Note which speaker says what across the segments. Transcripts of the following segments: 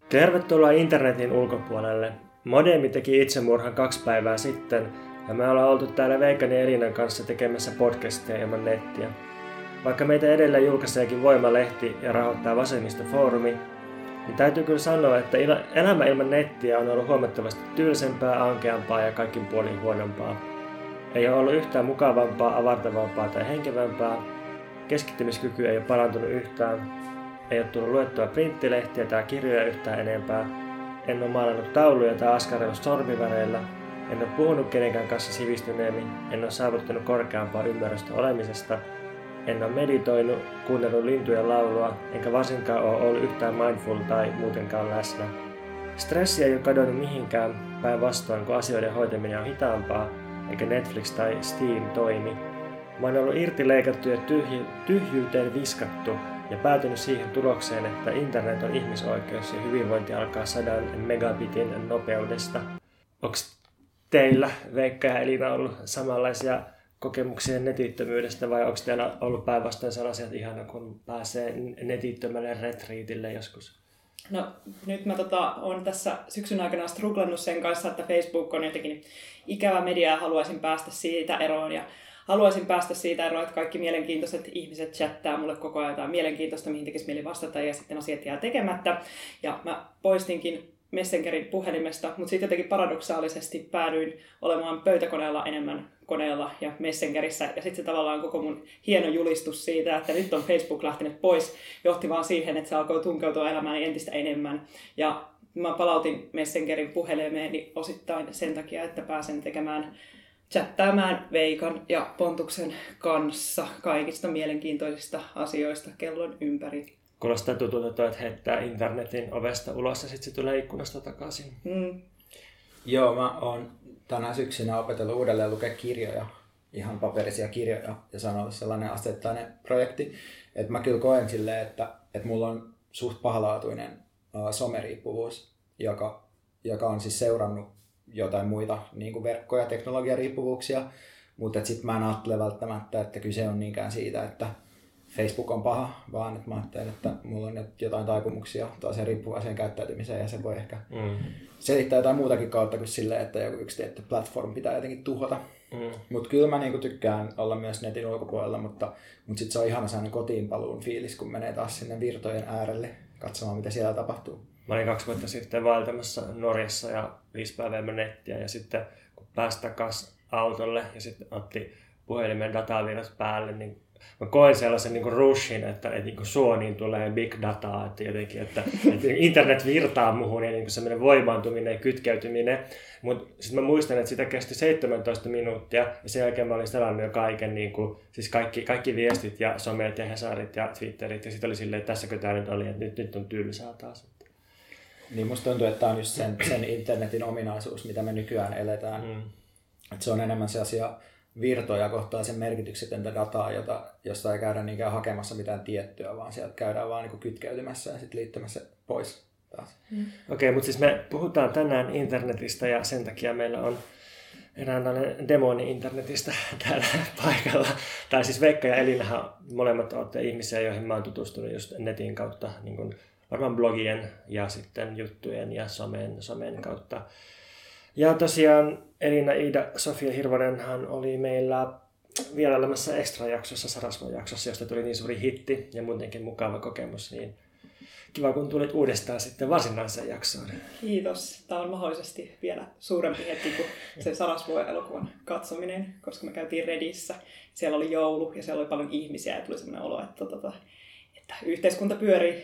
Speaker 1: Tervetuloa internetin ulkopuolelle. Modemi teki itsemurhan 2 päivää sitten ja me ollaan oltu täällä Veikan ja Elinan kanssa tekemässä podcasteja ilman nettiä. Vaikka meitä edelleen julkaiseekin Voima-lehti ja rahoittaa Vasemmisto-foorumi, niin täytyy kyllä sanoa, että elämä ilman nettiä on ollut huomattavasti tylsempää, ankeampaa ja kaikin puolin huonompaa. Ei ole ollut yhtään mukavampaa, avartavampaa tai henkevämpää. Keskittymiskyky ei ole parantunut yhtään. Ei ole tullut luettua printtilehtiä tai kirjoja yhtään enempää. En ole maalannut tauluja tai askarellut sormiväreillä. En ole puhunut kenenkään kanssa sivistyneemmin. En ole saavuttanut korkeampaa ymmärrystä olemisesta. En ole meditoinut, kuunnellut lintujen laulua, enkä varsinkaan ole ollut yhtään mindful tai muutenkaan läsnä. Stressi ei ole kadonnut mihinkään, päinvastoin kun asioiden hoitaminen on hitaampaa, eikä Netflix tai Steam toimi. Mä oon ollut irtileikattu ja tyhjyyteen viskattu ja päätynyt siihen tulokseen, että internet on ihmisoikeus ja hyvinvointi alkaa 100 megabitin nopeudesta. Onko teillä, Veikka ja Elina, ollut samanlaisia kokemuksia netittömyydestä vai onko teillä ollut päinvastoin sellaisia, että ihana kun pääsee netittömälle retriitille joskus?
Speaker 2: No nyt mä oon tässä syksyn aikana struglannut sen kanssa, että Facebook on jotenkin ikävä media ja haluaisin päästä siitä eroon. Että kaikki mielenkiintoiset ihmiset chattaa mulle koko ajan jotain mielenkiintoista, mihin tekisi mieli vastata ja sitten asiat jää tekemättä. Ja mä poistinkin Messengerin puhelimesta, mutta sitten jotenkin paradoksaalisesti päädyin olemaan pöytäkoneella enemmän koneella ja Messengerissä. Ja sitten se tavallaan koko mun hieno julistus siitä, että nyt on Facebook lähtenyt pois, johti vaan siihen, että se alkoi tunkeutua elämääni entistä enemmän. Ja mä palautin Messengerin puhelimeeni osittain sen takia, että pääsen chattaamaan Veikan ja Pontuksen kanssa kaikista mielenkiintoisista asioista kellon ympäri.
Speaker 1: Kuulostaa tutulta, että heittää internetin ovesta ulos ja sitten se tulee ikkunasta takaisin.
Speaker 3: Joo, mä oon tänä syksynä opetellut uudelleen lukea kirjoja, ihan paperisia kirjoja, ja se on ollut sellainen asteittainen projekti, että mä kyllä koen silleen, että mulla on suht pahalaatuinen someriippuvuus, joka on siis seurannut jotain muita niin kuin verkko- ja teknologiariippuvuuksia, mutta sitten mä en ajattele välttämättä, että kyse on niinkään siitä, että Facebook on paha, vaan että mä ajattelen, että mulla on jotain taipumuksia toiseen riippuvaiseen käyttäytymiseen ja se voi ehkä selittää jotain muutakin kautta kuin silleen, että joku yksi tietty platform pitää jotenkin tuhota. Mutta kyllä mä niinku tykkään olla myös netin ulkopuolella, mutta sitten se on ihana sellainen kotiinpaluun fiilis, kun menee taas sinne virtojen äärelle katsomaan, mitä siellä tapahtuu.
Speaker 1: Mä olin 2 vuotta sitten vaeltamassa Norjassa ja 5 päivää nettiä ja sitten kun pääsi takaisin autolle ja sitten otti puhelimen datavirrat päälle, niin mä koen sellaisen niin kuin rushin, että niin kuin suoniin tulee big dataa, että jotenkin, että internet virtaa muhun ja niin semmoinen voimaantuminen ja kytkeytyminen. Mutta sitten mä muistan, että sitä kesti 17 minuuttia ja sen jälkeen mä olin selannut jo kaiken, niin kuin, siis kaikki viestit ja somet ja hesarit ja twitterit ja sitten oli silleen, että tässäkö tää nyt oli, että nyt on tylsää taas.
Speaker 3: Niin musta tuntuu, että tämä on just sen internetin ominaisuus, mitä me nykyään eletään. Että se on enemmän se asia virtoja kohtaa sen merkityksetöntä dataa, josta ei käydä niinkään hakemassa mitään tiettyä, vaan sieltä käydään vaan niin kytkeytymässä ja sitten liittymässä pois taas.
Speaker 1: Okei, mutta siis me puhutaan tänään internetistä ja sen takia meillä on eräänlainen demoni internetistä täällä paikalla. Tai siis Veikka ja Elinahan molemmat olette ihmisiä, joihin mä oon tutustunut just netin kautta, niin kuin varmaan blogien ja sitten juttujen ja somen kautta. Ja tosiaan Elina Iida-Sofia Hirvonenhan oli meillä vierailemassa Extra-jaksossa, Sarasvuo-jaksossa, josta tuli niin suuri hitti ja muutenkin mukava kokemus. Niin kiva, kun tulit uudestaan sitten varsinaiseen jaksoon.
Speaker 2: Kiitos. Tämä on mahdollisesti vielä suurempi hetki kuin se Sarasvuo-elokuvan katsominen, koska me käytiin Redissä. Siellä oli joulu ja siellä oli paljon ihmisiä ja tuli sellainen olo, että yhteiskunta pyörii.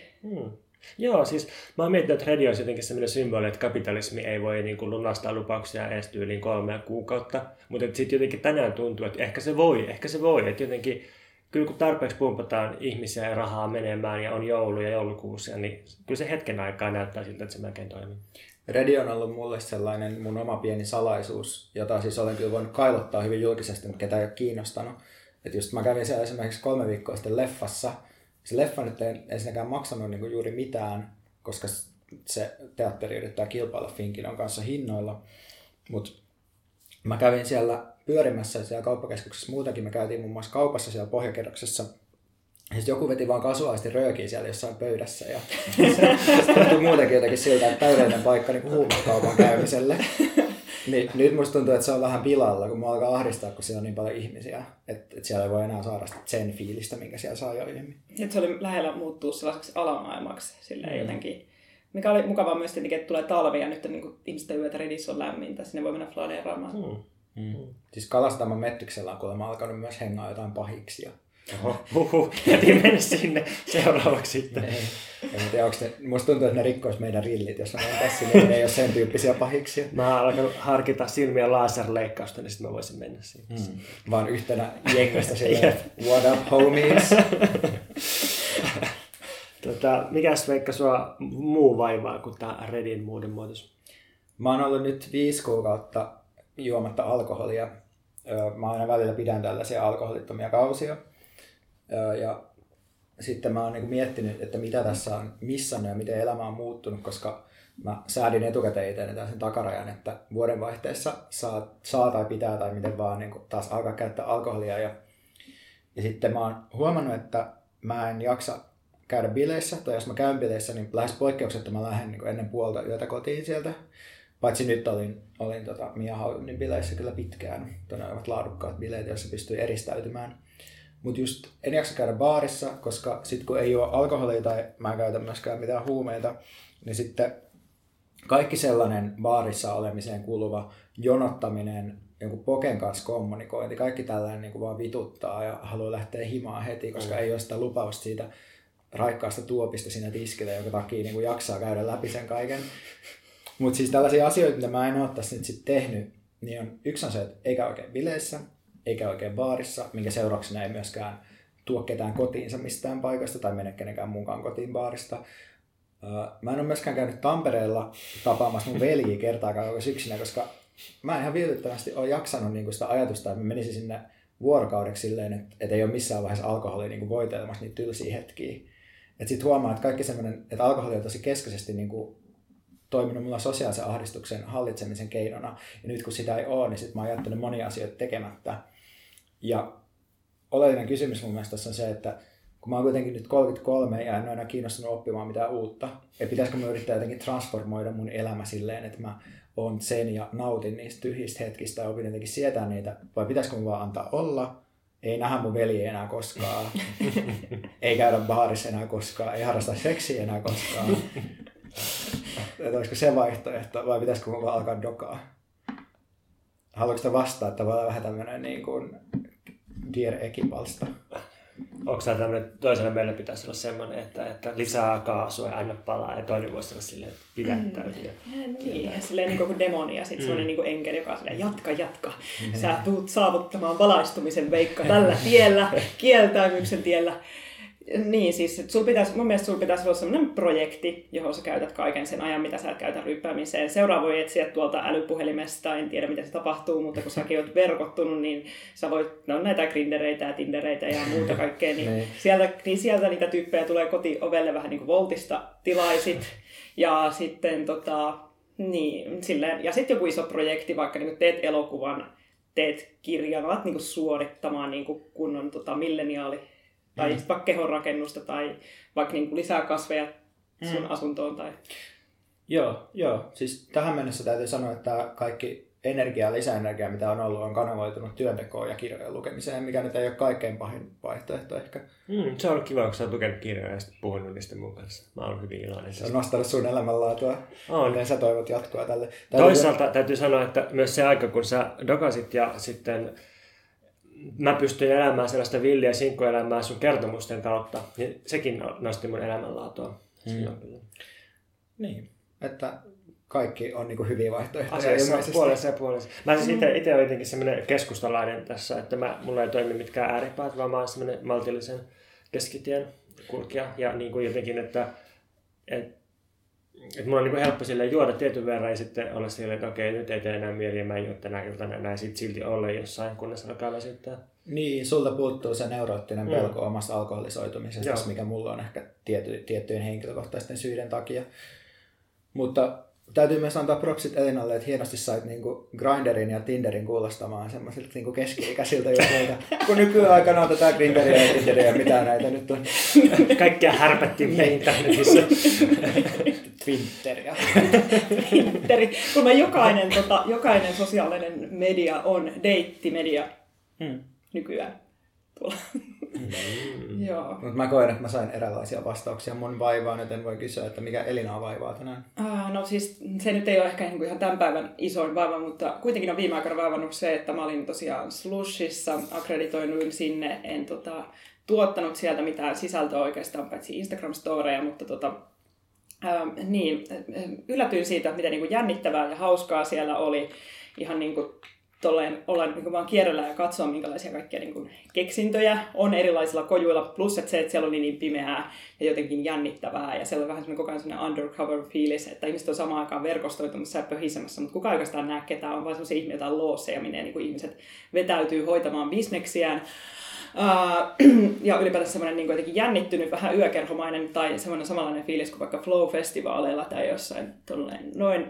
Speaker 1: Joo, siis mä oon miettinyt, että Redi on jotenkin sellainen symboli, että kapitalismi ei voi niin kuin lunastaa lupauksia edes tyyliin 3 kuukautta. Mutta sitten jotenkin tänään tuntuu, että ehkä se voi. Että jotenkin, kyllä kun tarpeeksi pumpataan ihmisiä ja rahaa menemään ja on joulu ja joulukuusia, niin kyllä se hetken aikaa näyttää siltä, että se melkein toimii.
Speaker 3: Redi on ollut mulle sellainen mun oma pieni salaisuus, jota siis olen kyllä voinut kailottaa hyvin julkisesti, mutta ketä ei ole kiinnostanut. Että just mä kävin siellä esimerkiksi 3 viikkoa sitten leffassa. Se leffa nyt ei ensinnäkään maksanut niin kuin juuri mitään, koska se teatteri yrittää kilpailla Finkinon kanssa hinnoilla. Mutta mä kävin siellä pyörimässä siellä kauppakeskuksessa muutenkin. Me käytiin muun muassa kaupassa siellä pohjakerroksessa sitten joku veti vaan kasuaalisti röökiä siellä jossain pöydässä. Ja se tuntui muutenkin jotenkin siltä, että täydellinen paikka niin huumekaupan käymiselle. Niin, nyt musta tuntuu, että se on vähän pilalla, kun mua alkaa ahdistaa, kun siellä on niin paljon ihmisiä. Että siellä ei voi enää saada sen fiilistä, minkä siellä saa jo aiemmin.
Speaker 2: Että se oli lähellä muuttua sellaiseksi alamaailmaksi silleen jotenkin. Mikä oli mukavaa myös tietenkin, että tulee talvi ja nyt on niin ihmisten yötä Redissä on lämmintä. Sinne voi mennä flaneeraamaan.
Speaker 3: Siis Kalastaman Metriksellä on kuulemma alkanut myös hengaa jotain pahiksia.
Speaker 1: Jätin mennä sinne seuraavaksi sitten.
Speaker 3: En tiedä, musta tuntuu, että ne rikkois meidän rillit, jos me mentäisiin sinne, ne ei ole sen tyyppisiä pahiksia.
Speaker 1: Mä oon alkanut harkita silmiä laserleikkausta, niin sitten mä voisin mennä sinne.
Speaker 3: Vaan yhtenä jengistä silleen, what up homies?
Speaker 1: Mikäs Veikka sua muu vaivaa kuin tää Redin muuden muutos?
Speaker 3: Mä oon ollut nyt 5 kuukautta juomatta alkoholia. Mä aina välillä pidän tällaisia alkoholittomia kausia. Ja sitten mä oon niin miettinyt, että mitä tässä on missannut ja miten elämä on muuttunut, koska mä säädin etukäteen itseäni sen takarajan, että vuodenvaihteessa saa tai pitää tai miten vaan niin taas alkaa käyttää alkoholia. Ja sitten mä oon huomannut, että mä en jaksa käydä bileissä, tai jos mä käyn bileissä, niin lähes poikkeuksetta mä lähden niin ennen puolta yötä kotiin sieltä. Paitsi nyt olin Mia Haunin bileissä kyllä pitkään. Ne ovat laadukkaat bileet, joissa pystyy eristäytymään. Mutta just en jaksa käydä baarissa, koska sit kun ei ole alkoholia tai mä en käytä myöskään mitään huumeita, niin sitten kaikki sellainen baarissa olemiseen kuuluva jonottaminen, jonkun poken kanssa kommunikointi, kaikki tällainen niin kuin vaan vituttaa ja haluaa lähteä himaan heti, koska ei ole sitä lupausta siitä raikkaasta tuopista siinä tiskillä, jonka takia niin kuin jaksaa käydä läpi sen kaiken. Mutta siis tällaisia asioita, mitä mä en ole tässä nyt sitten tehnyt, niin yksi on se, että eikä oikein bileissä, eikä oikein baarissa, minkä seurauksena ei myöskään tuo ketään kotiinsa mistään paikasta tai mene kenenkään mukaan kotiin baarista. Mä en ole myöskään käynyt Tampereella tapaamassa mun veljiä kertaakaan koko syksynä, koska mä en ihan vilpittömästi ole jaksanut niinku sitä ajatusta, että mä menisin sinne vuorokaudeksi silleen, että ei ole missään vaiheessa alkoholia niinku voitelemassa niitä tylsiä hetkiä. Että sit huomaa, että kaikki semmoinen, että alkoholi on tosi keskeisesti niinku toiminut mulla sosiaalisen ahdistuksen hallitsemisen keinona. Ja nyt kun sitä ei ole, niin sit mä oon jättänyt monia asioita tekemättä. Ja oleellinen kysymys mun mielestä tässä on se, että kun mä oon kuitenkin nyt 33 ja en ole enää kiinnostunut oppimaan mitään uutta, että pitäisikö mä yrittää jotenkin transformoida mun elämä silleen, että mä oon sen ja nautin niistä tyhjistä hetkistä ja opin jotenkin sietää niitä, vai pitäisikö mun vaan antaa olla, ei nähdä mun veljeä enää koskaan, ei käydä baarissa enää koskaan, ei harrasta seksiä enää koskaan. Että olisiko se vaihtoehto, vai pitäisikö mun vaan alkaa dokaa? Haluatko sitä vastaa, että voi olla vähän tämmönen niin kuin Dear Ekipalsta?
Speaker 1: Onko tämä tämmöinen, toisella meillä pitäisi olla semmoinen, että lisää kaasua ja aina palaa, ja toinen voisi olla silleen, että pidättäytyy.
Speaker 2: Niin, silleen niin kuin demoni ja sitten semmoinen niin kuin enkeli, joka on silleen, jatka. Sä tuut saavuttamaan valaistumisen, Veikka, tällä tiellä, kieltäymyksen tiellä. Niin, siis mun mielestä sulla pitäisi olla sellainen projekti, johon sä käytät kaiken sen ajan, mitä sä et käytä ryppäämiseen. Seuraava voi etsiä tuolta älypuhelimesta, en tiedä miten se tapahtuu, mutta kun säkin oot verkottunut, niin sä voit, näitä grindereitä ja tindereitä ja muuta kaikkea, niin sieltä niitä tyyppejä tulee kotiovelle vähän niin kuin Voltista tilaisit. Ja sitten niin, silleen, ja sitten joku iso projekti, vaikka niin kuin teet elokuvan, teet kirjan, alat niin kuin suorittamaan niin kuin kunnon milleniaali tai vaikka kehonrakennusta tai vaikka niin kuin lisää kasveja sun asuntoon. Tai...
Speaker 3: Joo. Siis tähän mennessä täytyy sanoa, että kaikki lisäenergia, mitä on ollut, on kanavoitunut työntekoon ja kirjojen lukemiseen, mikä nyt ei ole kaikkein pahin vaihtoehto ehkä.
Speaker 1: Se on ollut kiva, kun sä oot lukenut kirjoja ja sitten puhunut niistä mun kanssa. Mä oon hyvin iloinen.
Speaker 3: Se on nostanut sun elämänlaatua. Miten sä toivot jatkoa tälle?
Speaker 1: Toisaalta täytyy sanoa, että myös se aika, kun sä dokasit ja sitten mä pystyin elämään sellaista villiä sinkkuelämää sun kertomusten kautta, niin sekin nosti mun elämänlaatua.
Speaker 3: Niin, että kaikki on niin hyviä vaihtoehtoja.
Speaker 1: Puolessa ja puolessa. Mä siis itse olen jotenkin semmoinen keskustalainen tässä, että mulla ei toimi mitkään ääripäät, vaan mä oon semmoinen maltillisen keskitien kulkija. Ja niin kuin jotenkin, että mulla on niin kuin helppo silleen juoda tietyn verran ja sitten olla silleen, että okei, nyt ei tee enää mieli ja mä en juo tänä iltana enää silti olla jossain, kunnes alkaa väsyttää.
Speaker 3: Niin, sulta puuttuu se neuroottinen pelko omasta alkoholisoitumisesta, mikä mulla on ehkä tiettyjen henkilökohtaisten syiden takia. Mutta täytyy myös antaa propsit Elinalle, että hienosti sait niinku Grindrin ja Tinderin kuulostamaan semmoisilta niinku keski-ikäisiltä jutuilta. Kun nykyaikana otetaan Grindria ja Tinderia ja mitä näitä nyt on.
Speaker 1: Kaikkea härpättiin internetissä.
Speaker 3: Twitteriä.
Speaker 2: Twitteri. Kun jokainen sosiaalinen media on deittimedia nykyään. Joo.
Speaker 3: Mutta mä koen, että mä sain erilaisia vastauksia mun vaivaan, joten voi kysyä, että mikä Elinaa vaivaa tänään.
Speaker 2: No siis se nyt ei ole ehkä ihan tämän päivän isoin vaiva, mutta kuitenkin on viime aikoina vaivannut se, että mä olin tosiaan Slushissa, akkreditoinuin sinne, en tuottanut sieltä mitään sisältöä oikeastaan, paitsi Instagram-storeja, mutta niin, yllätyin siitä, miten niin kuin jännittävää ja hauskaa siellä oli ihan niin kuin olla niin vaan kierrellä ja katsoa, minkälaisia kaikkia niin kuin keksintöjä on erilaisilla kojuilla. Plus, että siellä oli niin pimeää ja jotenkin jännittävää. Ja siellä oli vähän koko ajan sellainen undercover-fiilis, että ihmiset on samaan aikaan verkostoitumassa ja pöhisemässä, mutta kukaan oikeastaan näe ketään. On vaan sellaisia ihmisiä, jotain loosseja, minne niin kuin ihmiset vetäytyy hoitamaan bisneksiään. Ja ylipäätään semmoinen niin jotenkin jännittynyt, vähän yökerhomainen tai semmoinen samanlainen fiilis kuin vaikka Flow-festivaaleilla tai jossain noin.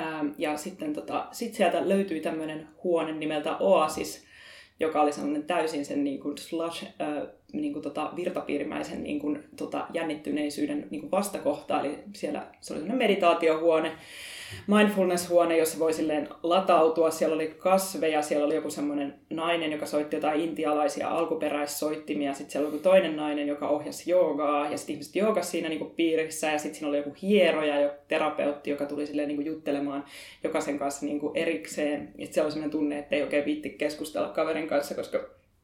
Speaker 2: Ja sitten sit sieltä löytyi tämmöinen huone nimeltä Oasis, joka oli sellainen täysin sen niin kuin slush, niin kuin virtapiirimäisen niin kuin, jännittyneisyyden niin kuin vastakohta. Eli siellä se oli sellainen meditaatiohuone, mindfulness-huone, jossa voi silleen latautua. Siellä oli kasveja, siellä oli joku semmoinen nainen, joka soitti jotain intialaisia alkuperäissoittimia. Sitten siellä oli joku toinen nainen, joka ohjasi joogaa. Ja sitten ihmiset joogasi siinä niin kuin piirissä. Ja sitten siinä oli joku hieroja, joku terapeutti, joka tuli silleen niin kuin juttelemaan jokaisen kanssa niin kuin erikseen. Ja siellä oli semmoinen tunne, että ei oikein viitti keskustella kaverin kanssa, koska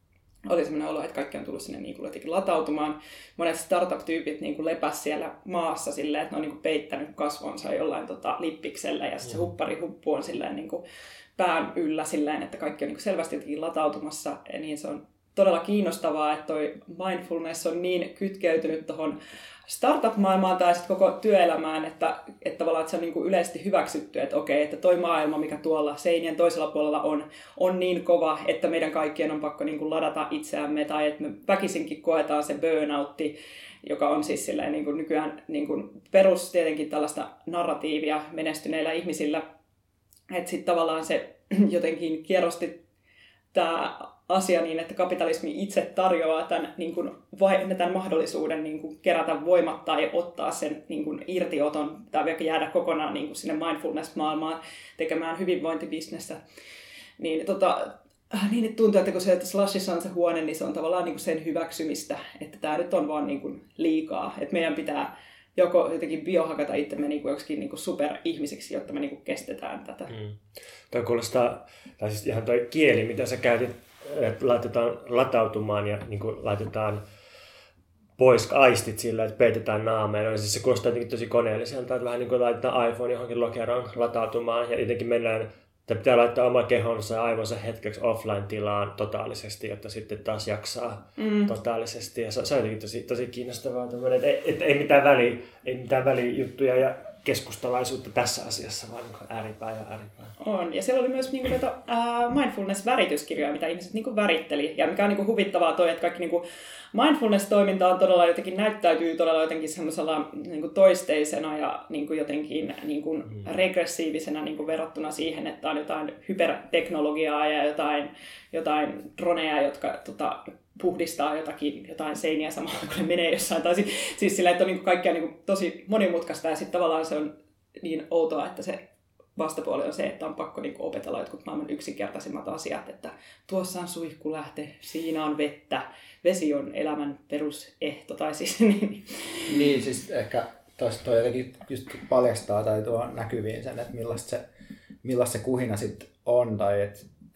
Speaker 2: oli semmoinen olo, että kaikki on tullut sinne niin kuin jotenkin latautumaan. Monet startup-tyypit niin kuin lepäs siellä maassa silleen, että ne on niin kuin peittänyt kasvonsa jollain lippiksellä ja sitten se hupparihuppu on silleen niin kuin pään yllä silleen, että kaikki on niin kuin selvästi jotenkin latautumassa. Ja niin se on todella kiinnostavaa, että toi mindfulness on niin kytkeytynyt tuohon startup-maailmaan tai sitten koko työelämään, että tavallaan että se on niin kuin yleisesti hyväksytty, että okei, että toi maailma, mikä tuolla seinien toisella puolella on niin kova, että meidän kaikkien on pakko niin kuin ladata itseämme tai että me väkisinkin koetaan se burnoutti, joka on siis silleen, niin kuin nykyään niin kuin perus tietenkin tällaista narratiivia menestyneillä ihmisillä, että sitten tavallaan se jotenkin kierrosti tämä asia niin, että kapitalismi itse tarjoaa tämän, niin kuin, tämän mahdollisuuden niin kuin, kerätä voimat tai ottaa sen niin kuin, irtioton tai vaikka jäädä kokonaan niin kuin, sinne mindfulness-maailmaan tekemään hyvinvointibisnestä. Niin, niin tuntuu, että kun se, että Slushissa on se huone, niin se on tavallaan niin kuin sen hyväksymistä, että tämä nyt on vaan niin kuin, liikaa. Että meidän pitää joko jotenkin biohakata itsemme niin joksikin niin superihmisiksi, jotta me niin kuin, kestetään tätä.
Speaker 1: Toi kuulostaa, tai siis ihan toi kieli, mitä sä käytit, että laitetaan latautumaan ja niin kuin laitetaan pois aistit sillä, että peitetään naameen. No, siis se kuulostaa jotenkin tosi koneelliselta, että vähän niin kuin laitetaan iPhone johonkin lokeroon latautumaan ja jotenkin pitää laittaa oma kehonsa ja aivonsa hetkeksi offline-tilaan totaalisesti, jotta sitten taas jaksaa totaalisesti. Ja se on jotenkin tosi kiinnostavaa, että ei mitään välijuttuja ja keskustalaisuutta tässä asiassa, vaan ääripää ja ääripää.
Speaker 2: On. Ja siellä oli myös niin kuin, mindfulness-värityskirjoja, mitä ihmiset niin kuin, väritteli. Ja mikä on niin kuin, huvittavaa toi, että kaikki niin kuin, mindfulness-toiminta on todella jotenkin, näyttäytyy todella jotenkin semmoisella niin kuin, toisteisena ja niin kuin, jotenkin niin kuin, regressiivisenä niin kuin, verrattuna siihen, että on jotain hyperteknologiaa ja jotain droneja, jotka puhdistaa jotain seiniä samalla, kun ne menee jossain. Tai siis sillä, että on niin kaikkea niin tosi monimutkaista ja sitten tavallaan se on niin outoa, että se vastapuoli on se, että on pakko niin opetella jotkut maailman yksinkertaisimmat asiat, että tuossa on suihkulähte, siinä on vettä, vesi on elämän perusehto. Tai siis,
Speaker 3: niin, siis ehkä tuo jotenkin just paljastaa tai tuo näkyviin sen, että millaista se kuhina sitten on, tai että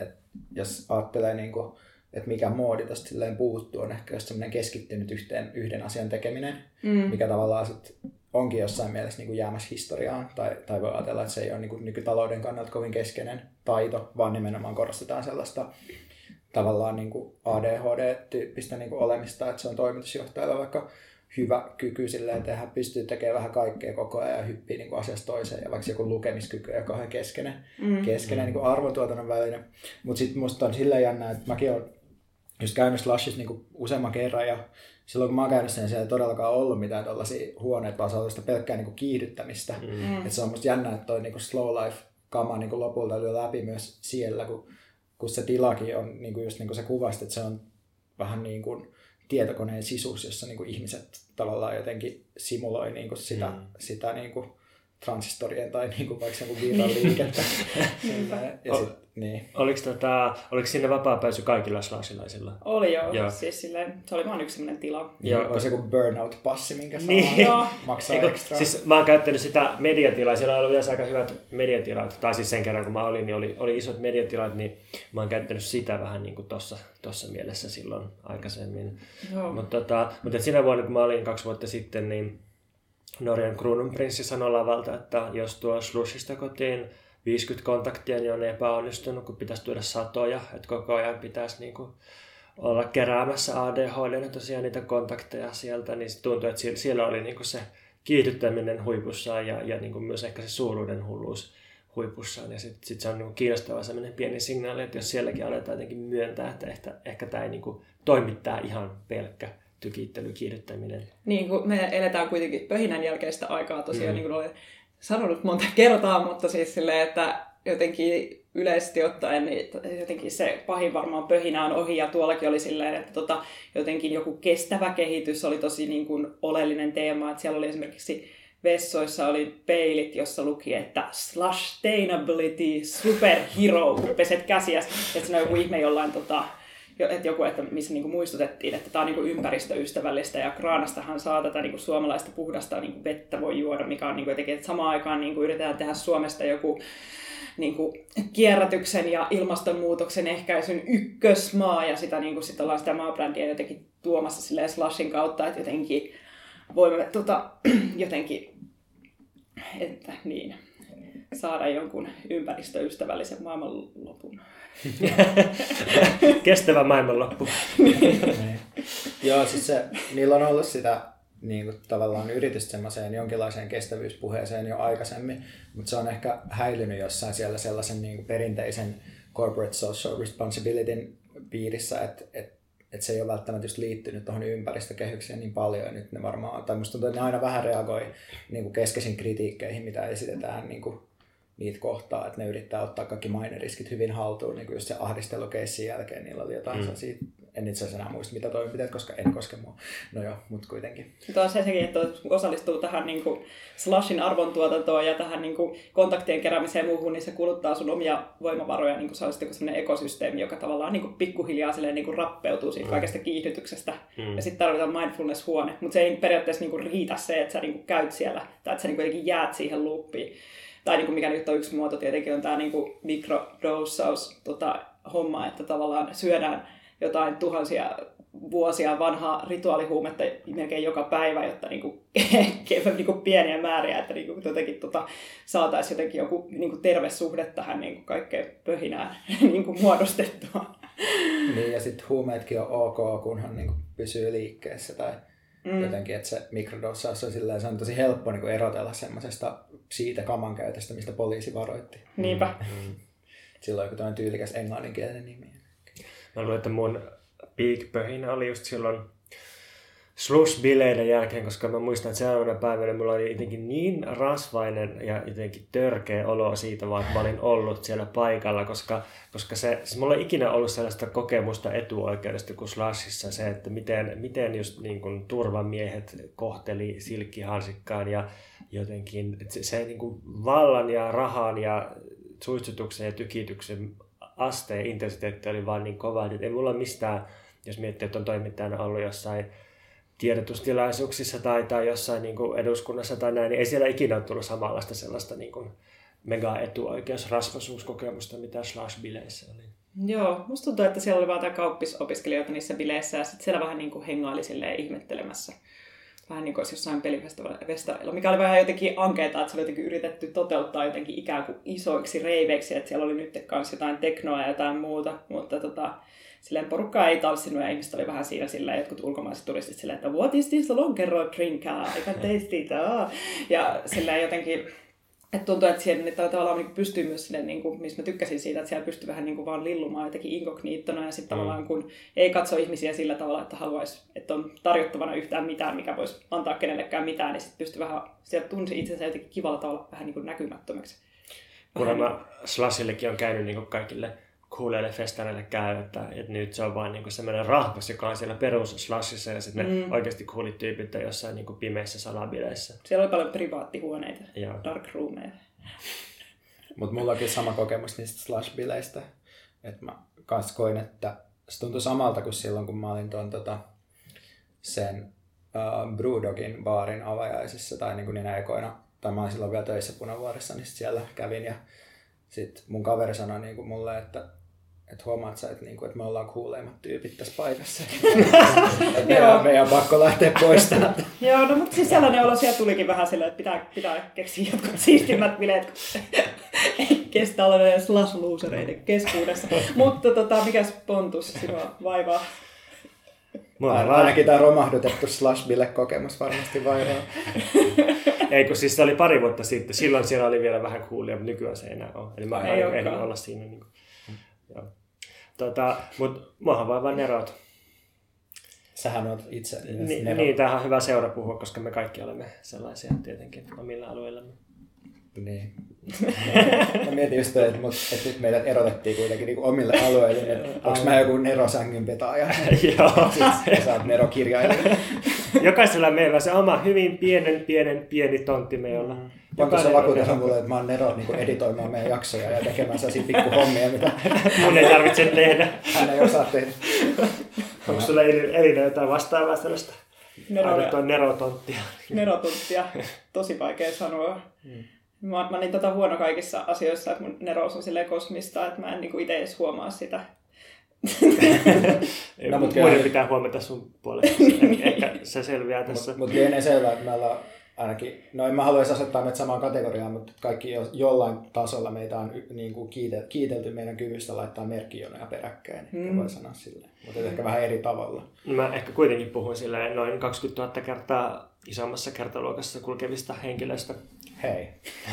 Speaker 3: jos ajattelee niin kuin, että mikä moodi tästä silleen puuttuu, on ehkä just semmoinen keskittynyt yhden asian tekeminen, mikä tavallaan sit onkin jossain mielessä niin kuin jäämässä historiaan, tai voi ajatella, että se ei ole niin kuin nykytalouden kannalta kovin keskeinen taito, vaan nimenomaan korostetaan sellaista tavallaan niin kuin ADHD-tyyppistä niin kuin olemista, että se on toimitusjohtajalla vaikka hyvä kyky silleen tehdä, pystyy tekemään vähän kaikkea koko ajan ja hyppii niin kuin asiasta toiseen, ja vaikka joku lukemiskyky, joka on keskeinen niin kuin arvontuotannon väline. Mutta sitten musta on silleen jännä, että mäkin olen just käynyt Slushissa niin kuin useamman kerran, ja silloin kun mä oon käynyt sen, siellä ei todellakaan ollut mitään tällaisia huoneita, vaan se on sitä pelkkää niinku kiihdyttämistä. Et se on musta jännä, että toi niinku slow life-kama niinku lopulta lyö läpi myös siellä, kun se tilakin on niinku just niin kuin sä kuvasit, että se on vähän niin kuin tietokoneen sisus, jossa niinku ihmiset tavallaan jotenkin simuloi niinku sitä niinku transistorien tai niinku vaikka joku virran liikettä. Niin.
Speaker 1: Oliko siinä vapaa pääsy kaikilla slashilaisilla?
Speaker 2: Oli joo. Siis silleen, se oli vaan yksi sellainen tila.
Speaker 3: Oli se joku burnout-passi, minkä saa maksaa ekstra.
Speaker 1: Siis mä oon käyttänyt sitä mediatilaa, siellä on ollut yleensä aika hyvät mediatilat, tai siis sen kerran kun mä olin, niin oli isot mediatilat, niin mä oon käyttänyt sitä vähän niin kuin tossa mielessä silloin aikaisemmin. Mutta sinä vuonna kun mä olin 2 vuotta sitten, niin Norjan kruununprinssi sanoi lavalta, että jos tuo slushista kotiin 50 kontaktia, niin on epäonnistunut, kun pitäisi tuoda satoja, että koko ajan pitäisi niinku olla keräämässä ADHD tosiaan niitä kontakteja sieltä, niin tuntuu, että siellä oli niinku se kiihdyttäminen huipussaan ja niinku myös ehkä se suuruuden hulluus huipussaan. Ja sitten se on niinku kiinnostava sellainen pieni signaali, että jos sielläkin aletaan jotenkin myöntää, että ehkä tämä ei niinku toimi tää ihan pelkkä tykittely, kiihdyttäminen.
Speaker 2: Niin kuin me eletään kuitenkin pöhinän jälkeistä aikaa tosiaan, niin kuin olen sanonut monta kertaa, mutta siis silleen, että jotenkin yleisesti ottaen niin jotenkin se pahin varmaan pöhinä on ohi ja tuollakin oli silleen, että jotenkin joku kestävä kehitys oli tosi niin kuin oleellinen teema, että siellä oli esimerkiksi vessoissa oli peilit, jossa luki, että Slushtainability Superhero, kun peset käsiäsi, että se on joku ihme jollain että missä niinku muistutettiin, että tämä on niinku ympäristöystävällistä ja kraanastahan saa tätä niinku suomalaista puhdasta niinku vettä voi juoda, mikä on niinku jotenkin, että samaan aikaan niinku yritetään tehdä Suomesta joku niinku kierrätyksen ja ilmastonmuutoksen ehkäisyn ykkösmaa ja sit ollaan sitä maabrändiä jotenkin tuomassa silleen Slushin kautta, että jotenkin voimme jotenkin että niin, saada jonkun ympäristöystävällisen maailmanlopun.
Speaker 1: Kestävä maailmanloppu.
Speaker 3: Joo, siis niillä on ollut sitä niin kuin, tavallaan yritystä semmoiseen jonkinlaiseen kestävyyspuheeseen jo aikaisemmin, mutta se on ehkä häilynyt jossain siellä sellaisen niin kuin perinteisen corporate social responsibilityn piirissä, että se ei ole välttämättä just liittynyt tuohon ympäristökehykseen niin paljon. Nyt ne varmaan, tai musta tuntuu, että ne aina vähän reagoi niin kuin keskeisiin kritiikkeihin, mitä esitetään niin kuin niitä kohtaa, että ne yrittää ottaa kaikki maineriskit hyvin haltuun, niin kuin just se ahdistelukeissin jälkeen niillä oli jotain sellaisia, en itse asiassa enää muista mitä toimenpiteet, koska en koske mua. No joo, mutta kuitenkin.
Speaker 2: Tuo on sekin, että osallistuu tähän niin kuin Slushin arvontuotantoon ja tähän niin kuin kontaktien keräämiseen ja muuhun, niin se kuluttaa sun omia voimavaroja, niin kuin se olisi sellainen ekosysteemi, joka tavallaan niin kuin pikkuhiljaa niin kuin rappeutuu siitä kaikesta kiihdytyksestä. Ja sitten tarvitaan mindfulness-huone, mutta se ei periaatteessa niin kuin riitä se, että sä niin kuin käyt siellä tai että sä niin kuin jotenkin jäät siihen loopiin. Tai niin kuin mikä nyt on yksi muoto tietenkin on tämä niin mikrodossaus homma, että tavallaan syödään jotain tuhansia vuosia vanhaa rituaalihuumetta melkein joka päivä, jotta niin kuin pieniä määriä, että niin kuin jotenkin saataisiin jotenkin joku niin kuin terve suhde tähän niin kuin kaikkeen pöhinään niin kuin muodostettua.
Speaker 3: Niin ja sitten huumeetkin on ok, kunhan niin kuin pysyy liikkeessä tai jotenkin, että se mikrodossaus on silleen, se on tosi helppo niin kuin erotella semmoisesta siitä kaman käytöstä, mistä poliisi varoitti.
Speaker 2: Niinpä.
Speaker 3: Silloin joku toinen tyylikäs englanninkielinen nimi.
Speaker 1: Mä luulen, että mun peak-pöhinä oli just silloin slush-bileiden jälkeen, koska mä muistan, että seuraavana päivänä mulla oli jotenkin niin rasvainen ja jotenkin törkeä olo siitä, vaan mä olin ollut siellä paikalla, koska siis mulla ei ikinä ollut sellaista kokemusta etuoikeudesta kuin slushissa se, että miten just niin kuin turvamiehet kohteli silkkihansikkaan ja jotenkin se niin kuin vallan ja rahan ja suitsutuksen ja tykityksen asteen intensiteetti oli vaan niin kova, että ei mulla mistään, jos miettii, että on toimittajana ollut jossain tiedotustilaisuuksissa tai jossain niin kuin eduskunnassa tai näin, niin ei siellä ikinä ole tullut samanlaista sellaista niin kuin mega etuoikeusrasvasuuskokemusta, mitä Slush-bileissä oli.
Speaker 2: Joo, musta tuntuu, että siellä oli vaan jotain kauppisopiskelijoita niissä bileissä ja sitten siellä vähän niin kuin hengaili silleen ihmettelemässä. Vähän niin kuin olisi jossain pelifestareilla, mikä oli vähän jotenkin ankeeta, että se oli jotenkin yritetty toteuttaa jotenkin ikään kuin isoiksi reiveiksi, että siellä oli nyt kanssa jotain teknoa ja jotain muuta, mutta silleen porukkaa ei tanssinut ja ihmiset oli vähän siinä silleen, jotkut ulkomaiset turistit silleen, että what is this lonkero drink? I can taste it. Ja silleen jotenkin, Että tuntuu, että siellä että tavallaan niin pystyy myös sinne, niin kuin, missä mä tykkäsin siitä, että siellä pystyy vähän niin kuin vaan lillumaan jotenkin inkogniittona ja sitten tavallaan kun ei katso ihmisiä sillä tavalla, että haluaisi, että on tarjottavana yhtään mitään, mikä voisi antaa kenellekään mitään, niin sitten pystyy vähän, sieltä tunsi itsensä jotenkin kivalla tavalla vähän niin kuin näkymättömäksi.
Speaker 1: Kun mä Slashillekin on käynyt niin kuin kaikille cooleille festareille käy, että nyt se on vaan niin semmoinen rahvas, joka on siellä perus Slashissa ja sitten ne oikeasti coolit tyypit on jossain niin kuin pimeissä salabileissä.
Speaker 2: Siellä oli paljon privaattihuoneita, dark roomeja.
Speaker 3: Mutta mulla onkin sama kokemus niistä Slash-bileistä. Että mä kans koin, että se tuntui samalta kuin silloin, kun mä olin sen Brewdogin baarin avajaisissa tai niin kuin niinä ekoina. Tai mä olin silloin vielä töissä Punavuoressa, niin siellä kävin ja sitten mun kaveri sanoi niin kuin mulle, että huomaat sä, että me ollaan kuuleimmat tyypit tässä paikassa. meidän on pakko lähteä pois täältä.
Speaker 2: Joo, no mutta siis sellainen olo siellä tulikin vähän silleen, että pitää keksiä jotkut siistimmät bileet, kun ei kestä olla näiden slash-losereiden keskuudessa. Mutta mikäs Pontus sinua vaivaa?
Speaker 3: Ainakin tämä romahdutettu slash-bile-kokemus varmasti vaivaa.
Speaker 1: Ei, kun siis se oli pari vuotta sitten. Silloin siellä oli vielä vähän coolia, mutta nykyään se ei enää ole. Eli mä en olla siinä. Niin kuin. Mutta muahan vaan nerot.
Speaker 3: Sähän olet itse
Speaker 1: nero. Niin, tämähän on hyvä seura puhua, koska me kaikki olemme sellaisia tietenkin omilla alueillamme.
Speaker 3: Niin. Mä mietin just, että nyt meidät erotettiin kuitenkin niin omille alueille. Onko mä joku nerosängynpetaaja?
Speaker 1: Joo.
Speaker 3: Sitten sä oot nerokirjailija.
Speaker 1: Jokaisella meillä on se oma hyvin pieni tontti meillä.
Speaker 3: Onko se vakuutellut mulle, että mä oon nero niin editoimaan meidän jaksoja ja tekemään sellaisia pikkuhommia, mitä
Speaker 1: mun ei tarvitse tehdä.
Speaker 3: Hän ei osaa tehdä.
Speaker 1: Onko sulla Elina jotain vastaavaa sellaista? Nerotonttia.
Speaker 2: Nerotonttia. Tosi vaikea sanoa. Mä olin huono kaikissa asioissa, että mun nerous on silleen kosmista, että mä en niin itse edes huomaa sitä.
Speaker 1: Muiden pitää huomata sun puolesta. Ehkä se selviää tässä.
Speaker 3: Mutta lienee selvää, että me ollaan ainakin, no en mä haluaisi asettaa meitä samaan kategoriaan, mutta kaikki jollain tasolla meitä on niin kuin kiitelty meidän kyvystä laittaa merkkijonoja peräkkäin. Voi sanoa silleen, mutta ehkä vähän eri tavalla.
Speaker 1: Mä ehkä kuitenkin puhuin silleen noin 20 000 kertaa isommassa kertaluokassa kulkevista henkilöistä.
Speaker 3: Hei.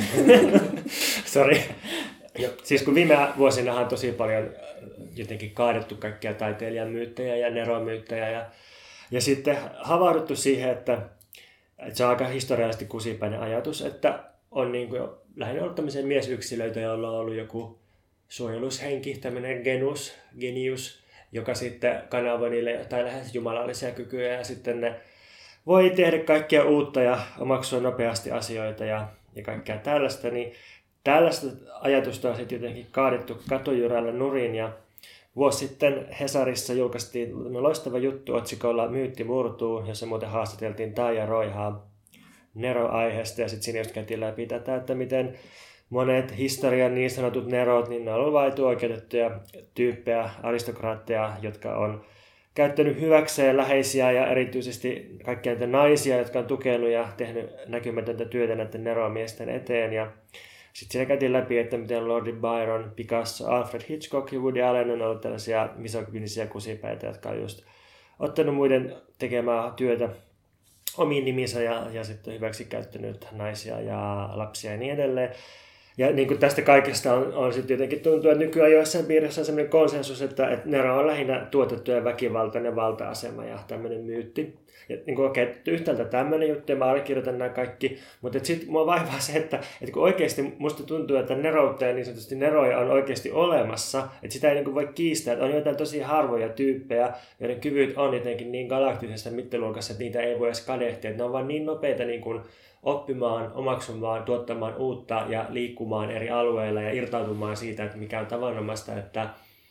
Speaker 1: Sori. Siis kun viime vuosina on tosi paljon jotenkin kaadettu kaikkia taiteilijamyyttejä ja neromyyttejä ja sitten havahduttu siihen, että se on aika historiallisesti kusipäinen ajatus, että on niin kuin lähinnä ollut tämmöisiä miesyksilöitä, joilla on ollut joku suojelushenki, tämmöinen genius, joka sitten kanavoi niille jotain lähes jumalallisia kykyjä ja sitten ne voi tehdä kaikkea uutta ja omaksua nopeasti asioita ja kaikkea tällaista, niin tällaista ajatusta on sitten jotenkin kaadettu katujyrällä nurin ja vuosi sitten Hesarissa julkaistiin loistava juttu otsikolla Myytti murtuu, jossa muuten haastateltiin Taija Roihaa Nero-aiheesta ja sitten siinä just käytiin läpi tätä, että miten monet historian niin sanotut nerot, niin ne on ollut vain etuoikeutettuja tyyppejä, aristokraatteja, jotka on käyttänyt hyväkseen läheisiä ja erityisesti kaikkia näitä naisia, jotka on tukenut ja tehnyt näkymätöntä työtä näiden neromiesten eteen. Ja sitten siinä käytiin läpi, että miten Lordi Byron, Picasso, Alfred Hitchcock ja Woody Allen on ollut tällaisia misogynisiä kusipäitä, jotka on just ottanut muiden tekemää työtä omiin niminsä ja sitten hyväksi käyttänyt naisia ja lapsia ja niin edelleen. Ja niin kuin tästä kaikesta on sitten jotenkin tuntuu, että nykyään joissain piirissä on sellainen konsensus, että Nero on lähinnä tuotettu ja väkivaltainen valta-asema ja tämmöinen myytti. Ja niin kuin yhtäältä tämmöinen juttu ja mä allekirjoitan nämä kaikki, mutta sitten mua vaivaa se, että kun oikeasti musta tuntuu, että neroutta ja niin sanotusti neroja on oikeasti olemassa, että sitä ei niin kuin voi kiistää, että on jotain tosi harvoja tyyppejä, joiden kyvyt on jotenkin niin galaktisessa mittaluokassa, että niitä ei voi edes kadehtia, että ne on vaan niin nopeita niin kuin oppimaan, omaksumaan, tuottamaan uutta ja liikkumaan eri alueilla ja irtautumaan siitä, että mikä on tavanomaista, että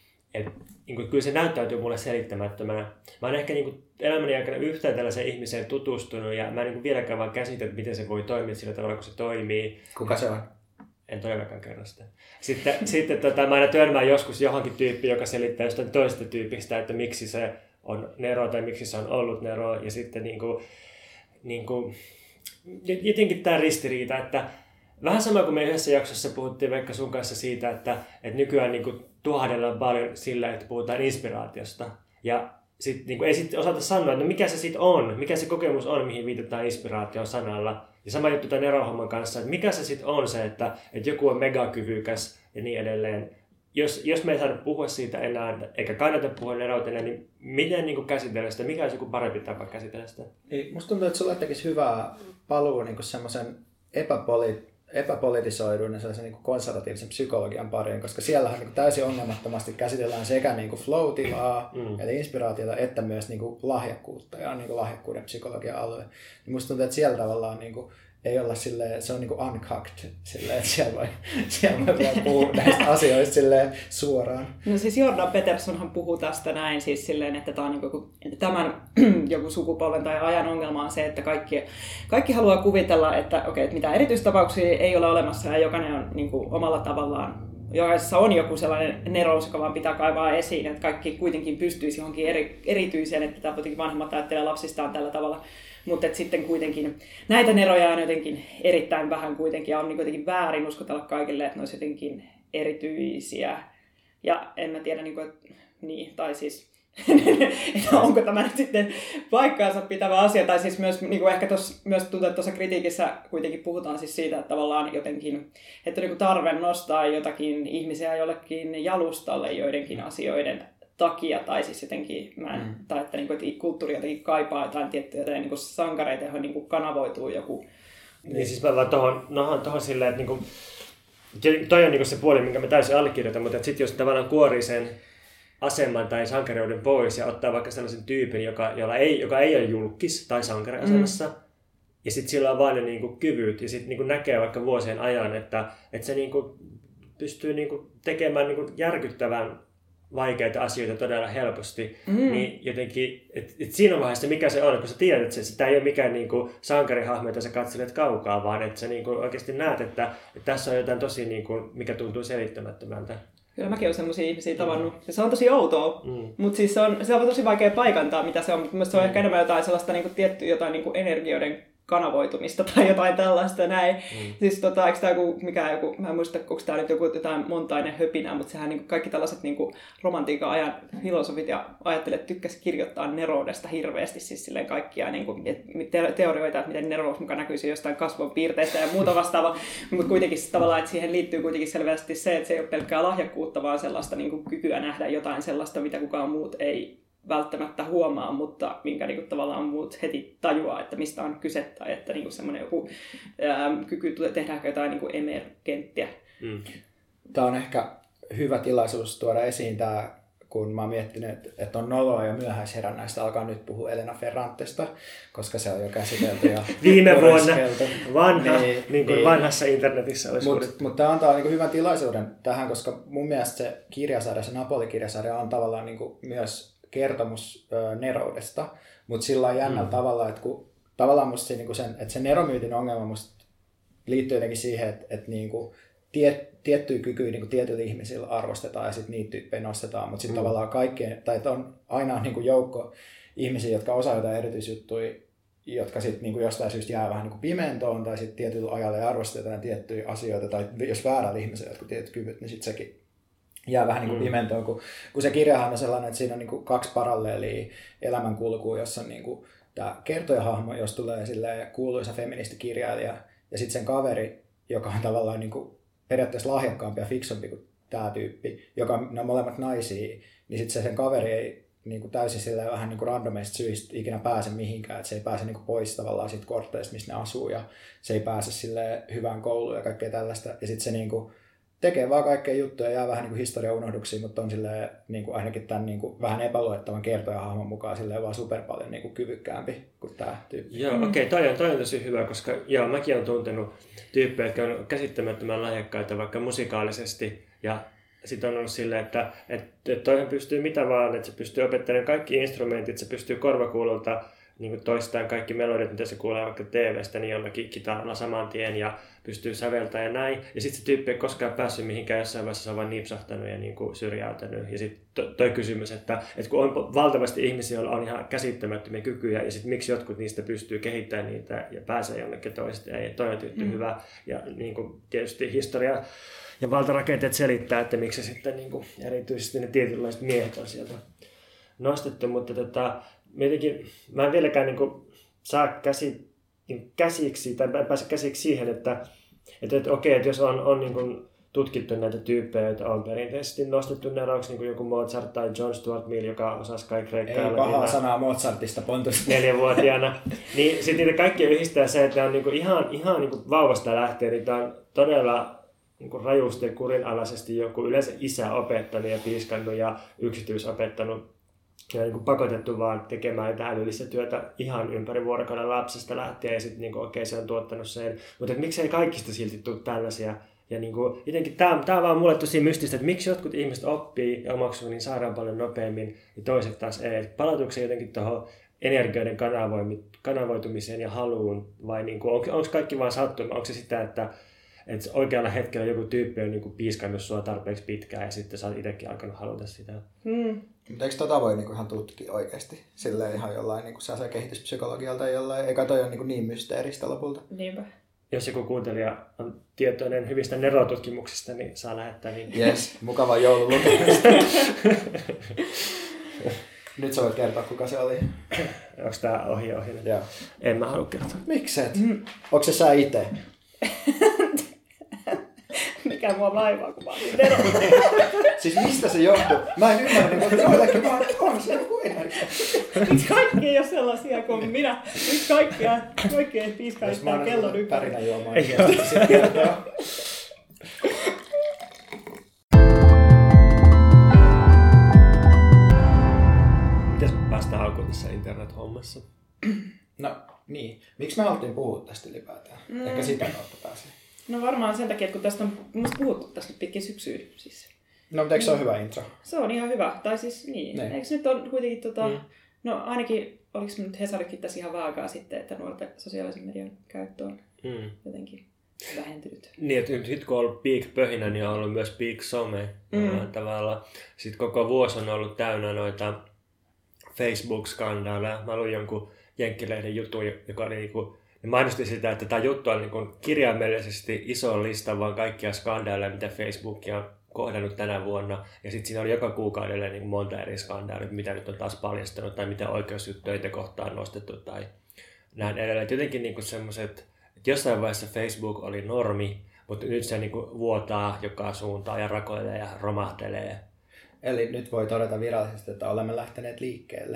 Speaker 1: niin kuin, kyllä se näyttäytyy mulle selittämättömänä. Mä oon ehkä niin kuin, elämäni aikana yhtään tällaiseen ihmiseen tutustunut ja mä en niin kuin, vieläkään vaan käsitä, että miten se voi toimia sillä tavalla, kun se toimii.
Speaker 3: Kuka se on?
Speaker 1: En todellakaan kerro sitä. Sitten mä aina törmään joskus johonkin tyyppiin, joka selittää jostain toista tyypistä, että miksi se on Nero tai miksi se on ollut Nero. Ja sitten niin kuin, jotenkin tämä ristiriita, että vähän sama kuin me yhdessä jaksossa puhuttiin vaikka sun kanssa siitä, että nykyään niin kuin tuhahdellaan paljon sillä, että puhutaan inspiraatiosta. Ja sitten niin ei sitten osata sanoa, että mikä se sitten on, mikä se kokemus on, mihin viitataan inspiraation sanalla. Ja sama juttu tämän erohomman kanssa, että mikä se sitten on se, että joku on megakyvykäs ja niin edelleen. Jos me ei saada puhua siitä enää, eikä kannata puhua eroutena, niin miten niin käsitellä sitä? Mikä olisi joku parempi tapa käsitellä sitä?
Speaker 3: Musta tuntuu, että sulle tekisi hyvää paluu niin semmoisen epäpolitisoidun ja sellaisen niin konservatiivisen psykologian pariin, koska siellähän niin täysin ongelmattomasti käsitellään sekä niin flow-tilaa, eli inspiraatiota, että myös niin lahjakkuutta ja niin lahjakkuuden psykologian alue. Niin musta tuntuu, että siellä tavallaan niin ei olla silleen, se on niinku uncucked, silleen, että siellä voi puhua näistä asioista silleen suoraan.
Speaker 2: No siis Jordan Petersonhan puhuu tästä näin siis silleen, että tämä on niinku, tämän joku sukupolven tai ajan ongelma on se, että kaikki haluaa kuvitella, että okei, että mitään erityistapauksia ei ole olemassa ja jokainen on niinku omalla tavallaan, jokaisessa on joku sellainen nerous, joka vaan pitää kaivaa esiin, että kaikki kuitenkin pystyisi johonkin erityiseen, että tämä kuitenkin vanhemmat ajattelee lapsistaan tällä tavalla. Mutta sitten kuitenkin näitä neroja on jotenkin erittäin vähän kuitenkin ja on niin kuitenkin väärin uskotella kaikille, että ne olisi jotenkin erityisiä. Ja en mä tiedä, tai siis, että onko tämä nyt sitten paikkaansa pitävä asia. Tai siis myös ehkä myös tuntuu, että tuossa kritiikissä kuitenkin puhutaan siis siitä, että tavallaan jotenkin, että on tarve nostaa jotakin ihmisiä jollekin jalustalle joidenkin asioiden takia, tai siis jotenkin, tai että, että kulttuuri jotenkin kaipaa jotain tiettyjä sankareita, johon kanavoituu joku.
Speaker 1: Niin siis mä vaan tohon silleen, että toi on se puoli, minkä mä täysin allekirjoitan, mutta sitten jos tavallaan kuorii sen aseman tai sankareuden pois ja ottaa vaikka sellaisen tyypin, joka ei ole julkis tai sankariasemassa, ja sitten sillä on vain ne kyvyt, ja sitten näkee vaikka vuosien ajan, että se pystyy tekemään järkyttävän vaikeita asioita todella helposti, niin jotenkin, että siinä vaiheessa mikä se on, kun sä tiedät, että sitä ei ole mikään sankarihahmo, jota sä katselet kaukaa, vaan että sä oikeasti näet, että tässä on jotain tosi, mikä tuntuu selittämättömältä.
Speaker 2: Kyllä mäkin olen sellaisia ihmisiä tavannut. Ja se on tosi outoa, mutta siis se on tosi vaikea paikantaa, mitä se on. Mutta se on ehkä enemmän jotain sellaista tiettyä jotain energioiden kanavoitumista tai jotain tällaista näin. Siis eikö tämä joku, mä en muista, onko tämä nyt jotain montainen höpinä, mutta sehän kaikki tällaiset romantiikan ajan filosofit ja ajattelijat tykkäsi kirjoittaa neroudesta hirveästi, siis silleen kaikkia teorioita, että miten nerous mukaan näkyisi jostain kasvon piirteistä ja muuta vastaavaa, mutta kuitenkin tavallaan, että siihen liittyy kuitenkin selvästi se, että se ei ole pelkkää lahjakkuutta, vaan sellaista kykyä nähdä jotain sellaista, mitä kukaan muut ei välttämättä huomaa, mutta minkä tavallaan muut heti tajuaa, että mistä on kyse, tai että semmoinen joku kyky tehdäänkö jotain emergenttiä.
Speaker 3: Tämä on ehkä hyvä tilaisuus tuoda esiin tämä, kun mä oon miettinyt, että on noloa ja myöhäisherännäistä alkaa nyt puhua Elena Ferrantesta, koska se on jo käsitelty ja
Speaker 1: viime vuonna vanhassa internetissä olisi
Speaker 3: Mutta tämä antaa hyvän tilaisuuden tähän, koska mun mielestä se kirjasarja, se Napoli-kirjasarja on tavallaan myös kertomus neroudesta, mutta sillä on jännällä tavalla, että kun tavallaan musta se, että se neromyytin ongelma musta liittyy jotenkin siihen, että tiettyjä kykyjä tietyillä ihmisillä arvostetaan ja sitten niitä tyyppejä nostetaan, mutta sitten tavallaan kaikkien, tai että on aina joukko ihmisiä, jotka osaa jotain erityisjuttuja, jotka sitten jostain syystä jää vähän pimentoon tai sitten tietyllä ajalla ei arvosteta tiettyjä asioita, tai jos väärällä ihmisellä jotkut tietyt kyvyt, niin sitten sekin jää vähän pimentoon, kun se kirjahan on sellainen, että siinä on 2 paralleelia elämänkulkua, jossa on tämä kertojahahmo, jos tulee kuuluisa feministikirjailija, ja sitten sen kaveri, joka on tavallaan periaatteessa lahjakkaampi ja fiksumpi kuin tämä tyyppi, joka ne on molemmat naisia, niin sitten sen kaveri ei täysin vähän randomeista syistä ikinä pääse mihinkään, että se ei pääse pois tavallaan siitä kortteista, missä ne asuu, ja se ei pääse hyvään kouluun ja kaikkea tällaista, ja sitten se tekee vaan kaikkea juttuja ja jää vähän historian unohduksiin, mutta on ainakin tämän vähän epäluettavan kertojahahmon mukaan vaan super paljon kyvykkäämpi kuin tämä tyyppi.
Speaker 1: Joo, okei, toi on tosi hyvä, koska mäkin olen tuntenut tyyppejä, jotka on käsittämättömän lahjakkaita vaikka musikaalisesti, ja sitten on ollut silleen, että toihan pystyy mitä vaan, että se pystyy opettamaan kaikki instrumentit, se pystyy korvakuulolta toistaan kaikki melodiat, mitä se kuulee vaikka TV:stä, niin jollakin kitaralla saman tien ja pystyy säveltämään ja näin. Ja sitten se tyyppi ei koskaan päässyt mihinkään, jossain vaiheessa se on vaan nipsahtanut ja syrjäytänyt. Ja sitten toi kysymys, että kun on valtavasti ihmisiä, joilla on ihan käsittämättömiä kykyjä, ja sitten miksi jotkut niistä pystyy kehittämään niitä ja pääsee jonnekin toista. Ja toi on hyvä. Ja tietysti historia ja valtarakenteet selittää, että miksi sitten erityisesti ne tietynlaiset miehet on sieltä nostettu. Mutta mä en vieläkään saa käsiksi, tai en pääse käsiksi siihen, että okei, että jos on niin kuin tutkittu näitä tyyppejä, joita on perinteisesti nostettu neroiksi, niin kuin joku Mozart tai John Stuart Mill, joka osasi kai kreikkaa.
Speaker 3: Ei pahaa sanaa Mozartista, Pontus.
Speaker 1: 4-vuotiaana. Niin sitten niitä kaikki yhdistää se, että ne on niin kuin ihan niin kuin vauvasta lähtien, niin tämä on todella niin kuin rajusti ja kurinalaisesti joku yleensä isä opettanut ja piiskannut ja yksityisopettanut ja niin kuin pakotettu vaan tekemään jotain älyllistä työtä ihan ympäri vuorokauden lapsesta lähtien ja sitten niin okei, se on tuottanut sen. Mutta miksei kaikista silti tule tällaisia. Ja niin kuin, jotenkin tämä on vaan mulle tosi mystistä, että miksi jotkut ihmiset oppii ja omaksuu niin sairaan paljon nopeammin ja toiset taas ei. Palautuksen jotenkin tuohon energioiden kanavoitumiseen ja haluun vai niin kuin, onko kaikki vaan sattuma? Onko se sitä, että oikealla hetkellä joku tyyppi on niin kuin piiskannut sua tarpeeksi pitkään ja sitten sä oot itsekin alkanut haluta sitä?
Speaker 3: Mutta eikö tota voi niinku ihan tutkia oikeasti? Silleen ihan jollain niinku kehityspsykologialta jollain, eikä toi ole niin mysteeristä lopulta.
Speaker 2: Niinpä.
Speaker 1: Jos joku kuuntelija on tietoinen hyvistä nerotutkimuksista, niin saa lähettää niin.
Speaker 3: Jes, mukava joululukemista. Nyt sä voit kertoa, kuka se oli.
Speaker 1: Onko tää ohi?
Speaker 3: Joo.
Speaker 1: En mä halua kertoa.
Speaker 3: Mikset? Onko se sä ite?
Speaker 2: Mikä mua vaivaa, kun mä olin Nero.
Speaker 3: Siis mistä se johtuu? Mä en ymmärrä, että joillekin vaan on se joku energia.
Speaker 2: Miksi kaikki ei ole sellaisia kuin minä? Miksi kaikki ei piiskaistaa kellon ympäri?
Speaker 3: Pärinä juomaan. Ei sitten kertoa.
Speaker 1: Mitäs päästään alkuun tässä internet-hommassa?
Speaker 3: No niin. Miksi me haluttiin puhua tästä ylipäätään? Ehkä sitä kautta pääsee.
Speaker 2: No varmaan sen takia, että kun tästä on puhuttu tästä pitkin syksyä. Siis.
Speaker 3: No, mutta eikö se ole hyvä intro?
Speaker 2: Se on ihan hyvä. Tai siis niin. Eikö nyt on kuitenkin no ainakin, oliko nyt Hesarikin tässä ihan vaakaa sitten, että nuorten sosiaalisen median käyttö on jotenkin vähentynyt.
Speaker 1: Niin, että nyt kun on ollut peak pöhinä, niin on ollut myös peak some. Tavalla. Sitten koko vuosi on ollut täynnä noita Facebook-skandaaleja. Mä luin jonkun jenkkilehden jutun, joka oli niinku, ne mainosti sitä, että tämä juttu on niinku kirjaimellisesti iso lista vaan kaikkia skandaaleja, mitä Facebookia on kohdannut tänä vuonna. Ja sitten siinä oli joka kuukaudelle niin monta eri skandaalia, mitä nyt on taas paljastanut tai mitä oikeusjuttuja kohtaan nostettu tai näin edelleen. Jotenkin niin semmoiset, että jossain vaiheessa Facebook oli normi, mutta nyt se niin vuotaa joka suuntaan ja rakoilee ja romahtelee.
Speaker 3: Eli nyt voi todeta virallisesti, että olemme lähteneet liikkeelle.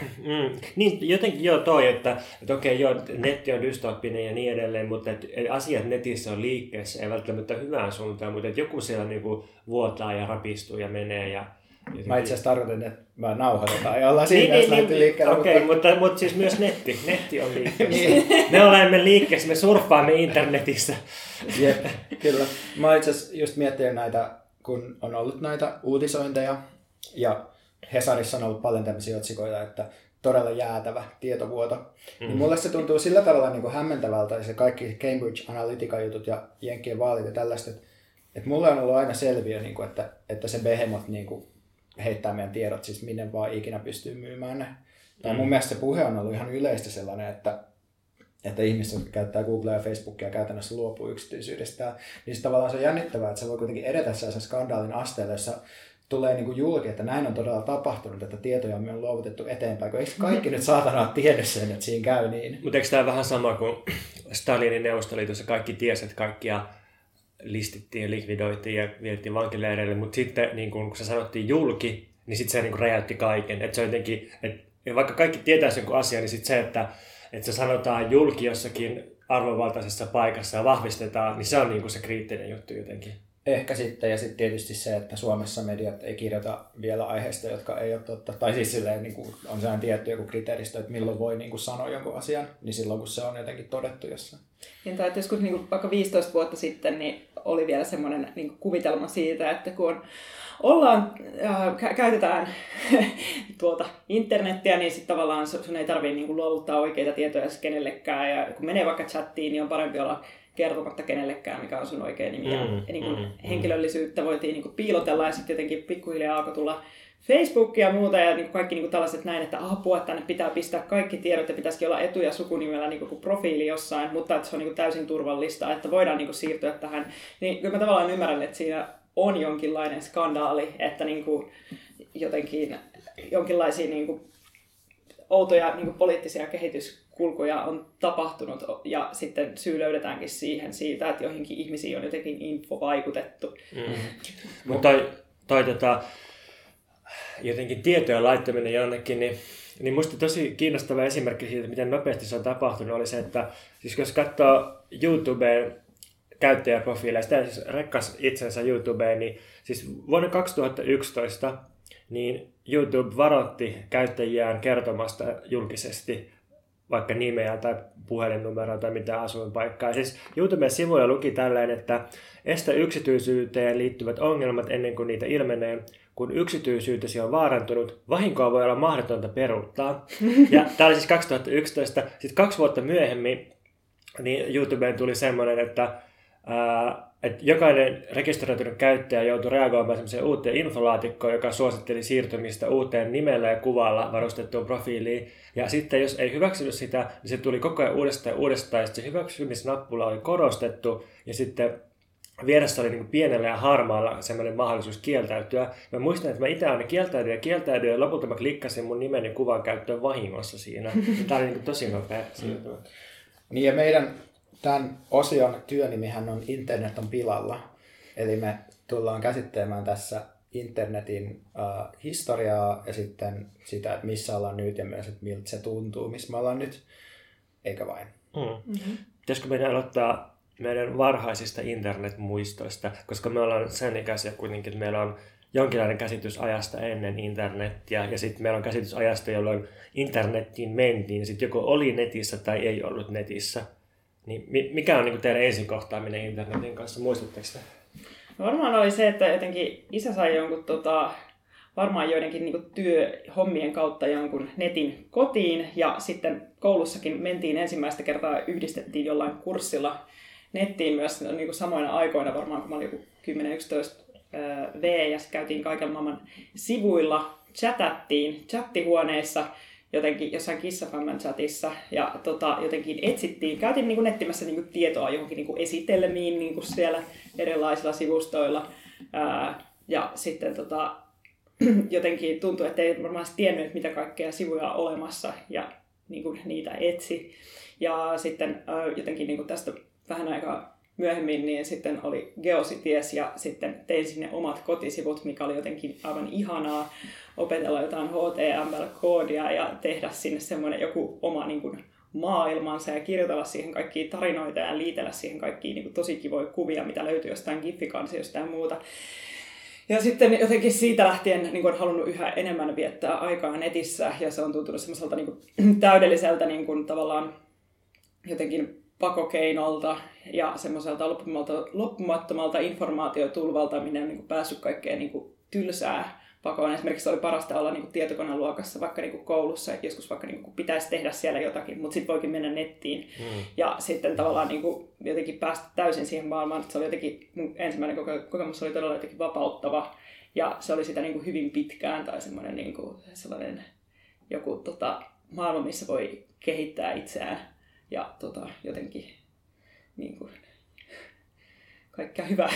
Speaker 1: Niin, jotenkin joo toi, että okei, joo, netti on dystopinen ja niin edelleen, mutta asiat netissä on liikkeessä, ei välttämättä hyvään suuntaan, mutta joku siellä niinku vuotaa ja rapistuu ja menee. Ja jotenkin...
Speaker 3: Mä itse asiassa tarkoitan, että mä nauhoitetaan ja ollaan siinä, jos lähti liikkeelle.
Speaker 1: Okei, mutta siis myös netti on liikkeessä. Me olemme liikkeessä, me surffaamme internetissä.
Speaker 3: Jep, kyllä. Mä itse asiassa just miettinyt näitä, kun on ollut näitä uutisointeja ja Hesarissa on ollut paljon tämmöisiä otsikoita, että todella jäätävä tietovuoto. Niin mulle se tuntuu sillä tavalla niin kuin hämmentävältä, se kaikki Cambridge Analytica-jutut ja Jenkkien vaalit ja tällaista, että mulle on ollut aina selviö, niin kuin, että se behemoth niin kuin heittää meidän tiedot siis minne vaan ikinä pystyy myymään ne. Tai mun mielestä se puhe on ollut ihan yleistä sellainen, että ihmiset, jotka käyttää Googlea ja Facebookia käytännössä luopuu yksityisyydestä. Niin tavallaan se on jännittävää, että se voi kuitenkin edetä sellaisen skandaalin asteelle, jossa tulee niin kuin julki, että näin on todella tapahtunut, että tietoja on myös luovutettu eteenpäin. Kun eikö kaikki nyt saatana ole tiennyt sen, että siinä käy niin?
Speaker 1: Mutta eikö tämä vähän sama kuin Stalinin Neuvostoliitossa kaikki tiesi, että kaikkia listittiin, likvidoitiin ja vietiin vankileireille, mutta sitten niin kun se sanottiin julki, niin sitten se niin kun räjäytti kaiken. Että se on jotenkin, että vaikka kaikki tietäisi jonkun asian, niin sitten se, että se sanotaan julki jossakin arvovaltaisessa paikassa ja vahvistetaan, niin se on niin kuin se kriittinen juttu jotenkin.
Speaker 3: Ehkä sitten, ja sitten tietysti se, että Suomessa mediat ei kirjoita vielä aiheista, jotka ei ole totta. Tai siis silleen, niin kuin on sellainen tietty joku kriteeristö, että milloin voi niin kuin sanoa jonkun asian, niin silloin kun se on jotenkin todettu jossain.
Speaker 2: Niin, tai että joskus niin kuin vaikka 15 vuotta sitten niin oli vielä semmoinen niin kuin kuvitelma siitä, että kun käytetään internettiä, niin sitten tavallaan sun ei tarvitse niin kuin luovuttaa oikeita tietoja kenellekään. Ja kun menee vaikka chattiin, niin on parempi olla kertomatta kenellekään, mikä on sun oikea nimi. Ja henkilöllisyyttä voitiin niin kuin piilotella ja sitten jotenkin pikkuhiljaa alkoi tulla Facebookia ja muuta ja niin kaikki niin tällaiset näin, että apua, että tänne pitää pistää kaikki tiedot ja pitäisikin olla etu- ja sukunimellä niin kuin profiili jossain, mutta että se on niin täysin turvallista, että voidaan niin siirtyä tähän. Niin kyllä mä tavallaan ymmärrän, että siinä on jonkinlainen skandaali, että niin kuin jotenkin jonkinlaisia niin kuin outoja niin kuin poliittisia kehityskulkuja on tapahtunut ja sitten syy löydetäänkin siihen siitä, että joihinkin ihmisiin on jotenkin infovaikutettu.
Speaker 1: Mutta toi jotenkin tietojen laittaminen jonnekin, niin musta tosi kiinnostava esimerkki siitä, miten nopeasti se on tapahtunut, oli se, että siis jos katsoo YouTubeen käyttäjäprofiileja, sitä siis rekkas itsensä YouTubeen, niin siis vuonna 2011 niin YouTube varoitti käyttäjiään kertomasta julkisesti vaikka nimeä tai puhelinnumeroa tai mitään asuinpaikkaa. Siis YouTuben sivuilla luki tälleen, että estä yksityisyyteen liittyvät ongelmat ennen kuin niitä ilmenee. Kun yksityisyytesi on vaarantunut, vahinkoa voi olla mahdotonta peruuttaa. Ja tämä oli siis 2011. Sitten 2 vuotta myöhemmin niin YouTubeen tuli semmoinen, että jokainen rekisteröitynyt käyttäjä joutui reagoimaan semmoiseen uuteen infolaatikkoon, joka suositteli siirtymistä uuteen nimellä ja kuvalla varustettuun profiiliin. Ja sitten jos ei hyväksynyt sitä, niin se tuli koko ajan uudestaan ja uudestaan. Ja se hyväksymisnappula oli korostettu ja sitten vieressä oli niin pienellä ja harmaalla semmoinen mahdollisuus kieltäytyä. Mä muistan, että mä itse aina kieltäydyin ja lopulta mä klikkasin mun nimen ja kuvan käyttöön vahingossa siinä. Tämä oli niin tosi nopea siirtymä.
Speaker 3: Niin ja meidän tämän osion työnimihän on Internet on pilalla. Eli me tullaan käsittelemään tässä internetin historiaa ja sitten sitä, että missä ollaan nyt ja myös, että miltä se tuntuu, missä me ollaan nyt, eikä vain.
Speaker 1: Pitäisikö meidän aloittaa meidän varhaisista internetmuistoista, koska me ollaan sen ikäisiä kuitenkin, että meillä on jonkinlainen käsitys ajasta ennen internettiä ja sitten meillä on käsitys ajasta, jolloin internettiin mentiin ja sitten joko oli netissä tai ei ollut netissä. Niin mikä on niin teidän ensin kohtaaminen internetin kanssa? Muistatteko te?
Speaker 2: No varmaan oli se, että jotenkin isä sai jonkun varmaan joidenkin niin työhommien kautta jonkun netin kotiin ja sitten koulussakin mentiin ensimmäistä kertaa, yhdistettiin jollain kurssilla nettiin myös niin samoina aikoina varmaan, kun mä olin 10-11 V ja käytiin kaiken maailman sivuilla, chatattiin chattihuoneessa jotenkin jossain Kissafamman chatissa ja jotenkin etsittiin, käytiin niin kuin netsimässä niin kuin tietoa johonkin niin kuin esitelmiin niin kuin siellä erilaisilla sivustoilla ja sitten jotenkin tuntui, että ei varmaan tiennyt, mitä kaikkea sivuja on olemassa ja niin kuin niitä etsi. Ja sitten jotenkin niin kuin tästä vähän aikaa myöhemmin niin sitten oli Geocities ja sitten tein sinne omat kotisivut, mikä oli jotenkin aivan ihanaa opetella jotain HTML-koodia ja tehdä sinne semmoinen joku oma niin kuin maailmansa ja kirjoitella siihen kaikkia tarinoita ja liitellä siihen kaikkia niin kuin tosi kivoja kuvia, mitä löytyy jostain GIF-kansiosta ja muuta. Ja sitten jotenkin siitä lähtien niin olen halunnut yhä enemmän viettää aikaa netissä ja se on tuntunut semmoiselta niin kuin täydelliseltä niin kuin tavallaan jotenkin pakokeinolta ja semmoiselta loppumattomalta informaatiotulvalta, minne on niin kuin päässyt kaikkeen niin kuin tylsää pakoon. Esimerkiksi oli parasta olla niin kuin tietokoneluokassa vaikka niin kuin koulussa, että joskus vaikka niin kuin pitäisi tehdä siellä jotakin, mutta sitten voikin mennä nettiin. Ja sitten tavallaan niin kuin jotenkin päästä täysin siihen maailmaan, että se oli jotenkin, mun ensimmäinen kokemus oli todella jotenkin vapauttava ja se oli sitä niin kuin hyvin pitkään tai semmoinen niin kuin sellainen joku maailma, missä voi kehittää itseään ja jotenkin niin kuin kaikkea hyvää.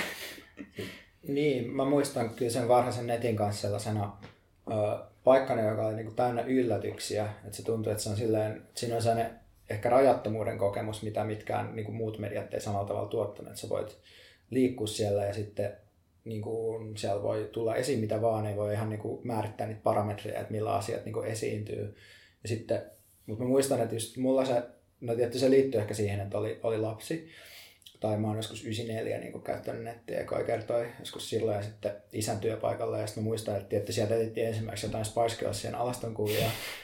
Speaker 3: Niin, mä muistan kyllä sen varhaisen netin kanssa sellaisena paikkana, joka oli niinku täynnä yllätyksiä. Että se tuntuu, että se on silleen, että siinä on sellainen ehkä rajattomuuden kokemus, mitä mitkään niinku muut mediat ei samalla tavalla tuottanut. Että sä voit liikkua siellä ja sitten niinku, siellä voi tulla esiin mitä vaan, ei voi ihan niinku määrittää niitä parametreja, että millä asiat niinku esiintyy. Ja sitten, mutta mä muistan, että just mulla se, no tietysti se liittyy ehkä siihen, että oli lapsi. Tai mä oon joskus 94 niin käyttänyt nettiä eka kertoi joskus silloin ja sitten isän työpaikalla. Ja sitten mä muistan, että sieltä etittiin ensimmäiseksi jotain Spice Girlsien alastonkuvia.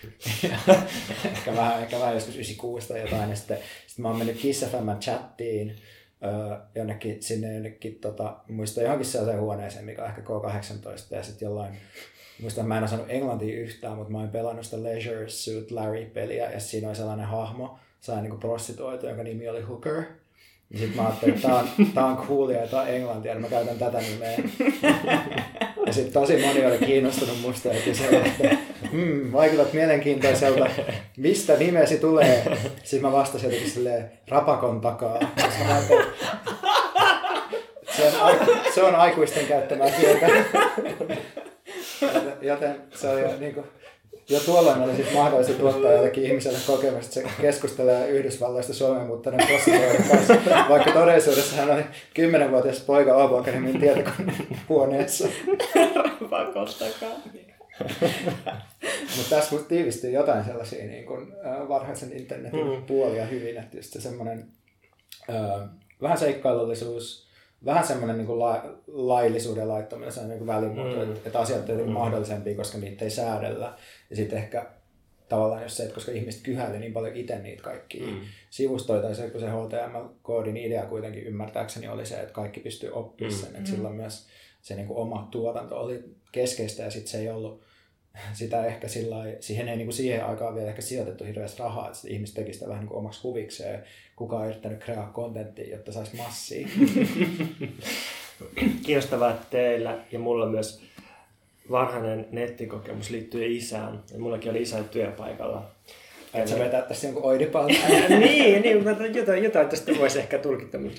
Speaker 3: ehkä vähän joskus 96 tai jotain. Ja sitten mä oon mennyt Kissafamman chattiin jonnekin, muistan johonkin sellaiseen huoneeseen, mikä on ehkä K18. Ja sitten jollain, muistan, mä en osannut englantia yhtään, mutta mä oon pelannut sitä Leisure Suit Larry-peliä. Ja siinä oli sellainen hahmo, sellainen niin prostituoitu, jonka nimi oli Hooker. Ja sitten mä ajattelin, että tää on coolia ja tää on englantia, niin mä käytän tätä nimeä. Ja sitten tosi moni oli kiinnostunut musta ja kyseli, että vaikutat mielenkiintoiselta, mistä nimesi tulee. Sitten mä vastasin jotenkin silleen, rapakon takaa. Koska mä ajattelin, se on aikuisten käyttämää kieltä. Joten se oli niinku Jo tuolloin oli sitten mahdollista tuottaa jollekin ihmiselle kokemusta, että se keskustelee Yhdysvalloista Suomeen muuttaneen prostituoiden kanssa, vaikka todellisuudessa hän oli 10-vuotias poika Abo Akademin tietokonehuoneessa.
Speaker 2: Pakostakaan.
Speaker 3: Mutta tässä tiivistyy jotain sellaisia niin kuin, varhaisen internetin puolia hyvin, että just se semmoinen vähän seikkailullisuus, vähän semmoinen niin kuin laillisuuden laittaminen, se on niin kuin välimuoto, että asiat on mahdollisempia, koska niitä ei säädellä. Ja sitten ehkä tavallaan jos se, että koska ihmiset kyhäili niin paljon itse niitä kaikkia sivustoja, tai se, kun se HTML-koodin idea kuitenkin ymmärtääkseni oli se, että kaikki pystyy oppimaan sen, että silloin myös se niin kuin oma tuotanto oli keskeistä, ja sitten se ei ollut sitä ehkä siihen ei niin kuin siihen aikaan vielä ehkä sijoitettu hirveästi rahaa, että ihmiset teki sitä vähän niin kuin omaksi huvikseen. Kukaan on yrittänyt kreaa kontenttia, jotta saisi massia.
Speaker 1: Kiinnostavaa, että teillä ja mulla myös varhainen nettikokemus liittyy isään. Ja mullakin oli isä työpaikalla.
Speaker 3: Että sä vetää tässä jonkun oidipalta.
Speaker 1: niin, jotain tästä voisi ehkä tulkita. Mutta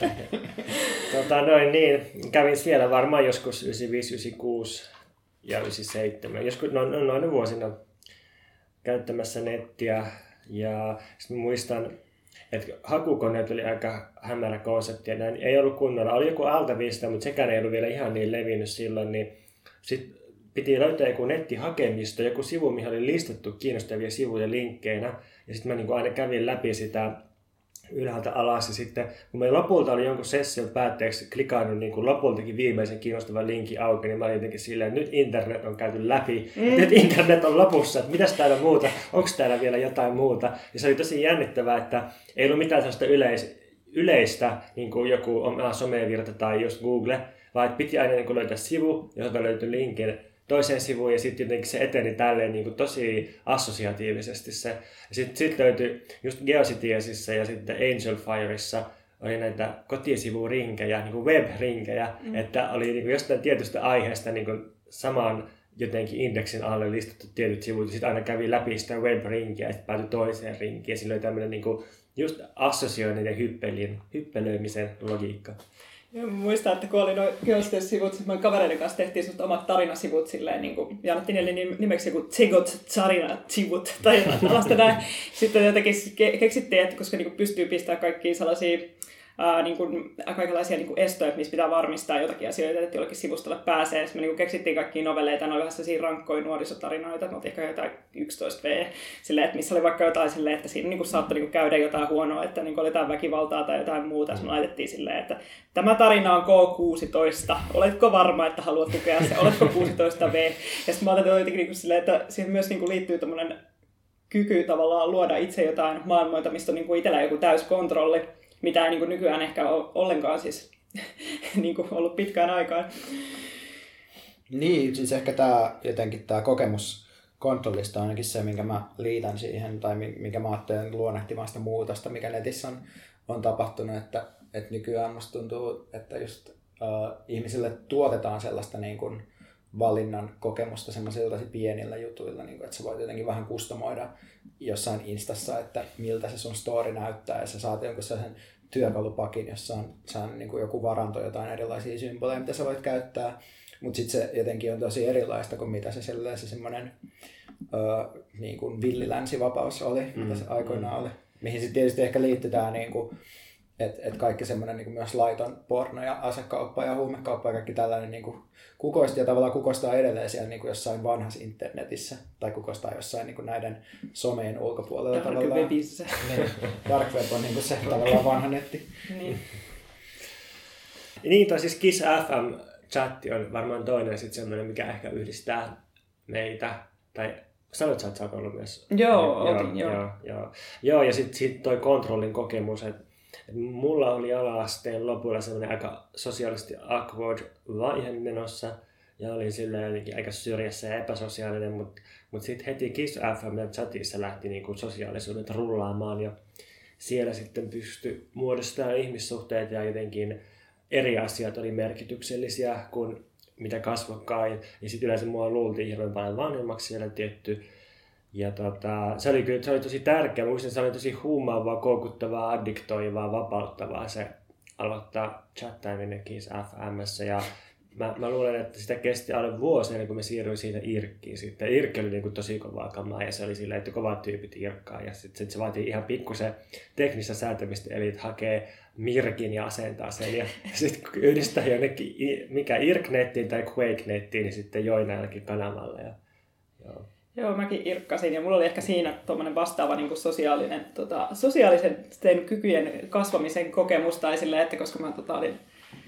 Speaker 1: kävin siellä varmaan joskus 95, 96 ja 97. Joskus noin vuosina käyttämässä nettiä. Ja sitten muistan, että hakukoneet oli aika hämärä konsepti. Ja näin ei ollut kunnolla. Oli joku Alta Vista, mutta sekään ei ollut vielä ihan niin levinnyt silloin. Niin sitten piti löytää joku nettihakemisto, joku sivu, mihin oli listattu kiinnostavia sivuja linkkeinä. Ja sitten mä niin aina kävin läpi sitä ylhäältä alas. Ja sitten kun me lopulta oli jonkun session päätteeksi klikannut niin lopultakin viimeisen kiinnostavan linkin auki, niin mä olin jotenkin silleen, että nyt internet on käyty läpi. Nyt internet on lopussa, että mitäs täällä muuta, onko täällä vielä jotain muuta. Ja se oli tosi jännittävää, että ei ollut mitään sellaista yleistä niin kuin joku oma somevirta tai just Google, vaan että piti aina niin löytää sivu, johon löytyi linkin toiseen sivuun, ja sitten jotenkin se eteni tälleen niin kuin tosi assosiatiivisesti se. Ja sitten löytyi just Geocitiesissa ja sitten Angelfireissa oli näitä kotisivurinkejä, niin kuin web-rinkejä, että oli niin kuin jostain tietystä aiheesta niin kuin samaan jotenkin indeksin alle listattu tietyt sivut, ja sitten aina kävi läpi sitä web-rinkiä, ja sitten päätyi toiseen rinkiin, ja sillä oli tämmöinen niin kuin just assosioinnin ja hyppelöimisen logiikka.
Speaker 2: Muistan, että kun oli noin Geocities-sivut, siis meidän kavereiden kanssa tehtiin semmoista omat tarinasivut silleen, niin kuin, ja annettiin niille nimeksi joku Tsegot tarinasivut tai tällaista näin. Sitten jotenkin keksittiin, että koska niin kuin pystyy pistämään kaikkia sellaisia niin kuin, kaikenlaisia niin kuin estoja, missä pitää varmistaa jotakin asioita, että jollekin sivustolle pääsee. Sitten me niin kuin keksittiin kaikkia novelleita, ne oli vähän sellaisia rankkoja nuorisotarinoita, mutta ehkä jotain 11V, silleen, että missä oli vaikka jotain silleen, että siinä niin kuin saattoi niin kuin käydä jotain huonoa, että niin kuin oli jotain väkivaltaa tai jotain muuta. Sitten me laitettiin silleen, että tämä tarina on K16, oletko varma, että haluat tukea se, oletko 16V? Ja sitten mä ajattelin jotenkin niin kuin silleen, että siihen myös niin kuin liittyy tämmöinen kyky tavallaan luoda itse jotain maailmoita, mistä on niin kuin itsellä joku täyskontrolli, mitä ei niin kuin nykyään ehkä ole ollenkaan siis niin kuin ollut pitkään aikaan.
Speaker 3: Niin, siis ehkä tämä kokemus kontrollista on ainakin se, minkä mä liitän siihen, tai minkä mä ajattelen luonnehtimaan sitä muutosta, mikä netissä on tapahtunut, että nykyään musta tuntuu, että just ihmisille tuotetaan sellaista niin kuin valinnan kokemusta semmoisilla pienillä jutuilla, niin kuin, että sä voit jotenkin vähän kustomoida jossain instassa, että miltä se sun story näyttää, ja sä saat jonkun sellaisen työkalupakin, jossa on niin kuin joku varanto, jotain erilaisia symboleja, mitä sä voit käyttää, mutta sitten se jotenkin on tosi erilaista kuin mitä se semmoinen niin kuin villilänsivapaus oli, mitä se aikoinaan oli, mihin sitten tietysti ehkä liittyy tämä niin kuin että kaikki semmoinen niin myös laiton porno ja asekauppa ja huumekauppa ja kaikki tällainen niin kukoisti ja tavallaan kukostaa edelleen siellä niin jossain vanhassa internetissä tai kukostaa jossain niin näiden someen ulkopuolella.
Speaker 2: Dark webissä.
Speaker 3: Niin, dark web on niin se tavallaan vanha netti.
Speaker 1: Niin, toi siis Kiss FM-chatti on varmaan toinen sitten semmoinen, mikä ehkä yhdistää meitä. Tai sanoit sä, että sä oot ollut myös? Joo, ja sitten toi kontrollin kokemus, että mulla oli ala-asteen lopulla semmoinen aika sosiaalisesti awkward vaihe menossa ja olin silleen jotenkin aika syrjässä ja epäsosiaalinen, mutta sitten heti Kiss FM chatissa lähti niinku sosiaalisuudet rullaamaan ja siellä sitten pystyi muodostamaan ihmissuhteet ja jotenkin eri asiat oli merkityksellisiä kuin mitä kasvokkain. Ja sitten yleensä mua luultiin hirveän paljon vanhemmaksi siellä tietty. Ja se oli tosi tärkeä. Muistin, se oli tosi huumaavaa, koukuttavaa, addiktoivaa, vapauttavaa se aloittaa chattaaminen Kiss FM:ssä. Ja mä luulen, että sitä kesti alle vuosi ennen kuin me siirryin siitä Irkkiin. Sitten Irkki oli niin kuin tosi kovaa kamaa ja se oli silleen, että kovat tyypit Irkkaa. Ja sitten se vaatii ihan pikkusen teknistä säätämistä, eli että hakee Mirkin ja asentaa sen. Ja sitten kun yhdistää jonnekin mikä Irknettiin tai Quake-nettiin, niin sitten joinaillekin kanavalle. Ja, joo.
Speaker 2: Joo, mäkin irkkasin ja mulla oli ehkä siinä tuommoinen vastaava niin kuin sosiaalisen kykyjen kasvamisen kokemus tai silleen, että koska mä olin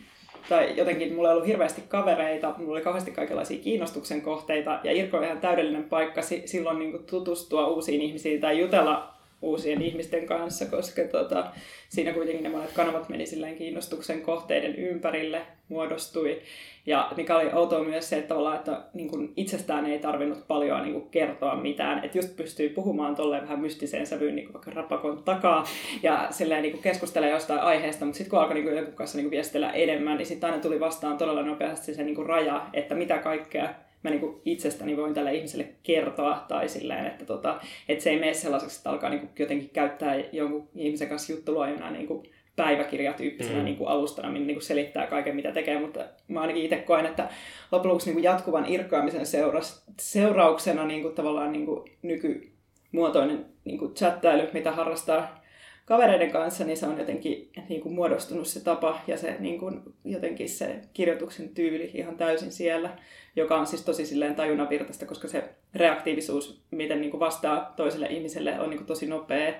Speaker 2: tai jotenkin mulla ei ollut hirveästi kavereita, mulla oli kauheasti kaikenlaisia kiinnostuksen kohteita ja Irkko oli ihan täydellinen paikka silloin niin kuin tutustua uusiin ihmisiin tai jutella uusien ihmisten kanssa, koska siinä kuitenkin ne monet kanavat meni silleen kiinnostuksen kohteiden ympärille, muodostui. Ja mikä oli outoa myös se, että tavallaan, että niin kuin itsestään ei tarvinnut paljon niin kuin kertoa mitään. Että just pystyi puhumaan tolleen vähän mystiseen sävyyn niin kuin vaikka rapakon takaa ja silleen niin kuin keskustelemaan jostain aiheesta. Mutta sitten kun alkoi niin kuin jonkun kanssa niin kuin viestellä enemmän, niin sitten aina tuli vastaan todella nopeasti se niin kuin raja, että mitä kaikkea mä niin kuin itsestäni voin tälle ihmiselle kertoa. Tai silleen, että se ei mene sellaiseksi, että alkaa niin kuin jotenkin käyttää jonkun ihmisen kanssa jutteluajana niin kuin päiväkirjatyyppisenä niin kuin alustana, minne niin kuin selittää kaiken, mitä tekee, mutta mä ainakin itse koen, että loppujen lopuksi niin kuin jatkuvan irkkaamisen seurauksena niin kuin tavallaan niin kuin nykymuotoinen niin kuin chattailu, mitä harrastaa kavereiden kanssa, niin se on jotenkin niin kuin muodostunut se tapa ja se niin kuin jotenkin se kirjoituksen tyyli ihan täysin siellä, joka on siis tosi silleen tajunnanvirtaista, koska se reaktiivisuus, miten niin kuin vastaa toiselle ihmiselle, on niin kuin tosi nopea.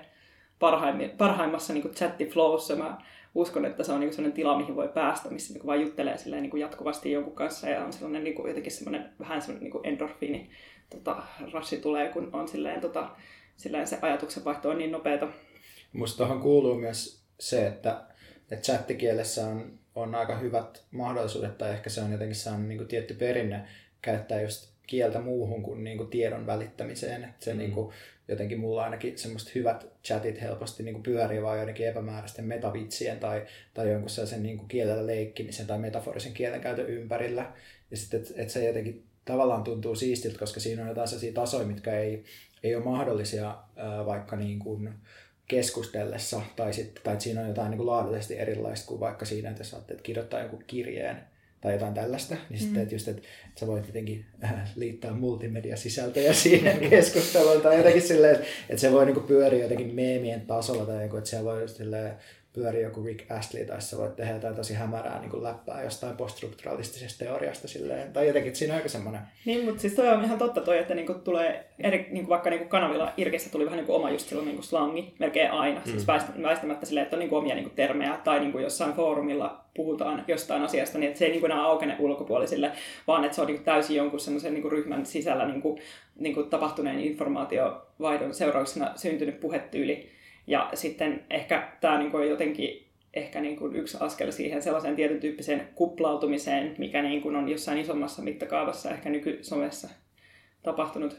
Speaker 2: Parhaimmassa niin kuin chattiflowssa mä uskon, että se on niin sellainen tila, mihin voi päästä, missä niin vaan juttelee silleen, niin kuin jatkuvasti jonkun kanssa ja on sellainen niin kuin jotenkin semmoinen, vähän semmoinen niin kuin endorfiini rushi tulee, kun on silleen se ajatuksenvaihto on niin nopeata.
Speaker 3: Musta tuohon kuuluu myös se, että chattikielessä on aika hyvät mahdollisuudet, tai ehkä se on jotenkin sellainen niin kuin tietty perinne käyttää just kieltä muuhun kuin niinku tiedon välittämiseen. Et se niinku, jotenkin mulla ainakin semmoiset hyvät chatit helposti niinku pyörii vaan joidenkin epämääräisten metavitsien tai jonkun sellaisen niinku kielellä leikkimisen tai metaforisen kielenkäytön ympärillä. Ja sitten, että se jotenkin tavallaan tuntuu siistiltä, koska siinä on jotain sellaisia tasoja, mitkä ei ole mahdollisia vaikka niin kuin keskustellessa, tai että siinä on jotain niin kuin laadullisesti erilaista kuin vaikka siinä, että jos ajattelet kirjoittaa jonkun kirjeen tai jotain tällaista, niin sitten että sä voit jotenkin liittää multimediasisältöjä siihen keskusteluun, tai jotenkin silleen, että se voi niin kuin pyöriä jotenkin meemien tasolla, tai joku, että siellä voi silleen pyörii joku Rick Astley, tai sä voit tehdä jotain tosi hämärää niin kuin läppää jostain poststrukturalistisesta teoriasta silleen, tai jotenkin, että siinä on aika semmoinen.
Speaker 2: Niin, mutta siis toi on ihan totta toi, että niinku tulee, niinku vaikka niinku kanavilla Irkissä tuli vähän niinku oma just silloin niinku slangi, melkein aina, siis väistämättä silleen, että on niinku omia niinku termejä, tai niinku jossain foorumilla puhutaan jostain asiasta, niin että se ei niinku enää aukene ulkopuolisille, vaan että se on niinku täysin jonkun semmoisen niinku ryhmän sisällä niinku tapahtuneen informaatiovaihdon seurauksena syntynyt puhetyyli. Ja sitten ehkä tämä niinku on jotenkin niinku yksi askel siihen sellaiseen tietyn tyyppiseen kuplautumiseen, mikä niinku on jossain isommassa mittakaavassa ehkä nykysomessa tapahtunut.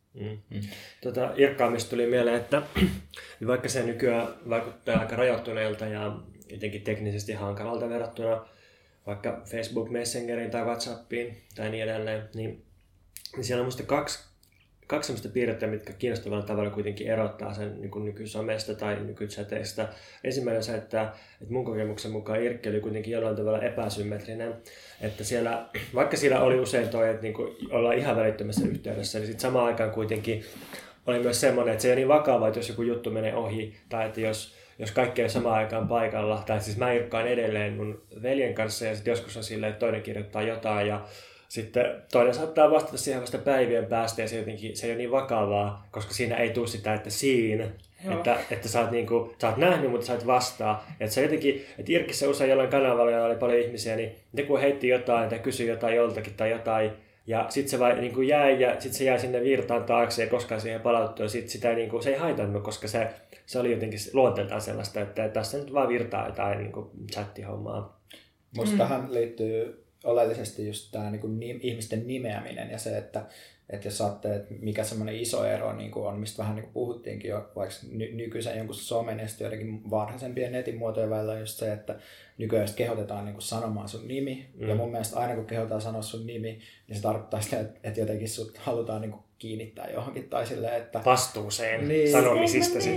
Speaker 1: Irkkaamista tuli mieleen, että vaikka se nykyään vaikuttaa aika rajoittuneelta ja jotenkin teknisesti hankalalta verrattuna vaikka Facebook Messengeriin tai WhatsAppiin tai niin edelleen, niin siellä on musta kaksi sellaista piirrettä, mitkä kiinnostavalla tavalla kuitenkin erottaa sen niin kuin nykysomesta tai nykychateista. Ensimmäinen on se, että mun kokemuksen mukaan Irkki oli kuitenkin jollain tavalla epäsymmetrinen. Että siellä, vaikka siellä oli usein toi, että niin kuin ollaan ihan välittömässä yhteydessä, niin sitten samaan aikaan kuitenkin oli myös semmoinen, että se ei ole niin vakavaa, että jos joku juttu menee ohi, tai että jos kaikki ei ole samaan aikaan paikalla, tai siis mä irkkaan edelleen mun veljen kanssa, ja sitten joskus on silleen, että toinen kirjoittaa jotain, ja sitten toinen saattaa vastata siihen vasta päivien päästä, ja se ei ole niin vakavaa, koska siinä ei tule sitä, että siinä, että sä oot nähnyt, mutta sä et vastaa. Että se jotenkin, että Irkissä usein jollain kanavalla, jolla oli paljon ihmisiä, niin ne kun heitti jotain tai kysyi jotain joltakin tai jotain, ja sitten se vaan niin kuin jäi, ja sitten se jäi sinne virtaan taakse, ja koskaan siihen palauttua, ja sitten sitä niin kuin, se ei haitannut, koska se oli jotenkin luonteeltaan sellaista, että tässä nyt vaan virtaa jotain niin kuin chattihommaa.
Speaker 3: Musta tähän liittyy oleellisesti just tämä niin ihmisten nimeäminen ja se, että jos ajattelee, että mikä semmoinen iso ero niin on, mistä vähän niin puhuttiinkin jo vaikka nykyisen jonkun somen ja sitten joidenkin varhaisempien netin muotojen välillä on just se, että nykyään kehotetaan niin sanomaan sun nimi. Ja mun mielestä aina kun kehotetaan sanoa sun nimi, niin se tarkoittaa sitä, että jotenkin sut halutaan niin kiinnittää johonkin tai silleen, että
Speaker 1: vastuuseen sanomisistasi.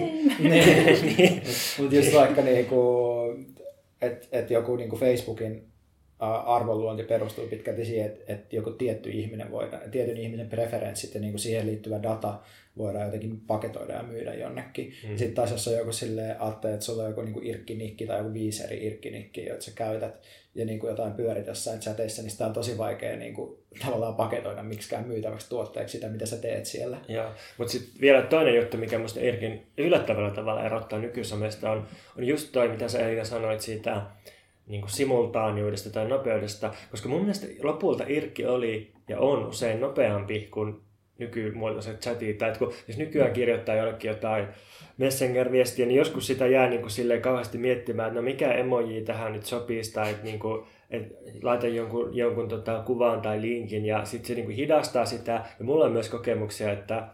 Speaker 3: Mutta just vaikka että joku niin Facebookin arvonluonti perustuu pitkälti siihen, että joku tietyn ihmisen preferenssit ja niin kuin siihen liittyvä data voidaan jotenkin paketoida ja myydä jonnekin. Sitten taas jos on joku silleen, ajattelee, että sulla on joku niin kuin irkkinikki tai joku 5 eri irkkinikkiä, joita sä käytät ja niin kuin jotain pyörit jossain chatissa, niin sitä on tosi vaikea niin kuin, tavallaan paketoida miksikään myytäväksi tuotteeksi sitä, mitä sä teet siellä.
Speaker 1: Joo, mutta sitten vielä toinen juttu, mikä musta Irkin yllättävällä tavalla erottaa nykysomesta, on just toi, mitä sä Elina sanoit siitä niin kuin simultaaniudesta tai nopeudesta, koska mun mielestä lopulta Irkki oli ja on usein nopeampi kuin nykymuotoiset chatit. Tai jos nykyään kirjoittaa jollekin jotain Messenger-viestiä, niin joskus sitä jää niin kuin silleen kauheasti miettimään, että no mikä emoji tähän nyt sopisi, tai että, niin kuin, että laita jonkun kuvan tai linkin, ja sitten se niin kuin hidastaa sitä. Ja mulla on myös kokemuksia, että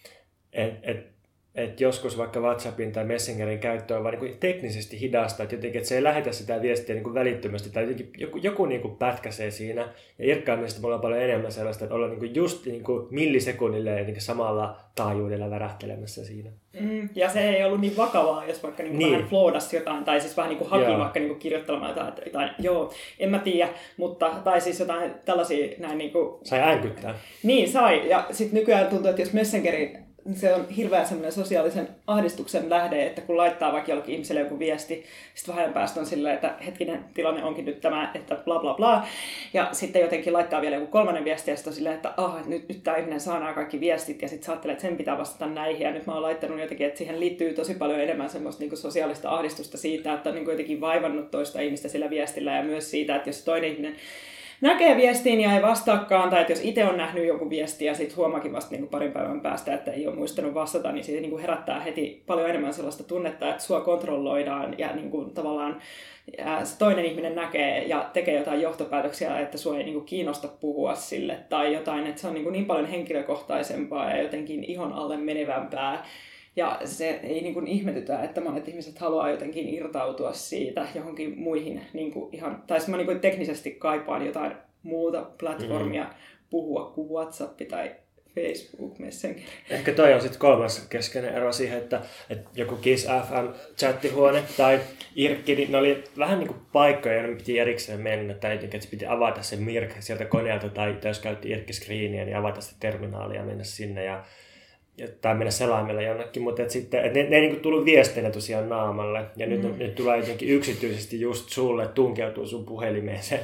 Speaker 1: joskus vaikka WhatsAppin tai Messengerin käyttö on vaan niin teknisesti hidasta, että jotenkin että se ei lähetä sitä viestiä niin välittömästi tai jotenkin joku niin pätkäsee siinä. Ja Irkkaamista mulla on paljon enemmän sellaista, että ollaan niin just niin millisekunnille niin samalla taajuudella värähtelemässä siinä.
Speaker 2: Ja se ei ollut niin vakavaa, jos vaikka niin vähän floodasi jotain, tai siis vähän niin kuin haki vaikka niin kirjoittelemaan jotain, en mä tiedä, mutta, tai siis jotain tällaisia näin niin kuin...
Speaker 1: Sai äänkyttää.
Speaker 2: Niin, sai. Ja sitten nykyään tuntuu, että jos Messengeri se on hirveän semmoinen sosiaalisen ahdistuksen lähde, että kun laittaa vaikka jollekin ihmiselle joku viesti, sitten vähän päästä on silleen, että hetkinen tilanne onkin nyt tämä, että bla bla bla. Ja sitten jotenkin laittaa vielä joku kolmannen viesti ja sitten on silleen, että nyt tämä ihminen saa nämä kaikki viestit ja sitten sä ajattelet, että sen pitää vastata näihin. Ja nyt mä oon laittanut jotenkin, että siihen liittyy tosi paljon enemmän semmoista niin kuin sosiaalista ahdistusta siitä, että on niin kuin jotenkin vaivannut toista ihmistä sillä viestillä ja myös siitä, että jos toinen ihminen näkee viestiin ja ei vastaakaan, tai että jos itse on nähnyt joku viesti ja sitten huomaakin vasta niin kuin parin päivän päästä, että ei ole muistanut vastata, niin siitä niin kuin herättää heti paljon enemmän sellaista tunnetta, että sua kontrolloidaan ja niin kuin tavallaan se toinen ihminen näkee ja tekee jotain johtopäätöksiä, että sua ei niin kuin kiinnosta puhua sille tai jotain, että se on niin paljon henkilökohtaisempaa ja jotenkin ihon alle menevämpää. Ja se ei niin kuin ihmetytä, että monet ihmiset haluaa jotenkin irtautua siitä johonkin muihin, niin kuin ihan, tai mä niin kuin teknisesti kaipaan jotain muuta platformia puhua kuin WhatsApp tai Facebook Messenger.
Speaker 1: Ehkä toi on sitten kolmas keskeinen ero siihen, että joku Kiss FM-chattihuone tai Irkki, niin ne oli vähän niin kuin paikkoja, joiden piti erikseen mennä, tai jotenkin, että piti avata se Mirk sieltä koneelta, tai jos käytti Irkki-screeniä, niin avata sitä terminaalia ja mennä sinne tai mennä selaimella jonnekin, mutta sitten ne ei niin tullut viesteinä tosiaan naamalle. Ja nyt tulee jotenkin yksityisesti just sulle, tunkeutuu sun puhelimeen se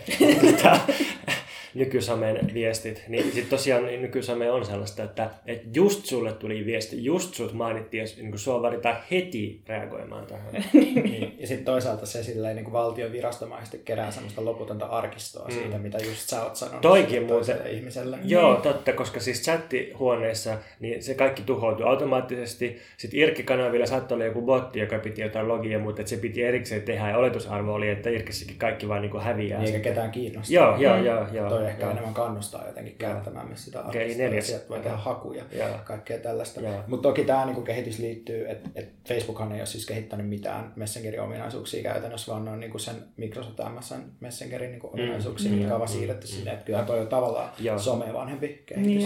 Speaker 1: nykysomen viestit. Niin sitten tosiaan nykysome on sellaista, että just sulle tuli viesti, just sut mainittiin, jos niin sua varitaan heti reagoimaan tähän.
Speaker 3: Niin. Ja sitten toisaalta se silleen, niin kuin valtion virastomaisesti kerää semmoista loputonta arkistoa siitä, mitä just sä oot sanonut toiselle ihmiselle.
Speaker 1: Joo, totta, koska siis chattihuoneessa niin se kaikki tuhoutui automaattisesti. Sitten Irkki-kanavilla saattoi olla joku botti, joka piti jotain logia, mutta se piti erikseen tehdä ja oletusarvo oli, että Irkissäkin kaikki vaan niin kuin häviää.
Speaker 3: Eikä ketään kiinnostaa.
Speaker 1: Joo.
Speaker 3: Toi ehkä enemmän kannustaa jotenkin kääntämään myös sitä arkistoa. Sieltä voi tehdä hakuja ja kaikkea tällaista. Mutta toki tämä niinku kehitys liittyy, että Facebookhan ei ole siis kehittänyt mitään Messengerin ominaisuuksia käytännössä, vaan ne on niinku sen Microsoft MSN Messengerin niinku ominaisuuksia, mitkä on vaan siirretty sinne. Että kyllä toi on tavallaan someen vanhempi kehitys.
Speaker 2: Niin,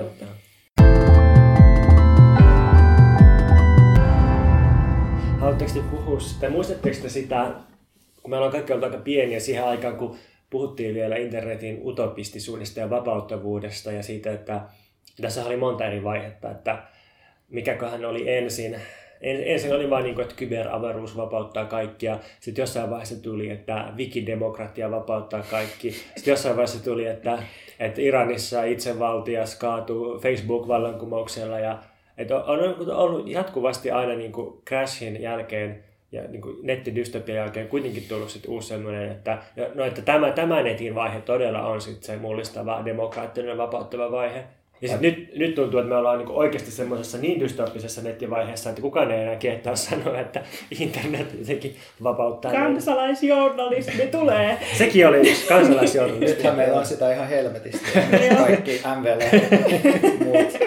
Speaker 1: haluatteko te puhua, tai muistatteko te sitä, kun meillä on kaikki ollut aika pieniä siihen aikaan, kun puhuttiin vielä internetin utopistisuudesta ja vapauttavuudesta ja siitä, että tässä oli monta eri vaihetta, että mikäköhän oli ensin. Ensin oli vain niin kuin, että kyberavaruus vapauttaa kaikkia. Sitten jossain vaiheessa tuli, että wikidemokratia vapauttaa kaikki. Sitten jossain vaiheessa tuli, että Iranissa itsevaltias kaatuu Facebook-vallankumouksella. Ja, että on ollut jatkuvasti aina niin kuin crashin jälkeen ja niin kuin nettidystopian jälkeen kuitenkin tullut sit uusi sellainen, että tämä netin vaihe todella on sit se mullistava, demokraattinen, vapauttava vaihe. Ja sit nyt tuntuu, että me ollaan niin oikeasti semmoisessa niin dystopisessa nettivaiheessa, että kukaan ei enää kehtaa sanoa, että internet jotenkin vapauttaa.
Speaker 2: Kansalaisjournalismi tulee.
Speaker 1: Sekin oli yksi kansalaisjournalismi.
Speaker 3: Nythän meillä on sitä ihan helvetisti. Kaikki MVL muut.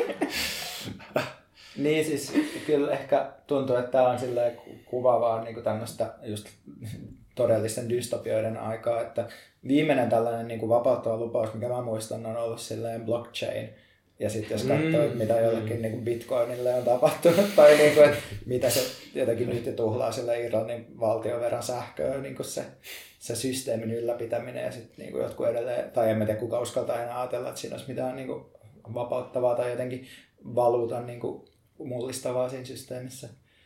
Speaker 3: Niin siis kyllä ehkä tuntuu, että tämä on silleen kuvaavaa niin kuin tämmöistä just todellisten dystopioiden aikaa, että viimeinen tällainen niin kuin vapauttava lupaus, mikä mä muistan, on ollut silleen blockchain. Ja sitten jos katsoo, että mitä jollekin niin kuin Bitcoinille on tapahtunut, tai niin kuin, että mitä se jotenkin nyt tuhlaa sille Irlannin valtionveran sähköä, niin kuin se systeemin ylläpitäminen, ja sitten niin kuin jotkut edelleen, tai en mä tiedä kuka uskaltaa enää ajatella, että siinä olisi mitään niin kuin vapauttavaa tai jotenkin valuutan niin kuin mullistavaa siinä systeemissä.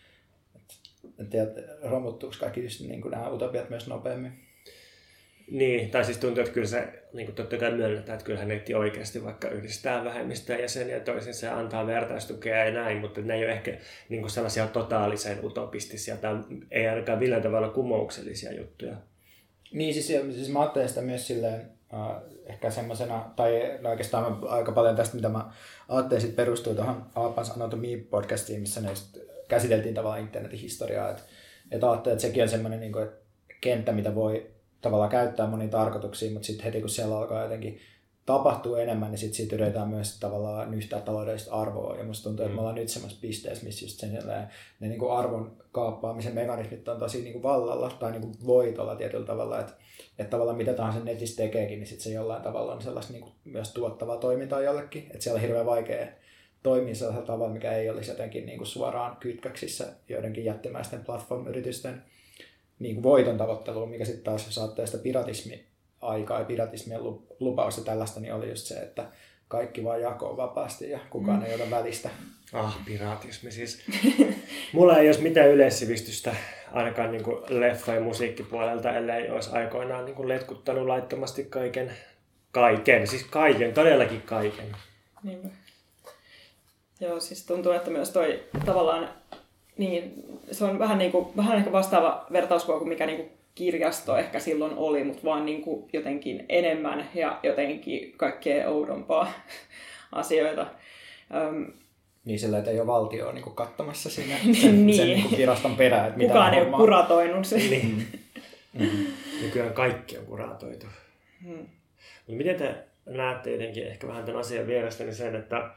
Speaker 3: En tiedä, romuttuuko kaikki just niin kuin nämä utopiat myös nopeammin.
Speaker 1: Niin, tai siis tuntuu, että kyllä se niin kuin totta kai myönnetään, että kyllähän netti oikeasti vaikka yhdistää vähemmistöjä jäseniä toisin, se antaa vertaistukea ja näin, mutta ne ei ole ehkä niin kuin sellaisia totaalisen utopistisia tai ei ainakaan millään tavalla kumouksellisia juttuja.
Speaker 3: Niin, siis mä ajattelen sitä myös silleen ehkä semmoisena, tai no oikeastaan aika paljon tästä, mitä mä ajattelin, sit perustuu tuohon Aapan's Anatomy-podcastiin, missä ne käsiteltiin tavallaan internetin historiaa, että ajattelin, että sekin on semmoinen niin kuin, kenttä, mitä voi tavallaan käyttää moniin tarkoituksiin, mutta sitten heti kun siellä alkaa jotenkin tapahtuu enemmän, niin sitten siitä yritetään myös tavallaan nyhtää taloudellista arvoa. Ja musta tuntuu, että me ollaan nyt semmoisessa pisteessä, missä just ne niin kuin arvon kaappaamisen mekanismit on tosi niin kuin vallalla tai niin kuin voitolla tietyllä tavalla. Että tavallaan mitä tahansa netissä tekeekin, niin sitten se jollain tavalla on sellaista niin kuin myös tuottavaa toimintaa jollekin. Että siellä on hirveän vaikea toimia sellaisella tavalla, mikä ei olisi jotenkin niin kuin suoraan kytköksissä joidenkin jättimäisten platform-yritysten niin kuin voiton tavoitteluun, mikä sitten taas jos ajattelee sitä piratismi-aikaa ja piratismien lupausta tällaista, niin oli just se, että kaikki vaan jakoo vapaasti ja kukaan ei ota välistä.
Speaker 1: Piratismi siis. Mulla ei olisi mitään yleissivistystä ainakaan niin kuin leffa- ja musiikkipuolelta, ellei olisi aikoinaan niin kuin letkuttanut laittomasti kaiken, siis kaiken, todellakin kaiken.
Speaker 2: Niin. Joo, siis tuntuu, että myös toi tavallaan niin, se on vähän ehkä vastaava vertauskuva kuin mikä niin kuin kirjasto ehkä silloin oli, mutta vaan niin kuin jotenkin enemmän ja jotenkin kaikkea oudompaa asioita.
Speaker 3: Niin sillä, että ei ole valtioa niin kuin katsomassa siinä
Speaker 2: niin.
Speaker 3: sen niin kuin kiraston perään. Että
Speaker 2: kukaan ei ole kuratoinut sen.
Speaker 1: Niin. Nykyään kaikki on kuratoitu. Miten te näette jotenkin ehkä vähän tämän asian vierestä niin sen, että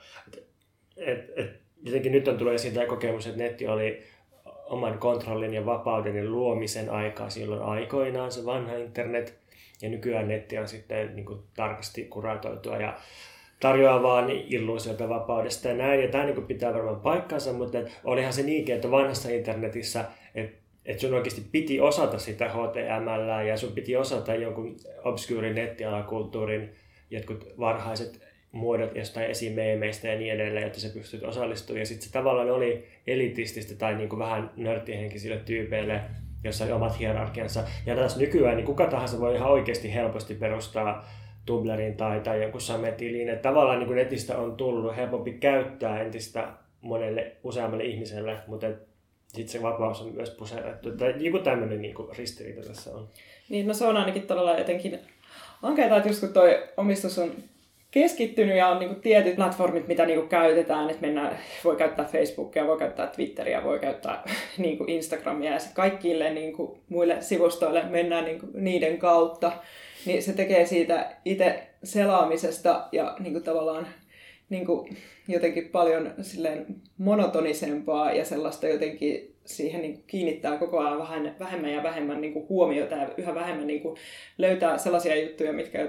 Speaker 1: jotenkin nyt on tullut esiin tämä kokemus, että netti oli oman kontrollin ja vapauden ja luomisen aikaa silloin aikoinaan, se vanha internet. Ja nykyään netti on sitten niin kuin tarkasti kuratoitua ja tarjoaa vaan illuusioita vapaudesta ja näin. Ja tämä niin kuin pitää varmaan paikkansa, mutta olihan se niinkin, että vanhassa internetissä, että sun oikeasti piti osata sitä HTML ja sun piti osata jonkun obscurin nettialakulttuurin jotkut varhaiset muodot jostain esimeemeistä ja niin edelleen, jotta se pystyt osallistumaan. Ja sitten se tavallaan oli elitististä tai niin kuin vähän nörttihenkisille tyypeille, jossa oli omat hierarkiansa. Ja taas nykyään niin kuka tahansa voi ihan oikeasti helposti perustaa Tumblrin tai jonkun sametiliin. Että tavallaan niin kuin netistä on tullut helpompi käyttää entistä monelle useammalle ihmiselle, mutta sitten se vapaus on myös puserrettu. Joku tämmöinen niin kuin ristiriita tässä on.
Speaker 2: Niin, no se on ainakin todella jotenkin ankeeta, että just kun toi omistus on keskittynyt ja on niinku tietyt platformit, mitä niinku käytetään, että voi käyttää Facebookia, voi käyttää Twitteriä, voi käyttää niinku Instagramia ja sitten kaikille niinku muille sivustoille mennään niinku niiden kautta, niin se tekee siitä itse selaamisesta ja niinku tavallaan niinku jotenkin paljon silleen monotonisempaa ja sellaista jotenkin siihen niin kiinnittää koko ajan vähemmän ja vähemmän niin kuin huomiota ja yhä vähemmän niin kuin löytää sellaisia juttuja, mitkä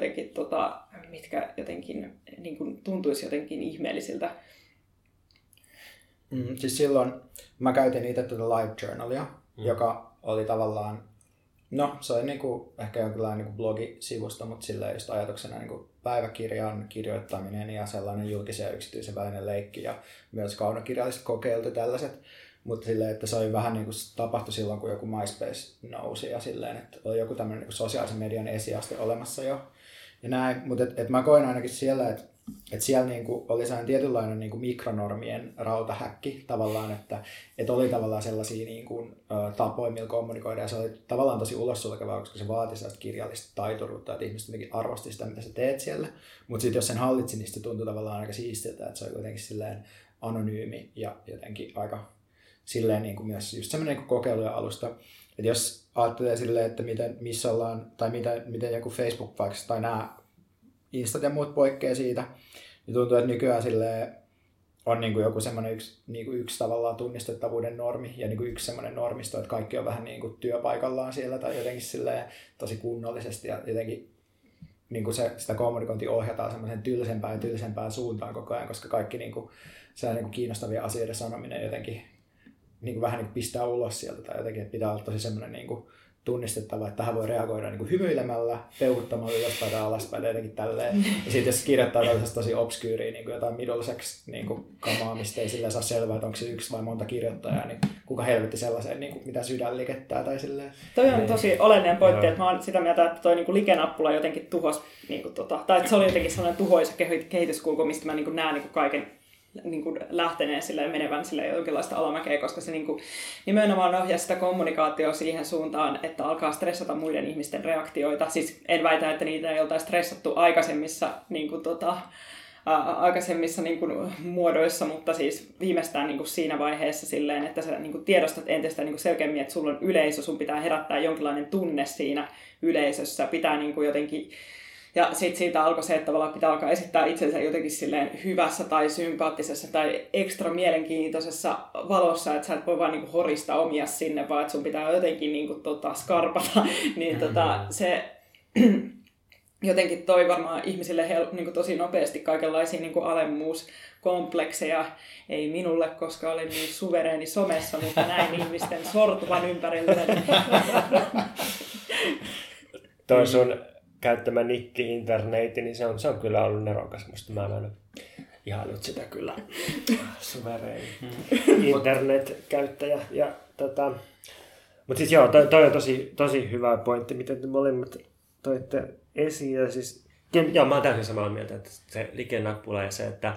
Speaker 2: jotenkin niin kuin tuntuisi jotenkin ihmeellisiltä.
Speaker 3: Siis silloin mä käytin itse tuota LiveJournalia, joka oli tavallaan, no se oli niin kuin, ehkä jonkinlainen niin kuin blogisivusto, mutta silleen just ajatuksena niin kuin päiväkirjan kirjoittaminen ja sellainen julkisen ja yksityisen välinen leikki ja myös kaunokirjalliset kokeilut ja tällaiset. Mutta silleen, että se oli vähän niin kuin tapahtui silloin, kun joku MySpace nousi ja silleen, että oli joku tämmöinen niin sosiaalisen median esiaste olemassa jo. Ja näin, mutta mä koin ainakin siellä, että siellä niin kuin oli sellainen tietynlainen niin kuin mikronormien rautahäkki tavallaan, että oli tavallaan sellaisia niin kuin tapoja, millä kommunikoida ja se oli tavallaan tosi ulossulkevaa, koska se vaati sellaista kirjallista taituruutta, että ihmiset jotenkin arvosti sitä, mitä sä teet siellä. Mutta sitten jos sen hallitsi, niin se tuntui tavallaan aika siistiltä, että se oli kuitenkin silleen anonyymi ja jotenkin aika silleen niin kuin myös just semmoinen niin kuin kokeilu ja alusta. Että jos ajattelee silleen, että missä ollaan, tai miten joku Facebook vaikka, tai nämä Instat ja muut poikkeaa siitä, niin tuntuu, että nykyään silleen on niin kuin joku semmoinen yksi tavallaan tunnistettavuuden normi, ja niin kuin yksi semmoinen normisto, että kaikki on vähän niin kuin työpaikallaan siellä, tai jotenkin silleen tosi kunnollisesti, ja jotenkin niin kuin sitä kommunikointia ohjataan semmoisen tylsempään ja tylsempään suuntaan koko ajan, koska kaikki niin kuin, se niin kuin kiinnostavia asioiden sanominen jotenkin niin kuin vähän niin kuin pistää ulos sieltä tai jotenkin, että pitää olla tosi semmoinen niin kuin tunnistettava, että tähän voi reagoida niin kuin hymyilemällä, peukuttamalla ylöspäin tai alaspäin jotenkin tälleen. Ja sitten jos kirjoittaa tällaisesta tosi obskyyriä niin kuin jotain middlesex niin kuin kamaa, mistä ei silleen saa selvää, että onko se yksi vai monta kirjoittajaa, niin kuka helvetti sellaiseen, niin kuin, mitä sydän likettää tai silleen.
Speaker 2: Toi on tosi oleellinen pointti, että mä oon sitä mieltä, että toi niin kuin like-nappula jotenkin tuhos, niin kuin tai että se oli jotenkin sellainen tuhoisa kehityskulku, mistä mä niin kuin näen niin kuin kaiken niin kuin lähteneen silleen, menevän silleen jonkinlaista alamäkeä, koska se niin kuin nimenomaan ohjaa sitä kommunikaatioa siihen suuntaan, että alkaa stressata muiden ihmisten reaktioita. Siis en väitä, että niitä ei oltaisi stressattu aikaisemmissa, niin kuin aikaisemmissa niin kuin muodoissa, mutta siis viimeistään niin kuin siinä vaiheessa silleen, että sä niin kuin tiedostat entistä niin kuin selkeämmin, että sulla on yleisö, sun pitää herättää jonkinlainen tunne siinä yleisössä, pitää niin kuin jotenkin. Ja sitten siitä alkoi se, että tavallaan pitää alkaa esittää itsensä jotenkin silleen hyvässä tai sympaattisessa tai ekstra mielenkiintoisessa valossa, että sä et voi vaan niinku horistaa omia sinne, vaan että sun pitää jotenkin niinku skarpata. Niin se jotenkin toi varmaan ihmisille niinku tosi nopeasti kaikenlaisia niinku alemmuuskomplekseja. Ei minulle, koska olin niin suvereeni somessa, mutta näin ihmisten sortuvan ympärille.
Speaker 1: Toi sun käyttämä nikki internetti, niin se on kyllä ollut nerokas. Musta mä en ole ihailut sitä kyllä suvereeni internet-käyttäjä. Mutta siis joo, toi on tosi hyvä pointti, miten te molemmat toitte esiin. Ja siis, joo, mä oon täysin samaa mieltä, että se like-nappula ja se, että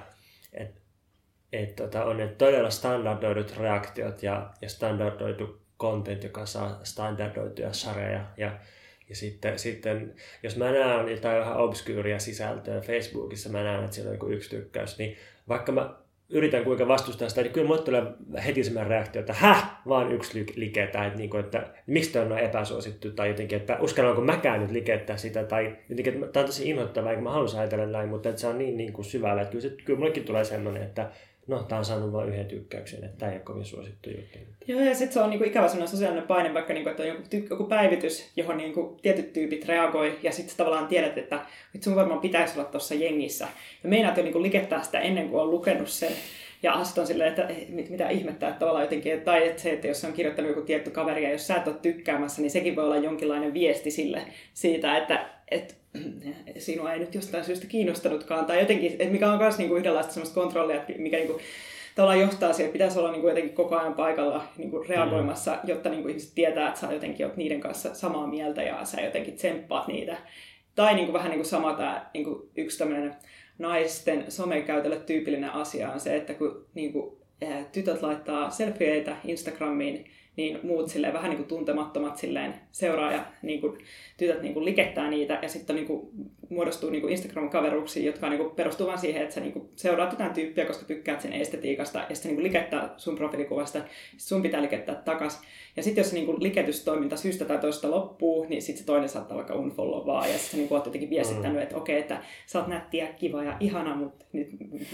Speaker 1: on ne todella standardoidut reaktiot ja standardoitu content, joka saa standardoituja sareja. Ja sitten, jos mä näen jotain vähän obskyyriä sisältöä Facebookissa, mä näen, että siellä on joku yksi tykkäys, niin vaikka mä yritän kuinka vastustaa sitä, niin kyllä mulle tulee heti semmoinen reaktio, että vaan yksi like, tai että miksi tämä on epäsuosittu, tai jotenkin, että uskallanko mäkään nyt likettää sitä, tai jotenkin, että tämä on tosi inhoittavaa, eikä mä haluaisin ajatella näin, mutta että se on niin kuin syvällä, että kyllä mullekin tulee semmoinen, että no, tää on saanut vain yhden tykkäyksen, että tämä ei ole kovin suosittu juttu.
Speaker 2: Joo, ja sitten se on niinku ikävä sellainen sosiaalinen paine, vaikka niinku, että on joku päivitys, johon niinku tietyt tyypit reagoi, ja sitten tavallaan tiedät, että sun varmaan pitäisi olla tuossa jengissä. Ja meinaat jo niinku likettää sitä ennen kuin on lukenut sen. Ja sitten on silleen, että mitä ihmettä, että tavallaan jotenkin, tai että se, että jos on kirjoittanut joku tietty kaveri, ja jos sä et ole tykkäämässä, niin sekin voi olla jonkinlainen viesti sille siitä, että sinua ei nyt jostain syystä kiinnostanutkaan, tai jotenkin, että mikä on myös niinku yhdenlaista semmoista kontrollia, mikä niinku tavallaan johtaa siihen, että pitäisi olla niinku jotenkin koko ajan paikalla niinku reagoimassa, jotta niinku ihmiset tietää, että sä jotenkin oot niiden kanssa samaa mieltä ja sä jotenkin tsemppaat niitä. Tai niinku vähän niinku sama tämä niinku yksi tämmöinen naisten somekäytölle tyypillinen asia on se, että kun niinku, tytöt laittaa selfieitä Instagramiin, niin muut silleen, vähän niin kuin tuntemattomat silleen, seuraa niin kuin, tytöt niin kuin, likettää niitä ja sitten niin kuin, muodostuu niin kuin Instagram-kaveruksiin, jotka niin kuin, perustuu vaan siihen, että sä niin kuin, seuraat jotain tyyppiä, koska tykkäät sen estetiikasta ja sitten niin likettää sun profiilikuvasta, sun pitää likettää takas. Ja sitten jos se niin kuin, liketystoiminta syystä tai toista loppuu, niin sitten se toinen saattaa vaikka unfollowaa ja sitten niin oot jotenkin viestittänyt, että okei, että sä oot nättiä, kiva ja ihana, mutta nyt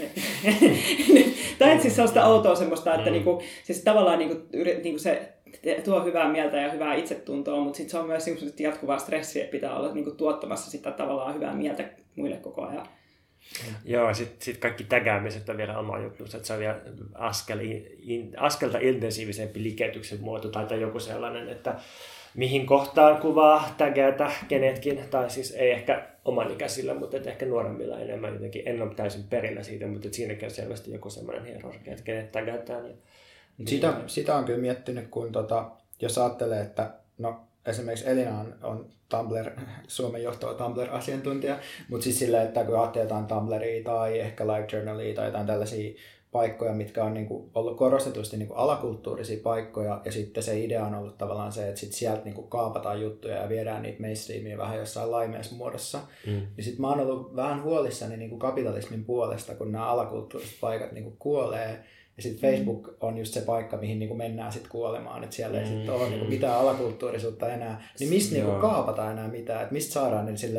Speaker 2: tai et siis sellaista outoa semmoista, että niin kuin, siis tavallaan niin kuin se tuo hyvää mieltä ja hyvää itsetuntoa, mutta sitten se on myös jatkuvaa stressiä, että pitää olla niin kuin, tuottamassa sitä tavallaan hyvää mieltä muille koko ajan.
Speaker 1: Joo, sitten kaikki tägäämiset on vielä oma juttu, että se on vielä askelta intensiivisempi liketyksen muoto tai joku sellainen, että mihin kohtaan kuvaa tägätä kenetkin, tai siis ei ehkä oman ikäisillä, mutta ehkä nuoremmilla enemmän jotenkin. En ole täysin perillä siitä, mutta siinäkin on selvästi joku sellainen hierarkia, että kenet tägätään.
Speaker 3: Sitä on kyllä miettinyt, kun jos ajattelee, että no, esimerkiksi Elina on Suomen johtava Tumblr-asiantuntija, mutta siis silleen, että kun ajattelee jotain Tumblria tai ehkä LiveJournalia tai jotain tällaisia paikkoja, mitkä on niinku ollut korostetusti niinku alakulttuurisia paikkoja, ja sitten se idea on ollut tavallaan se, että sit sieltä niinku kaapataan juttuja ja viedään niitä mainstreamia vähän jossain laimeessa muodossa. Ja sitten mä oon ollut vähän huolissani niinku kapitalismin puolesta, kun nämä alakulttuuriset paikat niinku kuolee. Ja sitten Facebook on just se paikka, mihin niinku mennään sitten kuolemaan, että siellä ei sitten ole niinku mitään alakulttuurisuutta enää. Niin mistä niinku kaapataan enää mitään? Että mistä saadaan ne silleen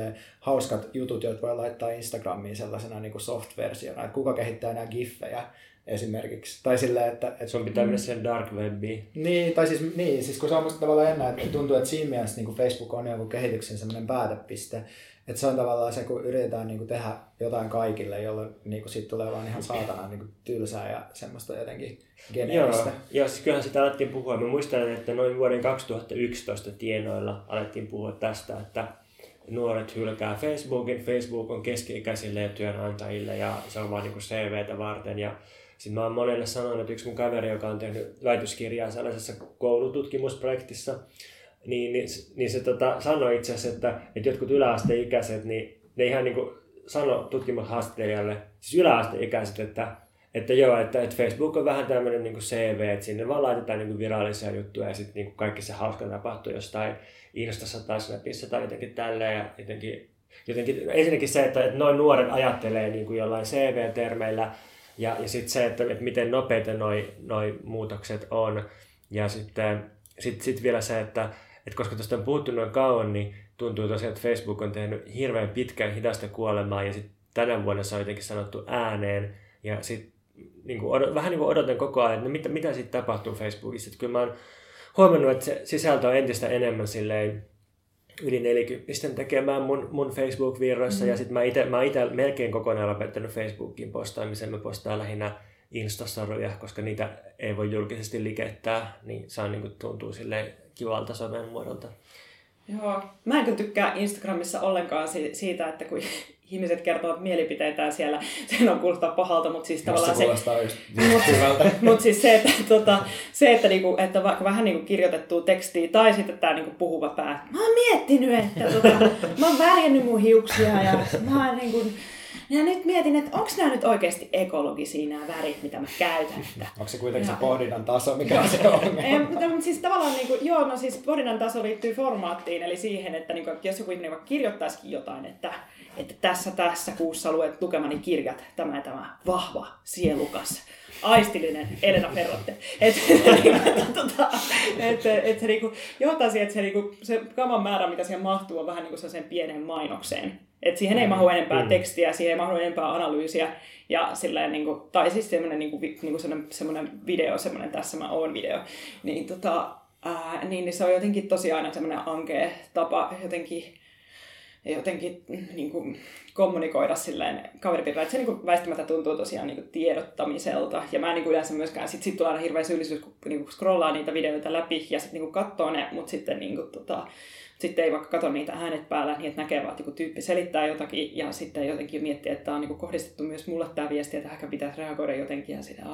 Speaker 3: hauskat jutut, joita voi laittaa Instagramiin sellaisena niin kuin soft-versiona, että kuka kehittää nämä giffejä esimerkiksi. Tai sillä, että
Speaker 1: sun pitää mennä sen dark webiin.
Speaker 3: Niin, tai siis kun se on musta tavallaan jännä, että tuntuu, että siinä mielessä niin Facebook on joku kehityksen semmoinen päätepiste. Että se on tavallaan se, kun yritetään niin kuin tehdä jotain kaikille, jolloin niin kuin siitä tulee vaan ihan saatana niin kuin tylsää ja semmoista jotenkin geneeristä.
Speaker 1: Joo, siis kyllähän sitä alettiin puhua. Mä muistan, että noin vuoden 2011 tienoilla alettiin puhua tästä, että nuoret hylkää Facebookin. Facebook on keski-ikäisille ja työnantajille ja se on vaan niin kuin CVtä varten. Ja sitten mä oon monelle sanonut, että yksi mun kaveri, joka on tehnyt väitöskirjaa sellaisessa koulututkimusprojektissa, niin se sanoi itse asiassa, että jotkut yläasteikäiset, niin ne ihan niin kuin sanoi tutkimushaastattelijalle, siis yläasteikäiset, että joo, että Facebook on vähän tämmöinen niin kuin CV, että sinne vaan laitetaan niin kuin virallisia juttuja ja sitten niin kaikki se hauska tapahtuu jostain Instassa tai Snapissa tai jotenkin tälleen. Ja jotenkin ensinnäkin se, että noin nuoret ajattelee niin kuin jollain CV-termeillä ja sitten se, että miten nopeita noi muutokset on. Ja sitten vielä se, että koska tuosta on puhuttu noin kauan, niin tuntuu tosiaan, että Facebook on tehnyt hirveän pitkään hidasta kuolemaa ja sitten tänä vuonna se on jotenkin sanottu ääneen. Ja sitten vähän niin kuin odotan koko ajan, että mitä sitten tapahtuu Facebookissa. Että kyllä mä oon huomannut, että se sisältö on entistä enemmän silleen yli 40 tekemään mun Facebook-virroissa. Ja sitten mä oon itse melkein kokonaan lopettanut Facebookin postaamisen. Mä postaan lähinnä Instastoryja, koska niitä ei voi julkisesti likettää. Niin se on, niin kuin, tuntuu silleen kivalta somen muodolta.
Speaker 2: Joo, mä en kyllä tykkää Instagramissa ollenkaan siitä, että kun ihmiset kertovat mielipiteitään siellä, se on kuulostaa pahalta, mutta siis tavallaan se... Mutta siis että vaikka vähän niinku kirjoitettua tekstiä tai sitten tämä niinku puhuva pää. Mä oon miettinyt, että mä oon värjännyt mun hiuksia ja mä oon niinku... Ja nyt mietin, että onko nämä nyt oikeasti ekologisia nämä värit, mitä mä käytän.
Speaker 3: Onko se kuitenkin se pohdinnan taso, mikä on se ongelma?
Speaker 2: Mutta siis tavallaan, siis pohdinnan taso liittyy formaattiin, eli siihen, että jos joku ihminen kirjoittaisikin jotain, että tässä kuussa luet lukemani kirjat, tämä vahva, sielukas, aistillinen Elena Ferrante. Että se johtaa siihen, että se kaman määrä, mitä siihen mahtuu, on vähän niin kuin sellaiseen pieneen mainokseen. Että siihen ei mahdu enempää tekstiä, siihen ei mahdu enempää analyysiä. Ja silleen, tai siis semmoinen video, semmoinen tässä mä oon video. Niin se on jotenkin tosiaan aina semmoinen ankea tapa jotenkin niin kuin kommunikoida silleen kaveripiirillä, että se niin kuin väistämättä tuntuu tosiaan niin kuin tiedottamiselta. Ja mä en niin kuin yleensä myöskään, sit tulee aina hirveä syyllisyys, kun niin kuin scrollaa niitä videoita läpi ja sitten niin kuin katsoo ne, mutta sitten niin kuin, sitten ei vaikka katso niitä äänet päällä, niin että näkee vaan, että tyyppi selittää jotakin ja sitten jotenkin miettii, että tämä on niin kuin kohdistettu myös mulle tämä viesti, että ehkä pitäisi reagoida jotenkin ja sitä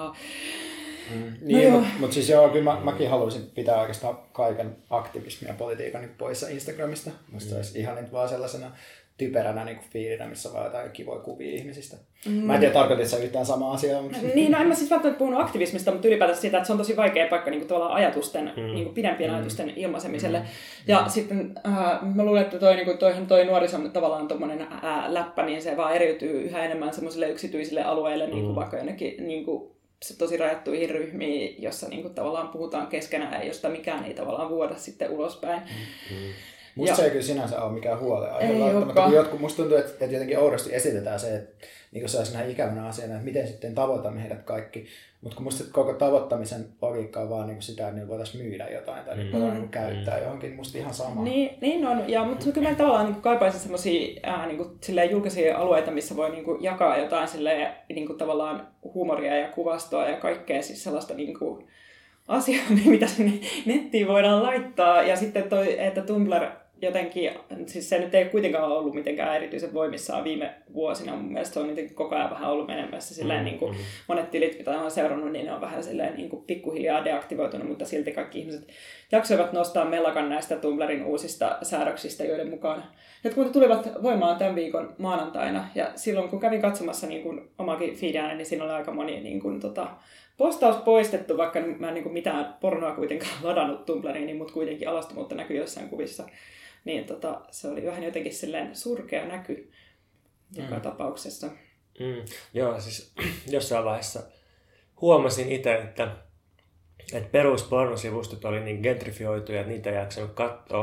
Speaker 3: Niin, mutta siis joo, kyllä mäkin haluaisin pitää oikeastaan kaiken aktivismin ja politiikan niin poissa Instagramista. Musta se olisi ihan nyt vaan sellaisena typeränä niin kuin fiilinä, missä vaan jotain kivoja kuvia ihmisistä. Mä en tiedä, tarkoitit sä yhtään samaa asiaa. Mutta...
Speaker 2: Niin, en mä siis välttämättä puhunut aktivismista, mutta ylipäätään siitä, että se on tosi vaikea paikka niin kuin ajatusten, niin kuin pidempien ajatusten ilmaisemiselle. Ja sitten mä luulen, että toi nuorison tavallaan tommonen läppä, niin se vaan eriytyy yhä enemmän semmoisille yksityisille alueille, niin kuin vaikka jonnekin niin kuin tosi rajattuihin ryhmiin, jossa niin kuin tavallaan puhutaan keskenään, josta mikään ei tavallaan vuoda sitten ulospäin.
Speaker 3: Musta se ei kyllä sinänsä ole mikään huolenaihe. Musta tuntuu, että jotenkin oudosti esitetään se, että niin se olisi näin ikävänä asiana, että miten sitten tavoitamme heidät kaikki. Mutta kun musta koko tavoittamisen logiikka on vaan niin sitä, että niillä voitaisiin myydä jotain tai niillä voidaan käyttää johonkin, musta ihan sama.
Speaker 2: Niin on, mutta kyllä mä tavallaan niin kaipaisin semmoisia niin julkisia alueita, missä voi niin jakaa jotain niin tavallaan huumoria ja kuvastoa ja kaikkea siis sellaista niin asiaa, mitä sinne nettiin voidaan laittaa. Ja sitten että Tumblr jotenkin, siis se nyt ei kuitenkaan ollut mitenkään erityisen voimissaan viime vuosina. Mun mielestä se on jotenkin koko ajan vähän ollut menemässä. Niin kuin monet tilit, mitä olen seurannut, niin ne on vähän niin kuin pikkuhiljaa deaktivoitunut, mutta silti kaikki ihmiset jaksoivat nostaa mellakan näistä Tumblrin uusista säädöksistä, joiden mukaan jotkut tulivat voimaan tämän viikon maanantaina. Ja silloin, kun kävin katsomassa niin kuin omakin feediäni, niin siinä oli aika moni niin kuin, postaus poistettu, vaikka mä en niin kuin mitään pornoa kuitenkaan ladannut Tumblriin, mutta kuitenkin alastomuutta näkyy jossain kuvissa. Niin se oli vähän jotenkin silleen surkea näky joka tapauksessa.
Speaker 1: Joo, siis jossain vaiheessa huomasin itse, että peruspornosivustot oli niin gentrifioituja, että niitä ei jaksanut katsoa.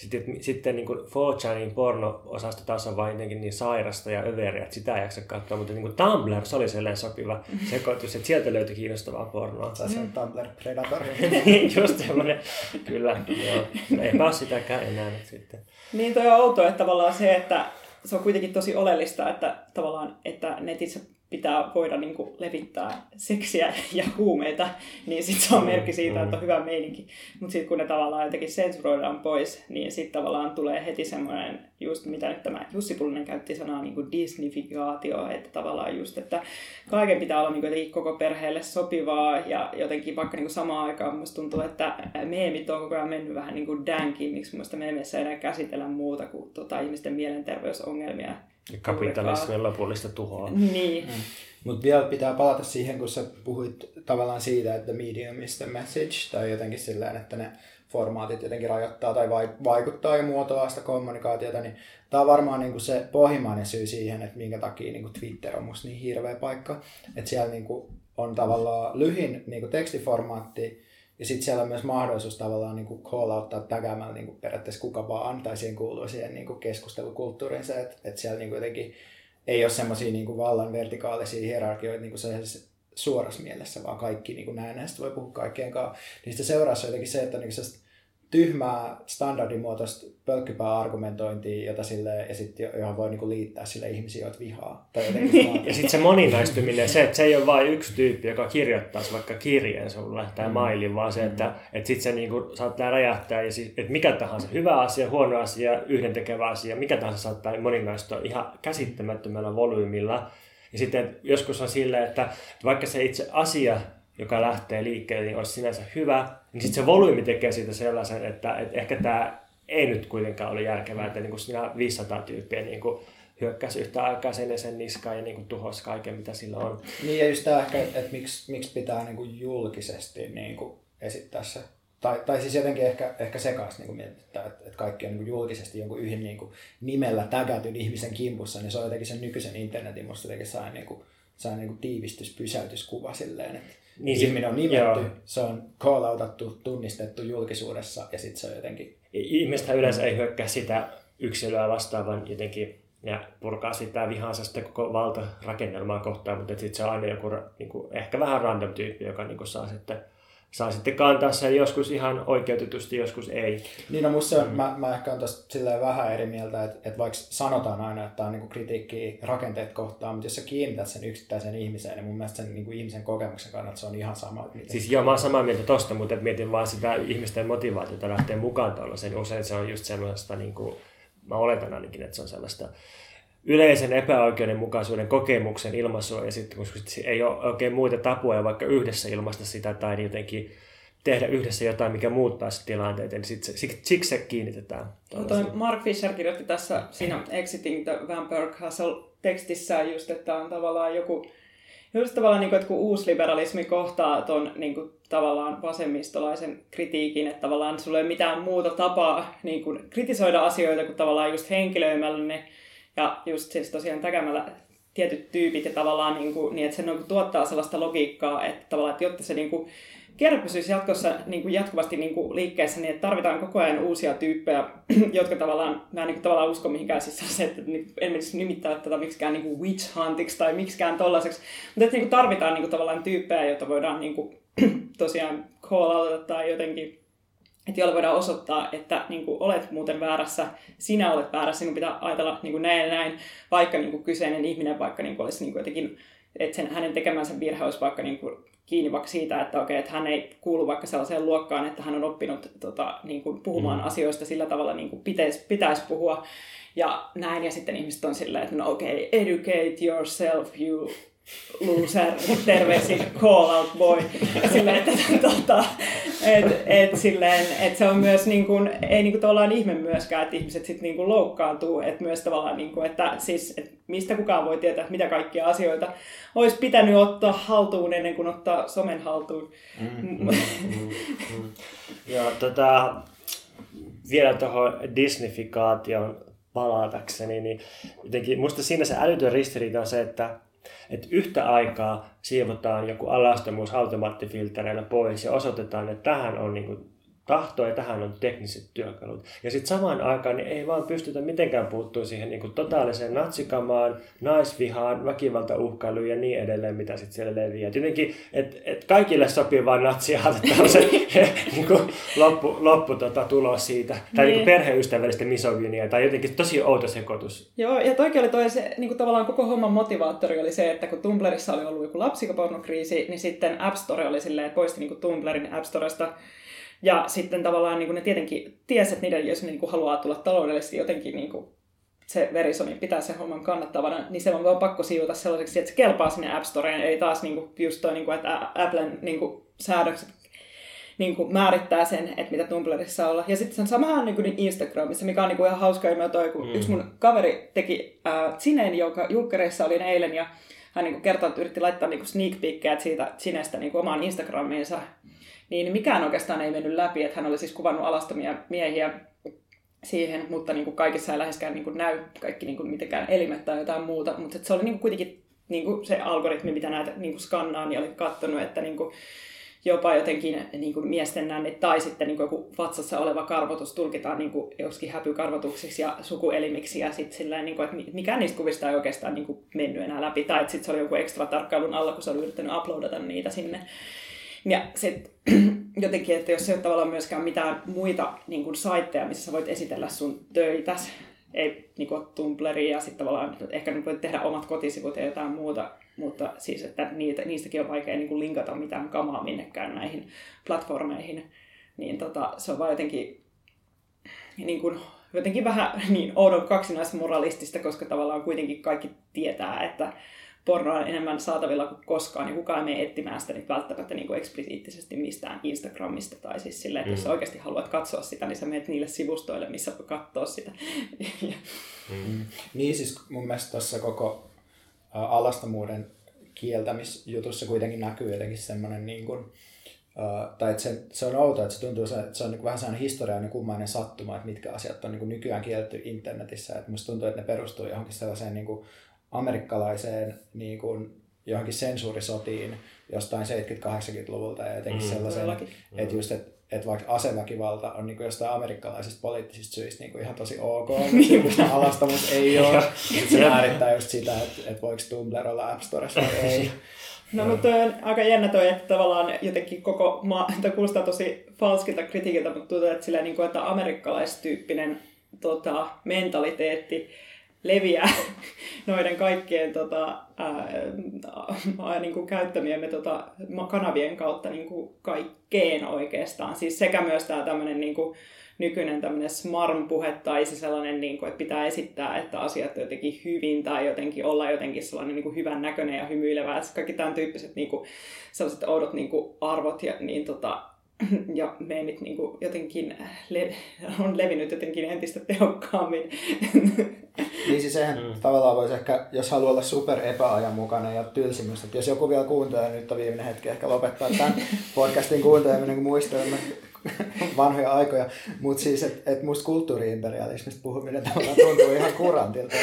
Speaker 1: Sitten niin 4chanin porno-osasto taas on vaan jotenkin niin sairasta ja överiä, että sitä ei jaksa katsoa, mutta niin Tumblr, se oli sellainen sopiva sekoitus, että sieltä löytyi kiinnostavaa pornoa.
Speaker 3: Se on Tumblr Predator.
Speaker 1: Just semmoinen, kyllä, joo. Eipä ole sitäkään enää nyt sitten.
Speaker 2: Niin toi on outoa, että tavallaan se, että se on kuitenkin tosi oleellista, että tavallaan, että netissä pitää voida niin kuin levittää seksiä ja huumeita, niin sitten se on merkki siitä, että on hyvä meininki. Mutta sitten kun ne tavallaan jotenkin sensuroidaan pois, niin sitten tavallaan tulee heti semmoinen, just mitä nyt tämä Jussi Pullonen käytti sanaa niin kuin disnifikaatio, että tavallaan just, että kaiken pitää olla niin kuin jotenkin koko perheelle sopivaa ja jotenkin vaikka niin kuin samaan aikaan musta tuntuu, että meemit on koko ajan mennyt vähän niin kuin dänkiin, miksi musta meemeissä ei enää käsitellä muuta kuin ihmisten mielenterveysongelmia.
Speaker 1: Kapitalismin lopullista tuhoa.
Speaker 2: Niin.
Speaker 3: Mutta vielä pitää palata siihen, kun sä puhuit tavallaan siitä, että medium is the message, tai jotenkin silleen, että ne formaatit jotenkin rajoittaa tai vaikuttaa ja muotoaa sitä kommunikaatiota, niin tämä on varmaan niinku se pohjimmainen syy siihen, että minkä takia niinku Twitter on musta niin hirveä paikka. Että siellä niinku on tavallaan lyhin niinku tekstiformaatti, ja sitten siellä on myös mahdollisuus tavallaan niinku call-outtaa tägäämällä niinku periaatteessa kuka vaan, tai siihen kuuluu siihen niinku keskustelukulttuuriin se, että siellä niinku jotenkin ei ole semmoisia niinku vallan vertikaalisia hierarkioita niinku suorassa mielessä, vaan kaikki niinku näennäisesti voi puhua kaikkien kanssa. Niistä seurauksena jotenkin se, että niinku tyhmää standardimuotoista pölkkypää-argumentointia, jota sille, ja sitten johon voi niinku liittää sille ihmisiä, joita vihaa. Tai
Speaker 1: ja sitten se moninaistuminen, se, että se ei ole vain yksi tyyppi, joka kirjoittaisi vaikka kirjeen sulle tai mailin, vaan se, että sitten se niinku saattaa räjähtää, ja että mikä tahansa hyvä asia, huono asia, yhdentekevä asia, mikä tahansa saattaa moninaistua ihan käsittämättömällä volyymilla. Ja sitten joskus on silleen, että vaikka se itse asia, joka lähtee liikkeelle, niin olisi sinänsä hyvä, niin sitten se volyymi tekee siitä sellaisen, että ehkä tämä ei nyt kuitenkaan ole järkevää, että niin siinä 500 tyyppiä niin hyökkäisi yhtä aikaa sen niskaan ja niin tuhosi kaiken, mitä sillä on.
Speaker 3: Niin ja just tämä ehkä, että miksi pitää niin julkisesti niin esittää se. Tai siis jotenkin ehkä sekaisin niin miettiä, että kaikki on niin julkisesti jonkun yhden niin nimellä tägätyn ihmisen kimpussa, niin se on jotenkin sen nykyisen internetin musta jotenkin saa tiivistys, pysäytyskuva silleen, että niin, ihminen on nimetty, se on call-outattu, tunnistettu julkisuudessa ja sitten se on jotenkin...
Speaker 1: Ihmisethän yleensä ei hyökkää sitä yksilöä vastaan, vaan jotenkin ja purkaa sitä vihansa sitten koko valtarakennelmaa kohtaan, mutta sitten se on aina joku niinku, ehkä vähän random tyyppi, joka niinku saa sitten kantaa sen joskus ihan oikeutetusti, joskus ei.
Speaker 3: Niin no musta mä ehkä on tosta silleen vähän eri mieltä, että vaikka sanotaan aina, että on niinku kritiikkiä rakenteet kohtaan, mutta jos sä kiinnität sen yksittäisen ihmiseen, niin mun mielestä sen niinku ihmisen kokemuksen kannalta se on ihan sama.
Speaker 1: Siis joo, mä oon samaa mieltä tosta, mutta mietin vaan sitä ihmisten motivaatiota lähteä mukaan tuollaiseen. Usein se on just sellaista, niinku, mä oletan ainakin, että se on sellaista yleisen epäoikeudenmukaisuuden kokemuksen ilmaisua, ja sitten kun ei ole oikein muita tapoja vaikka yhdessä ilmaista sitä tai jotenkin tehdä yhdessä jotain, mikä muuttaa sitä tilanteita, niin siksi se kiinnitetään.
Speaker 2: Mark Fisher kirjoitti tässä siinä Exiting the Vampire Castle-tekstissään just, että on tavallaan just tavallaan niin kuin, että kun uusliberalismi kohtaa ton niin kuin, tavallaan vasemmistolaisen kritiikin, että tavallaan sulla ei ole mitään muuta tapaa niin kuin, kritisoida asioita kuin tavallaan just henkilöimällä ne ja just siis tosiaan täkämällä tietyt tyypit ja tavallaan niin, että se tuottaa sellaista logiikkaa, että tavallaan, että jotta se kierre pysyisi jatkossa jatkuvasti liikkeessä, niin että tarvitaan koko ajan uusia tyyppejä, jotka tavallaan, mä en tavallaan usko mihinkään siis se, että en menisi nimittää tätä miksikään witch huntiksi tai miksikään tollaiseksi, mutta että tarvitaan tavallaan tyyppejä, joita voidaan tosiaan call-outata tai jotenkin, että jolla voidaan osoittaa, että olet muuten väärässä, sinä olet väärässä, sinun pitää ajatella näin ja näin, vaikka kyseinen ihminen vaikka olisi jotenkin, että hänen tekemänsä virhe olisi vaikka kiinni vaikka siitä, että okei, että hän ei kuulu vaikka sellaiseen luokkaan, että hän on oppinut puhumaan asioista sillä tavalla, pitäisi puhua ja näin, ja sitten ihmiset on silleen, että no okei, educate yourself, you loser, terveisiin call out boy. Silleen, että se on myös ei tavallaan ihme myöskään, että ihmiset sitten loukkaantuu, että myös tavallaan että siis että mistä kukaan voi tietää, mitä kaikkia asioita olisi pitänyt ottaa haltuun ennen kuin ottaa somen haltuun.
Speaker 1: Ja vielä tuohon disneyfikaation palatakseni, niin jotenkin musta siinä se älytön ristiriita on se, että yhtä aikaa siivotaan joku alastomuus automaattifiltereillä pois ja osoitetaan, että tähän on tahto ja tähän on tekniset työkalut. Ja sitten samaan aikaan niin ei vaan pystytä mitenkään puuttua siihen niin kuin totaaliseen natsikamaan, naisvihaan, väkivaltauhkailuun ja niin edelleen, mitä sitten siellä leviää. Jotenkin, että kaikille sopii vaan natsiaatetaan se niin kuin tulos siitä. Tai niin perheystävällistä misogyniaa tai jotenkin tosi outo sekoitus.
Speaker 2: Joo, ja toikin oli se niin kuin tavallaan koko homman motivaattori oli se, että kun Tumblrissa oli ollut joku lapsikapornokriisi, niin sitten App Store oli silleen, että poisti niin kuin Tumblrin App Storesta. Ja sitten tavallaan niin kuin ne tietenkin tiesi, että niiden, jos ne niin kuin haluaa tulla taloudellisesti jotenkin niin kuin se verisoni pitää sen homman kannattavana, niin se on vaan pakko siivota sellaiseksi, että se kelpaa sinne App Storeen. Eli taas niin kuin just toi, niin kuin, että Applen niin kuin säädökset niin kuin määrittää sen, että mitä Tumblrissa olla. Ja sitten se on samahan niin Instagramissa, mikä on niin kuin ihan hauska ilmiö toi, kun yksi mun kaveri teki Zineen, jonka julkkareissa olin eilen, ja hän niin kuin kertoi, että yritti laittaa niin kuin sneak peekkejä siitä Zineestä niin kuin omaan Instagramiinsa. Niin mikään oikeastaan ei mennyt läpi, että hän oli siis kuvannut alastomia miehiä siihen, mutta niin kuin kaikissa ei läheskään niin kuin näy kaikki niin kuin mitenkään elimet tai jotain muuta. Mutta se oli niin kuin kuitenkin niin kuin se algoritmi, mitä näitä niin kuin skannaa, niin oli katsonut, että niin kuin jopa jotenkin niin kuin miesten nännit tai sitten niin kuin joku vatsassa oleva karvotus tulkitaan niin kuin joskin häpykarvotuksiksi ja sukuelimiksi ja sitten silleen, niin kuin, että mikään niistä kuvista ei oikeastaan niin kuin mennyt enää läpi. Tai sitten se oli joku ekstra tarkkailun alla, kun se oli yrittänyt uploadata niitä sinne. Ja sitten jotenkin, että jos ei ole tavallaan myöskään mitään muita niin kuin saitteja, missä sä voit esitellä sun töitäs, ei niin kuin Tumblria ja sitten tavallaan ehkä niin voit tehdä omat kotisivut ja jotain muuta, mutta siis, että niistäkin on vaikea niin kuin linkata mitään kamaa minnekään näihin platformeihin, niin se on vaan jotenkin, niin kuin, jotenkin vähän niin oudon kaksinaismoralistista, koska tavallaan kuitenkin kaikki tietää, että pornoa on enemmän saatavilla kuin koskaan, niin kukaan ei mene etsimään sitä nyt välttämättä niin kuin eksplisiittisesti mistään Instagramista. Tai siis silleen, että jos sä oikeasti haluat katsoa sitä, niin sä menet niille sivustoille, missä voi katsoa sitä.
Speaker 3: Niin siis mun mielestä tuossa koko alastomuuden kieltämisjutussa kuitenkin näkyy jotenkin semmoinen, niin kuin, tai että se on outoa, että se tuntuu, että se on niin vähän sellainen historiallinen kummainen sattuma, että mitkä asiat on niin nykyään kielletty internetissä. Että musta tuntuu, että ne perustuu johonkin sellaiseen niin kuin amerikkalaiseen niin kuin johonkin sensuurisotiin jostain 70-80-luvulta ja jotenkin sellaisen, että just, että vaikka aseväkivalta on niin kuin jostain amerikkalaisista poliittisista syistä niin kuin ihan tosi ok, mutta alastomuus ei ole. Se määrittää just sitä, että voiko Tumblr olla App Storessa vai ei.
Speaker 2: No mutta on aika jännä toi, että tavallaan jotenkin koko tämä kuulostaa tosi falskilta kritiikiltä, mutta tuntuu, että, silleen, niin kuin, että amerikkalaistyyppinen mentaliteetti leviää noiden kaikkien niin kuin käyttämiemme kanavien kautta niin kuin kaikkeen oikeastaan. Siis sekä myös tämä tämmöinen niin kuin nykyinen tämmöinen smarm-puhe tai se sellainen, niin kuin, että pitää esittää, että asiat on jotenkin hyvin tai jotenkin olla jotenkin sellainen niin kuin hyvän näköinen ja hymyilevä. Että kaikki tämän tyyppiset niin kuin, sellaiset oudot niin kuin arvot ja niin ja meemit niin kuin jotenkin on levinnyt jotenkin entistä tehokkaammin.
Speaker 3: Niin siis sehän tavallaan voisi ehkä, jos haluaa olla super epäajanmukainen ja tylsimys, että jos joku vielä kuuntelee, niin nyt on viimeinen hetki ehkä lopettaa tämän podcastin kuunteleminen, kun muistelemme vanhoja aikoja. Mutta siis, että musta kulttuuri-imperialismista puhuminen tavallaan tuntuu ihan kurantilta.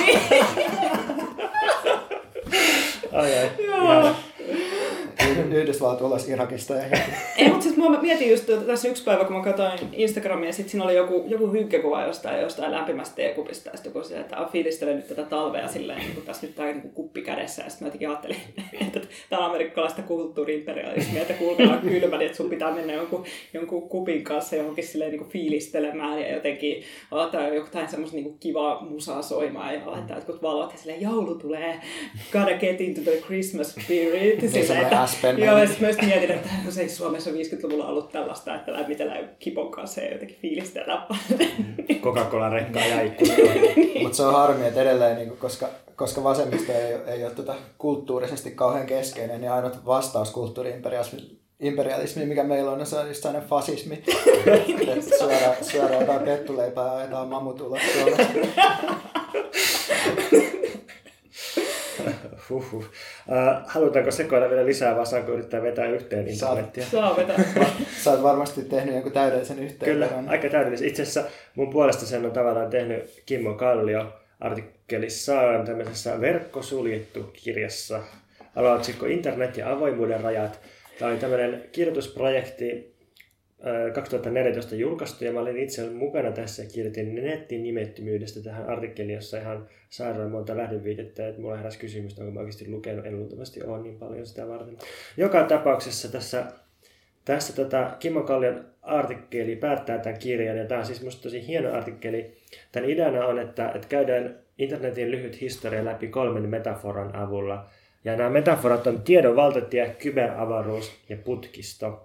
Speaker 2: Joo.
Speaker 3: Yhdysvallat ulos Irakista.
Speaker 2: Ei, mutta siis mä mietin just tässä yksi päivä, kun mä katsoin Instagramia, ja sitten siinä oli joku hygge-kuva jostain lämpimästä teekupista, ja sitten joku sille, että fiilistelen nyt tätä talvea silleen, niin kun tässä nyt tää niin kuppi kädessä, ja sitten mä jotenkin ajattelin, että tämä on amerikkalaista kulttuuri-imperialismia, että kulkaa kylmä, niin että sun pitää mennä jonkun kupin kanssa johonkin silleen niin fiilistelemään, ja jotenkin laittaa jotain semmoista niin kivaa musaa soimaan, ja laittaa jotkut valot, ja silleen joulu tulee, gotta get into the Christmas spirit, joo, ja sitten myös mietin, että se ei Suomessa 50-luvulla ollut tällaista, että lämmitellään kipon kanssa ja jotenkin fiilistellä.
Speaker 1: Coca-Cola-rekkaa ja ikkuna.
Speaker 3: Mutta se on harmi, että edelleen, koska vasemmisto ei ole kulttuurisesti kauhean keskeinen, niin ainut vastaus kulttuuri-imperialismiin, mikä meillä on just sellainen fasismi. Syödään jotain pettuleipää ja ajetaan mamut ulos Suomessa.
Speaker 1: Halutaanko sekoilla vielä lisää, vai saanko yrittää vetää yhteen internettiä?
Speaker 2: Saa vetää.
Speaker 3: Sä oot varmasti tehnyt jonkun täydellisen yhteen.
Speaker 1: Kyllä, aika täydellisen. Itse asiassa mun puolesta sen on tavallaan tehnyt Kimmo Kallio artikkelissaan tämmöisessä verkkosuljettu kirjassa. Alaotsikko Internet ja avoimuuden rajat. Tämä oli tämmöinen kirjoitusprojekti 2014 julkaistu ja mä olin itse mukana tässä ja kirjoitin netin nimettömyydestä tähän artikkeliin, jossa ihan sairaan monta lähdeviitettä, että mulla heräsi kysymys, onko mä oikeasti lukenut, en luultavasti ole niin paljon sitä varten. Joka tapauksessa tässä Kimmo Kallion artikkeli päättää tämän kirjan ja tämä on siis musta tosi hieno artikkeli. Tämän ideana on, että käydään internetin lyhyt historia läpi 3 metaforan avulla. Ja nämä metaforat on tiedon valtatie, kyberavaruus ja putkisto.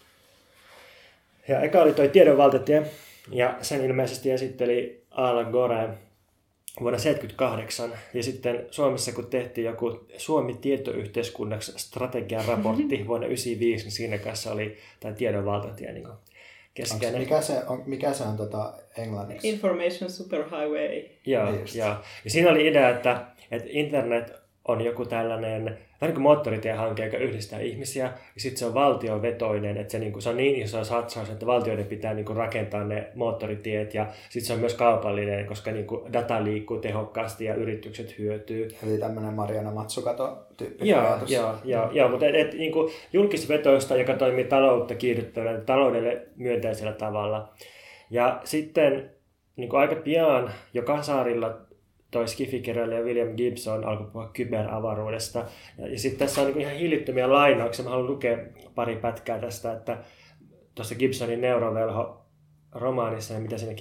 Speaker 1: Ja eka oli toi tiedon valtatie, ja sen ilmeisesti esitteli Al Gore vuonna 1978. Ja sitten Suomessa, kun tehtiin joku Suomi tietoyhteiskunnaksi strategian raportti vuonna 1995, niin siinä kanssa oli tämä tiedon valtatie niin keskeinen.
Speaker 3: Mikä se on englanniksi?
Speaker 2: Information Superhighway.
Speaker 1: Joo. Ja siinä oli idea, että internet on joku tällainen vähän niin kuin moottoritiehanke, joka yhdistää ihmisiä, ja sitten se on valtiovetoinen, että se on niin iso satsaus, että valtioiden pitää rakentaa ne moottoritiet, ja sitten se on myös kaupallinen, koska data liikkuu tehokkaasti ja yritykset hyötyy.
Speaker 3: Eli tämmöinen Mariana Mazzucato-tyyppi
Speaker 1: ajatus. Joo, mutta julkisvetoista, joka toimii taloutta kiihdyttävällä taloudelle myönteisellä tavalla. Ja sitten aika pian jo Kasarilla toi skifikirjailija William Gibson alkoi puhua kyberavaruudesta. Ja sitten tässä on ihan hillittömiä lainauksia. Mä haluan lukea pari pätkää tästä, että tuossa Gibsonin Neurovelho-romaanissa, mitä siinä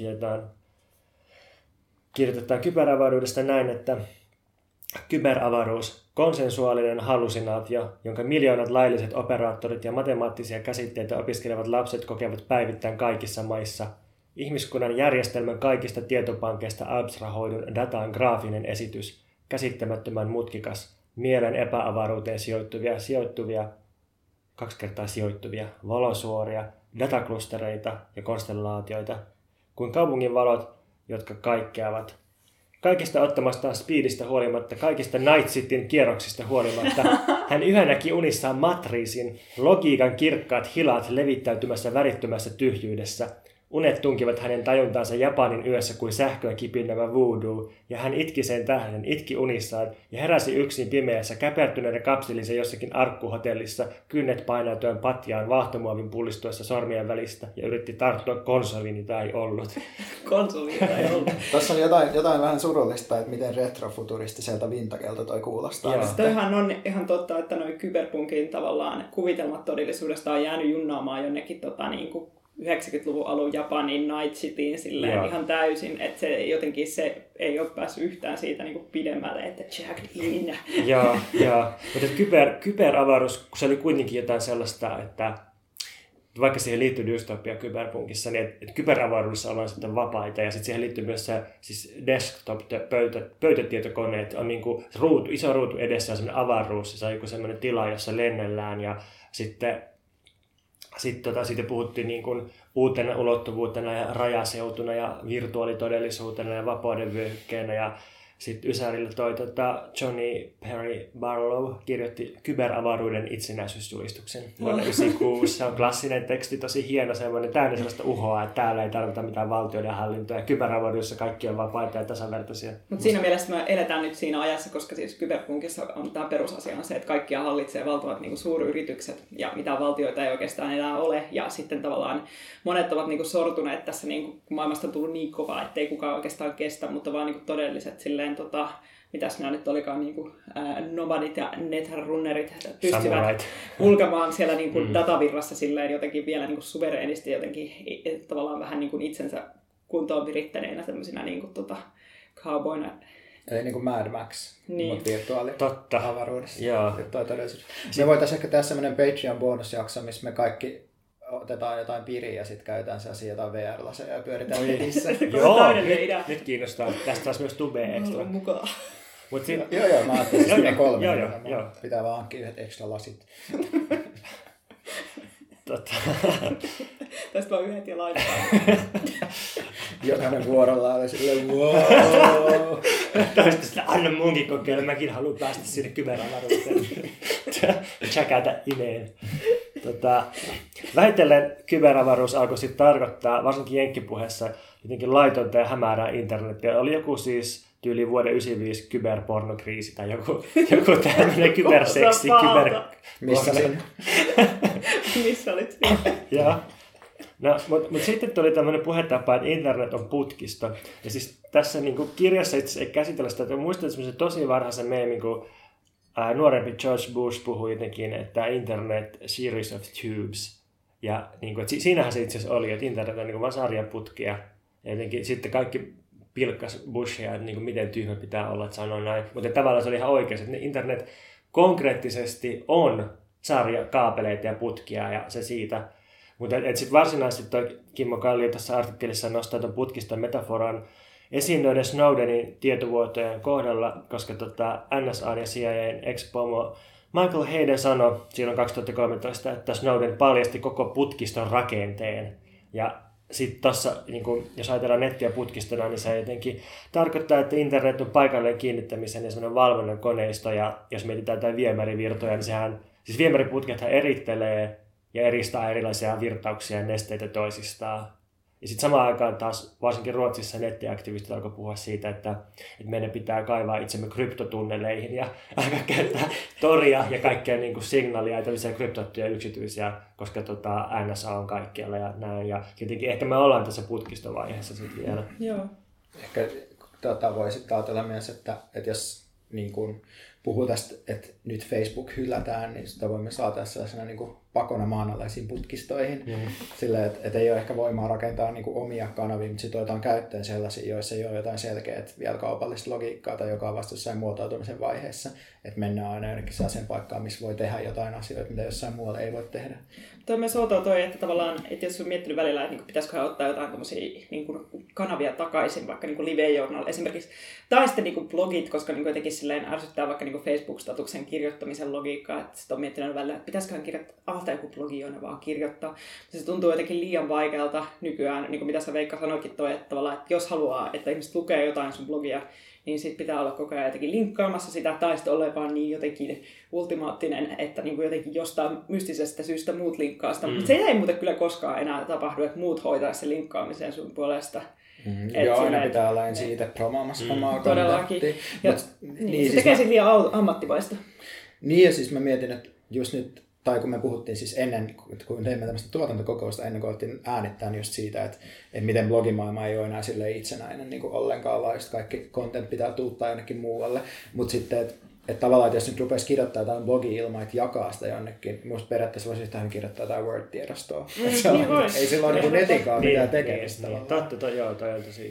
Speaker 1: kirjoitetaan kyberavaruudesta näin, että kyberavaruus, konsensuaalinen hallusinaatio, jonka miljoonat lailliset operaattorit ja matemaattisia käsitteitä opiskelevat lapset kokevat päivittäin kaikissa maissa. Ihmiskunnan järjestelmän kaikista tietopankeista abstrahoidun datan graafinen esitys, käsittämättömän mutkikas, mielen epäavaruuteen sijoittuvia, 2 kertaa sijoittuvia, valosuoria, dataklustereita ja konstellaatioita, kuin kaupungin valot, jotka kaikkeavat. Kaikista ottamastaan speedistä huolimatta, kaikista Night Cityn kierroksista huolimatta, hän yhä näki unissaan matriisin, logiikan kirkkaat hilat levittäytymässä värittömässä tyhjyydessä. Unet tunkivat hänen tajuntaansa Japanin yössä kuin sähköä kipinnävä voodoo, ja hän itki sen tähden, itki unissaan, ja heräsi yksin pimeässä, käpertyneenä kapselinsa jossakin arkkuhotellissa, kynnet painautuen patjaan vaahtomuovin pullistuessa sormien välistä, ja yritti tarttua konsoliin, jota ei ollut.
Speaker 2: Konsoliita ei ollut.
Speaker 3: Tässä on jotain vähän surullista, että miten retrofuturistiselta vintagelta toi kuulostaa.
Speaker 2: Toihan on ihan totta, että noi kyberpunkin tavallaan kuvitelmat todellisuudesta on jäänyt junnaamaan jonnekin 90-luvun alun Japanin Night Cityin silleen ihan täysin, että se jotenkin se ei ole päässyt yhtään siitä pidemmälle, että Jack in.
Speaker 1: Joo. Mutta kyberavaruus, kun se oli kuitenkin jotain sellaista, että vaikka siihen liittyy dystopia kyberpunkissa, niin että kyberavaruudessa ollaan sitten vapaita ja sitten siihen liittyy myös se siis desktop-pöytätietokoneet, on iso ruutu edessä on semmoinen avaruus, ja se on joku semmoinen tila, jossa lennellään ja sitten siitä puhuttiin uutena ulottuvuutena ja rajaseutuna ja virtuaalitodellisuutena ja vapauden vyöhykkeenä. Ja sitten Ysärillä Johnny Perry Barlow kirjoitti kyberavaruuden itsenäisyysjulistuksen vuonna 1996. Se on klassinen teksti, tosi hieno, semmoinen täynnä sellaista uhoa, että täällä ei tarvita mitään valtioiden hallintoa. Ja kyberavaruudessa kaikki on vapaita ja tasavertaisia.
Speaker 2: Mutta siinä mielessä me eletään nyt siinä ajassa, koska siis kyberpunkissa on tämä perusasia on se, että kaikkia hallitsee valtavat suuryritykset ja mitään valtioita ei oikeastaan enää ole. Ja sitten tavallaan monet ovat sortuneet tässä, kun maailmasta on tullut niin kovaa, ettei kukaan oikeastaan kestä, mutta vaan todelliset silleen, mitäs nämä nyt olikaan, nomadit ja netrunnerit pystyvät kulkemaan siellä datavirrassa silleen jotenkin vielä suvereenisti jotenkin tavallaan vähän itsensä kuntoon virittäneenä tämmöisinä cowboyna.
Speaker 3: Eli Mad Max, mutta virtuaaliavaruudessa. Me voitaisiin ehkä tehdä semmoinen Patreon-bonusjakso, missä me kaikki otetaan jotain piriä ja sitten käytetään sellaisia jotain VR-laseja ja pyöritään netissä.
Speaker 1: Joo, nyt kiinnostaa. Tästä taas myös tubea extra.
Speaker 2: Mukaan.
Speaker 3: Joo, mä ajattelin siis 3. Pitää vaan hankkia yhdet extra lasit.
Speaker 2: Tästä vaan yhdet ja laittaa.
Speaker 3: Jokainen vuorollaan oli silleen wow.
Speaker 1: Toista sitä anna munkin kokeilla. Mäkin haluan päästä sinne kyberavaruuteen. Tsäkätä ineen. Vähitellen kyberavaruus alkoi sitten tarkoittaa, varsinkin jenkkipuheessa, jotenkin laitonta ja hämärää internetiä. Oli joku siis tyyli vuoden 1995 kyberpornokriisi tai joku tämmöinen kyberseksi,
Speaker 3: Missä olit?
Speaker 2: Missä olit?
Speaker 1: Joo. No, mutta sitten tuli tämmöinen puhetapa, että internet on putkisto. Ja siis tässä niin kuin kirjassa itse ei käsitellä sitä, että muistan semmoisen tosi varhaisen meemin, kun nuorempi George Bush puhui jotenkin, että internet series of tubes. Ja niin kuin, että siinähän se itse asiassa oli, että internet on niin kuin vaan sarjaputkia. Ja jotenkin sitten kaikki pilkkas Bushia, että niin kuin miten tyhmä pitää olla, että sanoo näin. Mutta tavallaan se oli ihan oikein, että internet konkreettisesti on sarjakaapeleita ja putkia ja se siitä. Mutta sitten varsinaisesti toi Kimmo Kallio tässä artikkelissa nostaa tuon putkiston metaforan esiin noiden Snowdenin tietovuotojen kohdalla, koska NSA ja CIA:n ex-pomo Michael Hayden sanoi silloin 2013, että Snowden paljasti koko putkiston rakenteen. Ja sitten tuossa, niin jos ajatellaan nettiä putkistona, niin se jotenkin tarkoittaa, että internet on paikalleen kiinnittämisen ja sellainen valvonnan koneisto. Ja jos mietitään jotain viemärivirtoja, niin sehän, siis viemäriputkethan erittelee ja eristää erilaisia virtauksia ja nesteitä toisistaan. Ja sitten samaan aikaan taas varsinkin Ruotsissa nettiaktivistit alkoi puhua siitä, että meidän pitää kaivaa itsemme kryptotunneleihin ja alkaa käyttää toria ja kaikkea niin kuin signaalia ja tämmöisiä kryptottuja yksityisiä, koska NSA on kaikkialla ja näin. Ja jotenkin ehkä me ollaan tässä putkistovaiheessa sitten vielä.
Speaker 2: Joo.
Speaker 3: Ehkä voisi ajatella myös, että jos niin kuin puhuu tästä, että nyt Facebook hylätään, niin sitä voimme saada sellaisena niin kuin pakona maanalaisiin putkistoihin. Sillä, että ei ole ehkä voimaa rakentaa niin kuin omia kanavia, mutta sitten otetaan käyttöön sellaisia, joissa ei ole jotain selkeää vielä kaupallista logiikkaa tai joka on vasta jossain muotoutumisen vaiheessa. Että mennään aina jonnekin sellaiseen paikkaan, missä voi tehdä jotain asioita, mitä jossain muualla ei voi tehdä.
Speaker 2: Tuo myös outoa toi, että tavallaan, että jos on miettinyt välillä, että niin pitäisikö ottaa jotain niin kanavia takaisin, vaikka niin live-journal esimerkiksi, tai sitten niin blogit, koska niin jotenkin silleen ärsyttää vaikka niin Facebook-statuksen kirjoittamisen logiikkaa, että sitten on miettinyt välillä, että pitäisiköhän avata joku blogi, jonne vaan kirjoittaa. Se tuntuu jotenkin liian vaikealta nykyään, niin kuin mitä sä Veikka sanoikin toi, että tavallaan, että jos haluaa, että ihmiset lukee jotain sun blogia, niin sit pitää olla koko ajan jotenkin linkkaamassa sitä, tai sitten olla vaan niin jotenkin ultimaattinen, että niin kuin jotenkin jostain mystisestä syystä muut linkkaa sitä. Mutta se ei muuten kyllä koskaan enää tapahdu, että muut hoitaisi se linkkaamisen sun puolesta.
Speaker 3: Joo, aina pitää olla ensin itse promoamassa omaa
Speaker 2: todellakin.
Speaker 3: Niin,
Speaker 2: se tekee siis liian ammattimaista.
Speaker 3: Niin, ja siis mä mietin, että just nyt, tai kun me puhuttiin siis ennen, kun teimme tämmöistä tuotantokokousta, ennen kuin olettiin äänittämään just siitä, että miten blogimaailma ei ole enää silleen itsenäinen niin kuin ollenkaan, vaan just kaikki content pitää tuuttaa jonnekin muualle. Mutta sitten, että tavallaan, että jos nyt rupesi kirjoittaa jotain blogia ilman, että jakaa sitä jonnekin, musta periaatteessa voisi yhtään kirjoittaa jotain Word-tiedostoa. Ei sillä ole niin netinkaan mitään tekemistä.
Speaker 1: Totta, joo, toi on tosi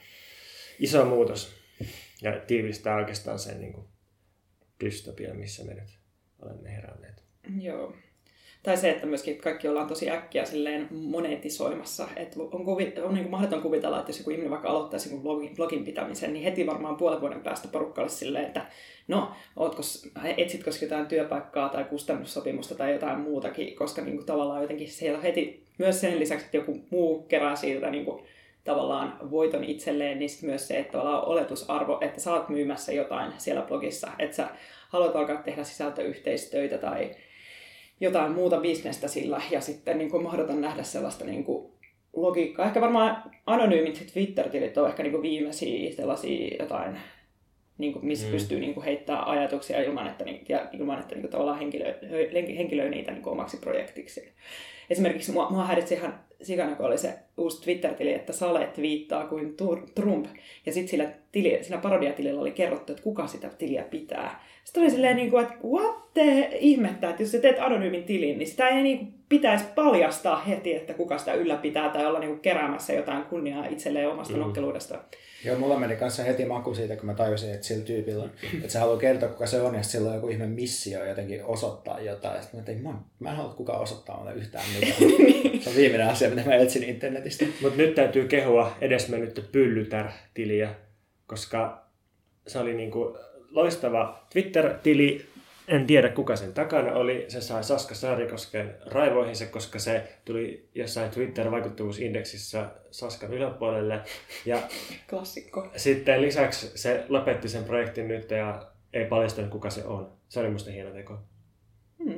Speaker 1: iso muutos. Ja tiivistää oikeastaan sen niin kuin dystopia, missä me nyt olemme heränneet.
Speaker 2: Joo. Tai se, että myöskin kaikki ollaan tosi äkkiä silleen monetisoimassa. Että on niin kuin mahdoton kuvitella, että jos joku ihminen vaikka aloittaisi blogin pitämisen, niin heti varmaan puolen vuoden päästä porukkalle silleen, että no, etsitkö jotain työpaikkaa tai kustannussopimusta tai jotain muutakin, koska niin kuin tavallaan jotenkin siellä heti myös sen lisäksi, että joku muu kerää siitä niin kuin tavallaan voiton itselleen, niin myös se, että tavallaan oletusarvo, että sä oot myymässä jotain siellä blogissa, että sä haluat alkaa tehdä sisältöyhteistöitä tai jotain muuta bisnestä sillä, ja sitten niin kuin mahdoton nähdä sellaista niin kuin logiikkaa. Ehkä varmaan anonyymit Twitter-tilit on ehkä niin kuin viimeisiä sellaisia jotain, niin kuin, missä pystyy niin kuin heittämään ajatuksia ilman, että niin kuin tavallaan henkilöi niitä niin kuin omaksi projektiksi. Esimerkiksi mua häiritsi ihan sikana, kun oli se uusi Twitter-tili, että Sale twiittaa kuin Trump. Ja sitten sillä parodiatilillä oli kerrottu, että kuka sitä tiliä pitää. Sitten oli silleen, että what the ihmettä, että jos sä teet anonyymin tilin, niin sitä ei niin kuin pitäisi paljastaa heti, että kuka sitä ylläpitää tai olla niin kuin keräämässä jotain kunniaa itselleen omasta nokkeluudesta. Joo,
Speaker 3: mulla meni kanssa heti maku siitä, kun mä tajusin, että sillä tyypillä on, että se haluaa kertoa, kuka se on, ja sillä on joku ihme missio jotenkin osoittaa jotain. Ja sitten mä en halua kukaan osoittaa mulle yhtään mitään. Se on viimeinen asia, mitä mä etsin internetistä.
Speaker 1: Mutta nyt täytyy kehua edesmennyttä Pyllytär-tiliä, koska se oli niinku loistava Twitter-tili. En tiedä, kuka sen takana oli. Se sai Saska Saarikosken raivoihinsa, koska se tuli jossain Twitter-vaikuttavuusindeksissä Saskan yläpuolelle. Ja
Speaker 2: klassikko.
Speaker 1: Sitten lisäksi se lopetti sen projektin nyt ja ei paljastanut, kuka se on. Se oli musta hieno teko.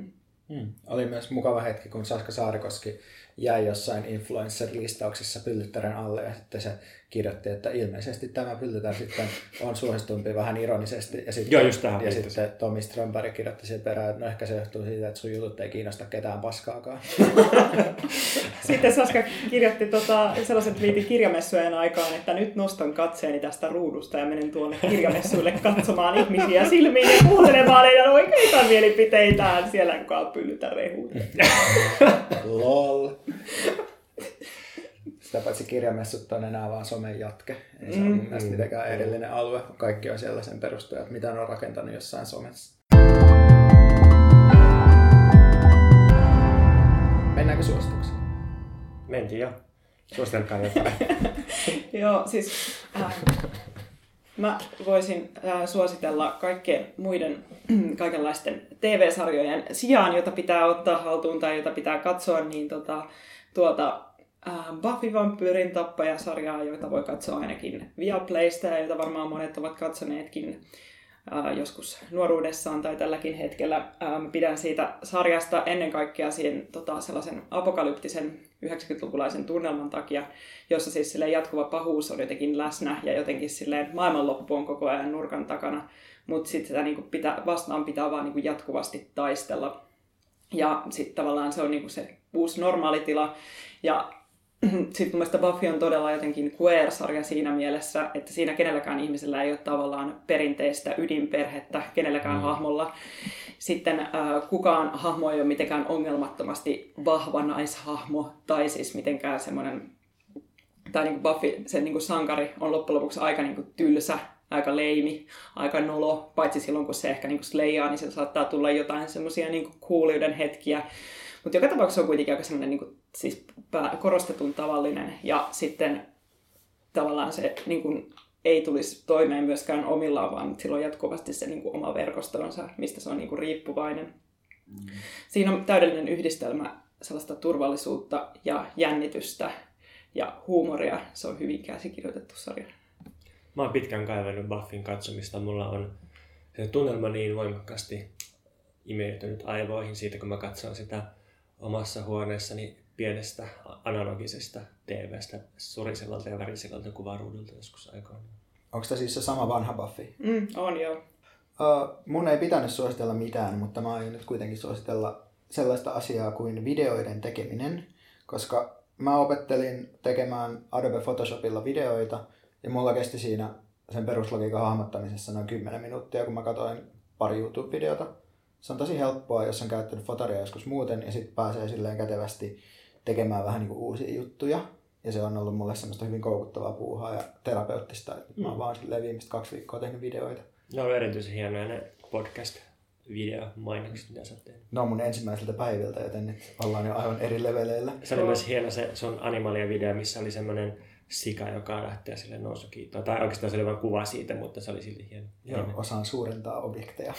Speaker 3: Oli myös mukava hetki, kun Saska Saarikoski jäi jossain influencer-listauksissa Pyllyttären alle ja sitten se kirjoitti, että ilmeisesti tämä Pyllytär sitten on suositumpi vähän ironisesti. Ja sitten, sitten Tomi Strömberg kirjoitti siihen perään, että no ehkä se johtuu siitä, että sun jutut ei kiinnosta ketään paskaakaan.
Speaker 2: Sitten Saska kirjoitti sellaisen twiitin kirjamessujen aikaan, että nyt nostan katseeni tästä ruudusta ja menen tuonne kirjamessuille katsomaan ihmisiä silmiin ja kuuntelemaan heidän oikeita mielipiteitään siellä, kukaan Pyllytär rehuutelee.
Speaker 3: Lol. Sitä paitsi kirjamessut on enää vaan somen jatke. Ei se ole mun mielestä mitenkään erillinen alue. Kaikki on siellä sen perusteella, että mitä ne on rakentanut jossain somessa. Mennäänkö suosituksiin?
Speaker 1: Mentiin jo. Suositelkaa jotain.
Speaker 2: Joo, siis mä voisin suositella kaikkien muiden kaikenlaisten TV-sarjojen sijaan, jota pitää ottaa haltuun tai jota pitää katsoa, niin Buffy Vampyyrin tappajasarjaa, joita voi katsoa ainakin Viaplaysta ja joita varmaan monet ovat katsoneetkin joskus nuoruudessaan tai tälläkin hetkellä. Pidän siitä sarjasta ennen kaikkea siihen sellaisen apokalyptisen 90-lukulaisen tunnelman takia, jossa siis jatkuva pahuus on jotenkin läsnä ja jotenkin maailmanloppu on koko ajan nurkan takana, mutta sitten sitä niinku vastaan pitää vaan niinku jatkuvasti taistella. Ja sitten tavallaan se on niinku se uusi normaalitila. Ja sitten mun mielestä Buffy on todella jotenkin queer-sarja siinä mielessä, että siinä kenelläkään ihmisellä ei ole tavallaan perinteistä ydinperhettä, kenelläkään hahmolla. Sitten kukaan hahmo ei ole mitenkään ongelmattomasti vahva naishahmo, tai siis mitenkään semmoinen, tai niin kuin Buffy, sen niin kuin sankari on loppujen lopuksi aika niin kuin tylsä, aika leimi, aika nolo, paitsi silloin kun se ehkä niin kuin sleiaa, niin se saattaa tulla jotain semmoisia niin kuin cooliuden hetkiä. Mutta joka tapauksessa on kuitenkin aika semmoinen niin kuin, siis korostetun tavallinen ja sitten tavallaan se niin kuin, ei tulisi toimeen myöskään omillaan, vaan sillä on jatkuvasti se niin kuin, oma verkostonsa, mistä se on niin kuin, riippuvainen. Siinä on täydellinen yhdistelmä sellaista turvallisuutta ja jännitystä ja huumoria. Se on hyvin käsikirjoitettu sarja.
Speaker 1: Mä oon pitkään kaivannut Buffyn katsomista. Mulla on se tunnelma niin voimakkaasti imeytynyt aivoihin siitä, kun mä katson sitä omassa huoneessani pienestä analogisesta TV:stä surisevalta ja värisevalta kuvaruudulta joskus aikoinaan.
Speaker 3: Onko tämä siis se sama vanha Buffy?
Speaker 2: On joo.
Speaker 3: Mun ei pitänyt suositella mitään, mutta mä aion nyt kuitenkin suositella sellaista asiaa kuin videoiden tekeminen, koska mä opettelin tekemään Adobe Photoshopilla videoita ja mulla kesti siinä sen peruslogiikan hahmottamisessa noin 10 minuuttia, kun mä katsoin pari YouTube-videota. Se on tosi helppoa, jos on käyttänyt Fotoria joskus muuten ja sitten pääsee silleen kätevästi tekemään vähän niin kuin uusia juttuja. Ja se on ollut mulle semmoista hyvin koukuttavaa puuhaa ja terapeuttista. Mä oon vaan silleen viimeiset 2 viikkoa tehnyt videoita.
Speaker 1: Ne on erityisen hienoja ne podcast-videomainokset, mitä sä oot tehnyt.
Speaker 3: Ne on mun ensimmäiseltä päiviltä, joten nyt ollaan jo aivan eri leveleillä.
Speaker 1: Se oli myös hieno se sun Animalia-video, missä oli semmoinen sika, joka lähtee sille nousukiitoon. Tai oikeastaan se oli vain kuva siitä, mutta se oli silti hieno.
Speaker 3: Joo, osaan suurentaa objekteja.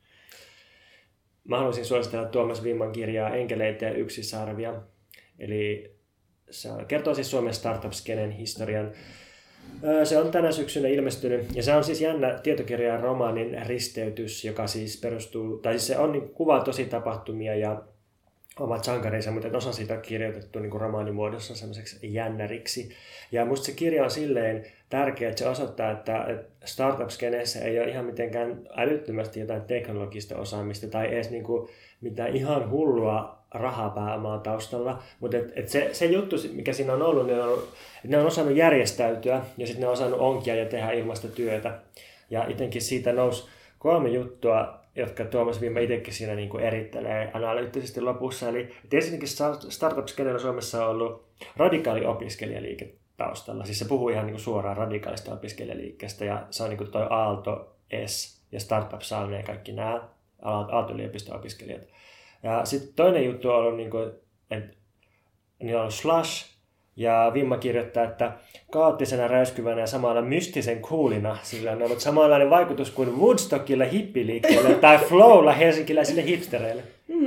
Speaker 1: Mä haluaisin suositella Tuomas Vimman kirjaa Enkeleitä ja yksisarvia. Eli se kertoo siis Suomen startup-skenen historian. Se on tänä syksynä ilmestynyt ja se on siis jännä tietokirja ja romaanin risteytys, joka siis perustuu, tai siis se on niin, kuvaa tosi tapahtumia ja omat sankarinsa, mutta osa siitä on kirjoitettu niin kuin romaanimuodossa semmoiseksi jännäriksi. Ja musta se kirja on silleen tärkeä, että se osoittaa, että startup-skeneessä ei ole ihan mitenkään älyttömästi jotain teknologista osaamista tai edes niin kuin mitään ihan hullua rahapääomaa taustalla, mutta se juttu, mikä siinä on ollut, ne on osannut järjestäytyä ja sitten ne on osannut onkia ja tehdä ilmaista työtä. Ja itsekin siitä nousi 3 juttua, jotka Tuomas Vimma itsekin siinä niin kuin erittelee analyyttisesti lopussa. Eli ensinnäkin startup-skenellä Suomessa on ollut radikaali opiskelijaliike taustalla. Siis se puhuu ihan niin kuin suoraan radikaalista opiskelijaliikkeestä ja se on niin kuin toi Aalto S ja Startup Salne ja kaikki nämä Aalto-yliopisto-opiskelijat. Ja sitten toinen juttu on ollut, niin kuin, että niillä on ollut Slash, ja Vimma kirjoittaa, että kaoottisena, räyskyvänä ja samalla mystisen coolina sillä on ollut samanlainen vaikutus kuin Woodstockilla hippiliikkeelle tai Flowlla helsinkiläisille hipstereille.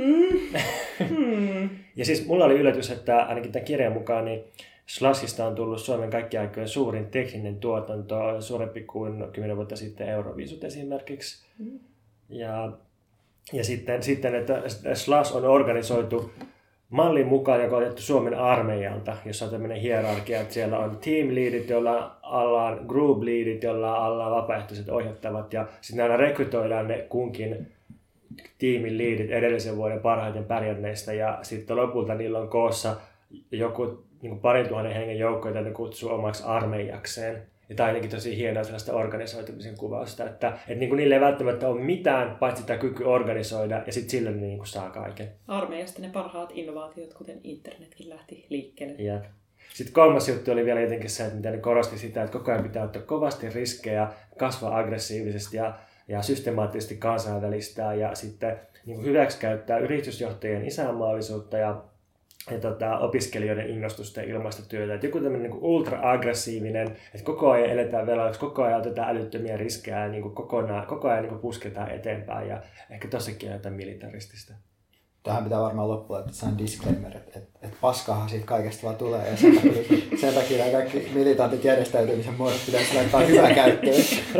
Speaker 1: Ja siis mulla oli yllätys, että ainakin tämän kirjan mukaan niin Slashista on tullut Suomen kaikkien aikojen suurin tekninen tuotanto, suurempi kuin 10 vuotta sitten Euroviisut esimerkiksi. Ja Ja sitten että Slush on organisoitu mallin mukaan, joka on otettu Suomen armeijalta, jossa on tämmöinen hierarkia, että siellä on team leadit, joilla alla on group leadit, joilla alla on vapaaehtoiset ohjattavat, ja sitten aina rekrytoidaan ne kunkin tiimin leadit edellisen vuoden parhaiten pärjänneistä, ja sitten lopulta niillä on koossa joku niin 2,000 hengen joukko, jota ne kutsuu omaksi armeijakseen. Ja tämä on ainakin tosi hienoa sellaista organisoitumisen kuvausta, että niin kuin niille ei välttämättä ole mitään, paitsi tämä kyky organisoida, ja sitten sillä ne niin kuin saa kaiken.
Speaker 2: Armeijasta ne parhaat innovaatiot, kuten internetkin lähti liikkeelle.
Speaker 1: Ja sitten kolmas juttu oli vielä jotenkin se, että mitä ne korosti sitä, että koko ajan pitää ottaa kovasti riskejä, kasvaa aggressiivisesti ja systemaattisesti kansainvälistää, ja sitten niin kuin hyväksikäyttää yritysjohtajien isänmaallisuutta ja opiskelijoiden innostusta ja ilmaista työtä. Että joku tämmöinen niin ultra-aggressiivinen, että koko ajan eletään velaksi, koko ajan otetaan älyttömiä riskejä ja niin kuin koko ajan niin kuin pusketaan eteenpäin. Ja ehkä tossakin on jotain militaristista.
Speaker 3: Tähän pitää varmaan loppua, että se on disclaimer, että paskahan siitä kaikesta vaan tulee. Ja sen takia kaikki militantit järjestäytymisen muodot pitäisi laittaa hyvää käyttöön.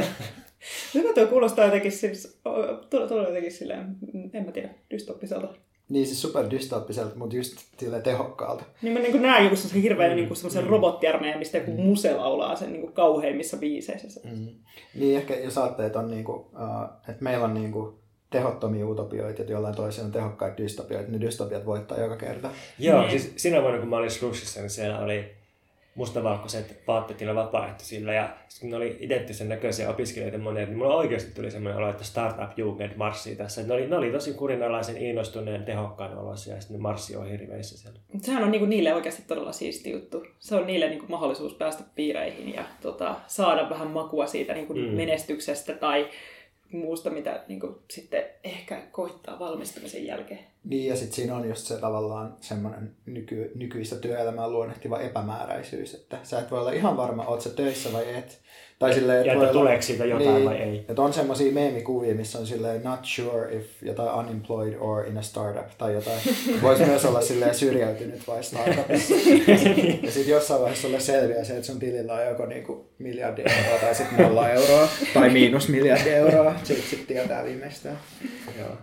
Speaker 2: Hyvä tuo kuulostaa jotenkin, tulee jotenkin silleen, en mä tiedä, dystoppiselta.
Speaker 3: Niin siis superdystoppiselta, mutta just tehokkaalta.
Speaker 2: Niin mä niin näen joku semmoisen hirveän niin semmoisen robottiarmeijan, mistä joku muse laulaa sen niin kauheimmissa biiseissä.
Speaker 3: Niin ehkä jos ajattelee, että, että meillä on tehottomia utopioita ja jollain toisella on tehokkaita dystopioita, niin dystopiat voittaa joka kerta.
Speaker 1: Joo, siis sinä vuonna kun mä olin Slushissa, niin siellä oli mustavalkoiset vaatteet niillä vapaaehtoisilla ja kun ne oli identtisen näköisiä opiskelijoita monia, niin mulla oikeasti tuli semmoinen olo, että Startup Jugend marssii tässä. Ne oli tosi kurinalaisen innostuneen tehokkaan olosia ja sitten ne marssi ohi riveissä siellä.
Speaker 2: Sehän on niille oikeasti todella siisti juttu. Se on niille mahdollisuus päästä piireihin ja saada vähän makua siitä menestyksestä tai muusta, mitä sitten ehkä koittaa valmistumisen jälkeen.
Speaker 3: Niin, ja sitten siinä on just se tavallaan semmoinen nykyistä työelämää luonnehtiva epämääräisyys, että sä et voi olla ihan varma, oot sä töissä vai et. Tai silleen,
Speaker 1: ja että tuleeko siitä jotain
Speaker 3: niin,
Speaker 1: vai ei.
Speaker 3: Että on semmoisia meemikuvia, missä on silleen not sure if jotain unemployed or in a startup tai jotain. Voisi myös olla silleen syrjäytynyt vai startupissa. Ja sitten jossain vaiheessa sulle selviää se, että sun tilillä on joko miljardi euroa tai sitten 0 euroa tai miinus miljardi euroa. Sitten tietää viimeistään.
Speaker 1: Joo.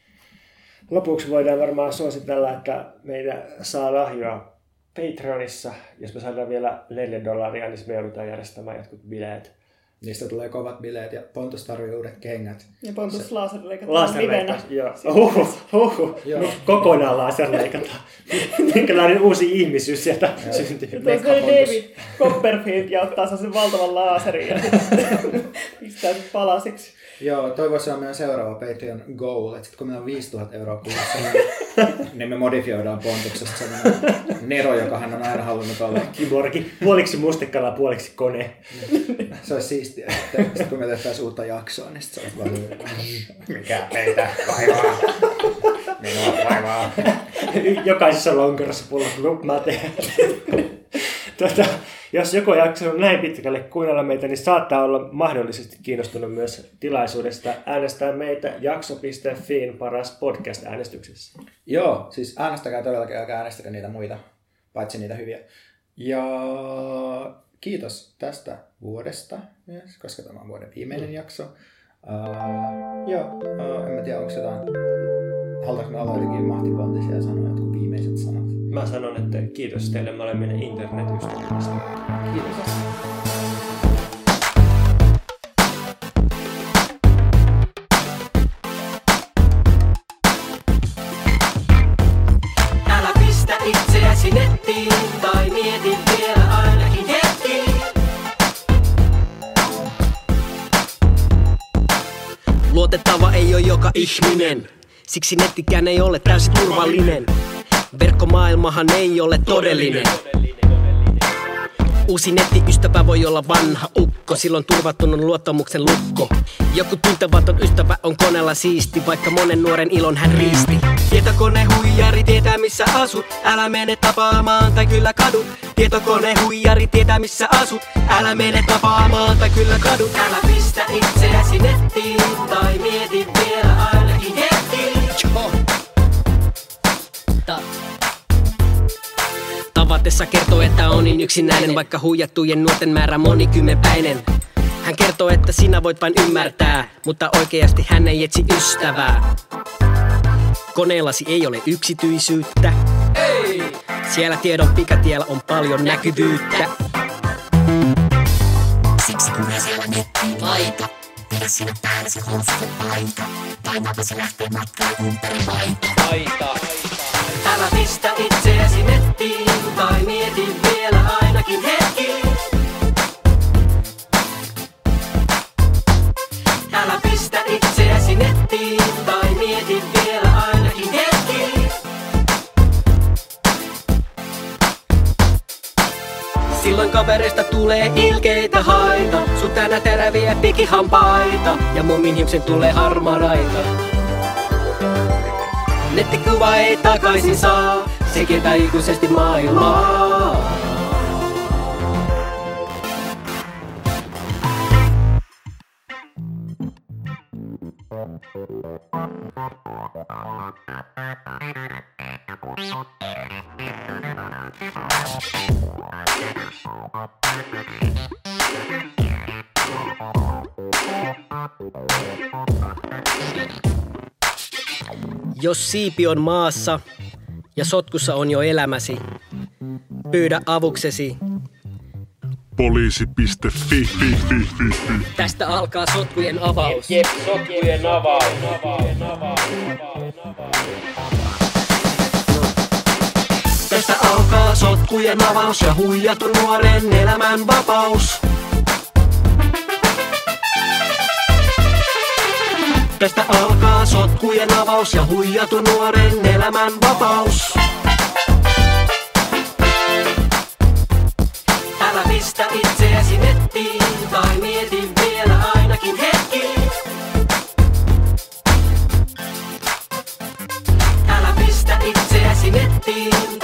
Speaker 1: Lopuksi voidaan varmaan suositella, että meitä saa lahjoa Patreonissa. Jos me saadaan vielä $4, niin me joudutaan järjestämään jotkut bileet.
Speaker 3: Niistä tulee kovat bileet ja Pontus tarvii uudet kengät.
Speaker 2: Ja Pontus
Speaker 1: laserleikataan. Joo. Kokonaan laserleikataan. Minkälainen uusi ihmisyys sieltä syntyy.
Speaker 2: Tuossa David Copperfield ja ottaa sen valtavan laaserin ja pistää sen palasiksi.
Speaker 3: Joo, toi voisi olla meidän seuraava Patreon goal, että kun meillä on 5,000 euroa kuussa, niin me modifioidaan Pontuksesta sellainen Nero, joka hän on aina halunnut olla.
Speaker 1: Kiborgi, puoliksi mustekala, puoliksi kone.
Speaker 3: Se olisi siistiä, että sitten kun me tehtäisiin uutta jaksoa, niin sitten se olisi vaan mikä meitä vaivaa. Minua vaivaa.
Speaker 1: Jokaisessa lonkerossa pullo, kun mä teen. Jos joku jakso näin pitkälle kuunnella meitä, niin saattaa olla mahdollisesti kiinnostunut myös tilaisuudesta äänestää meitä jakso.fiin paras podcast-äänestyksessä.
Speaker 3: Joo, siis äänestäkää todellakin, älkää äänestäkää niitä muita, paitsi niitä hyviä. Ja kiitos tästä vuodesta myös, koska tämä on vuoden viimeinen jakso. En tiedä, onko jotain, halutaanko me olla jotenkin mahtipontisia ja sanoa jotkut viimeiset sanat?
Speaker 1: Mä sanon, että kiitos teille molemmille internetystävistä.
Speaker 3: Kiitos.
Speaker 4: Älä pistä itseäsi nettiin tai mieti vielä ainakin hetki. Luotettava ei ole joka ihminen, siksi nettikään ei ole täysin turvallinen. Verkkomaailmahan ei ole todellinen. Uusi nettiystävä voi olla vanha ukko, silloin turvattunut luottamuksen lukko. Joku tuntematon ystävä on koneella siisti, vaikka monen nuoren ilon hän riisti. Tietokone huijari tietää missä asut, älä mene tapaamaan tai kyllä kadut. Tietokone huijari tietää missä asut, älä mene tapaamaan tai kyllä kadut. Älä pistä itseäsi nettiin tai mieti vielä ainakin hetki. Tavatessa kertoo, että on niin yksinäinen, vaikka huijattujen nuorten määrä monikymmenpäinen. Hän kertoo, että sinä voit vain ymmärtää, mutta oikeasti hän ei etsi ystävää. Koneellasi ei ole yksityisyyttä. Ei! Siellä tiedon pikatiellä on paljon näkyvyyttä.
Speaker 5: Siksi kun siellä nettiin laita, vedä sinne päälle se housut ja paita. Painaapa se lähtee matkaan ympäri maita.
Speaker 4: Älä pistä itseäsi nettiin, tai mieti vielä ainakin hetki. Älä pistä itseäsi nettiin, tai mieti vielä ainakin hetki. Silloin kavereista tulee ilkeitä haita, sut tänä teräviä pikihampaita, ja mummin hiuksen tulee harmaa raita. Nettikuva ei takaisin saa, se kiertää ikuisesti maailmaa. Jos siipi on maassa ja sotkussa on jo elämäsi, pyydä avuksesi.
Speaker 6: Poliisi.fi.
Speaker 4: Tästä alkaa sotkujen avaus.
Speaker 7: Sotkujen avaus.
Speaker 4: Tästä alkaa sotkujen avaus ja huijatun nuoren elämän vapaus. Tästä alkaa sotkujen avaus ja huijatun nuoren elämän vapaus. Älä pistä itseäsi nettiin, tai mieti vielä ainakin hetki. Älä pistä itseäsi nettiin,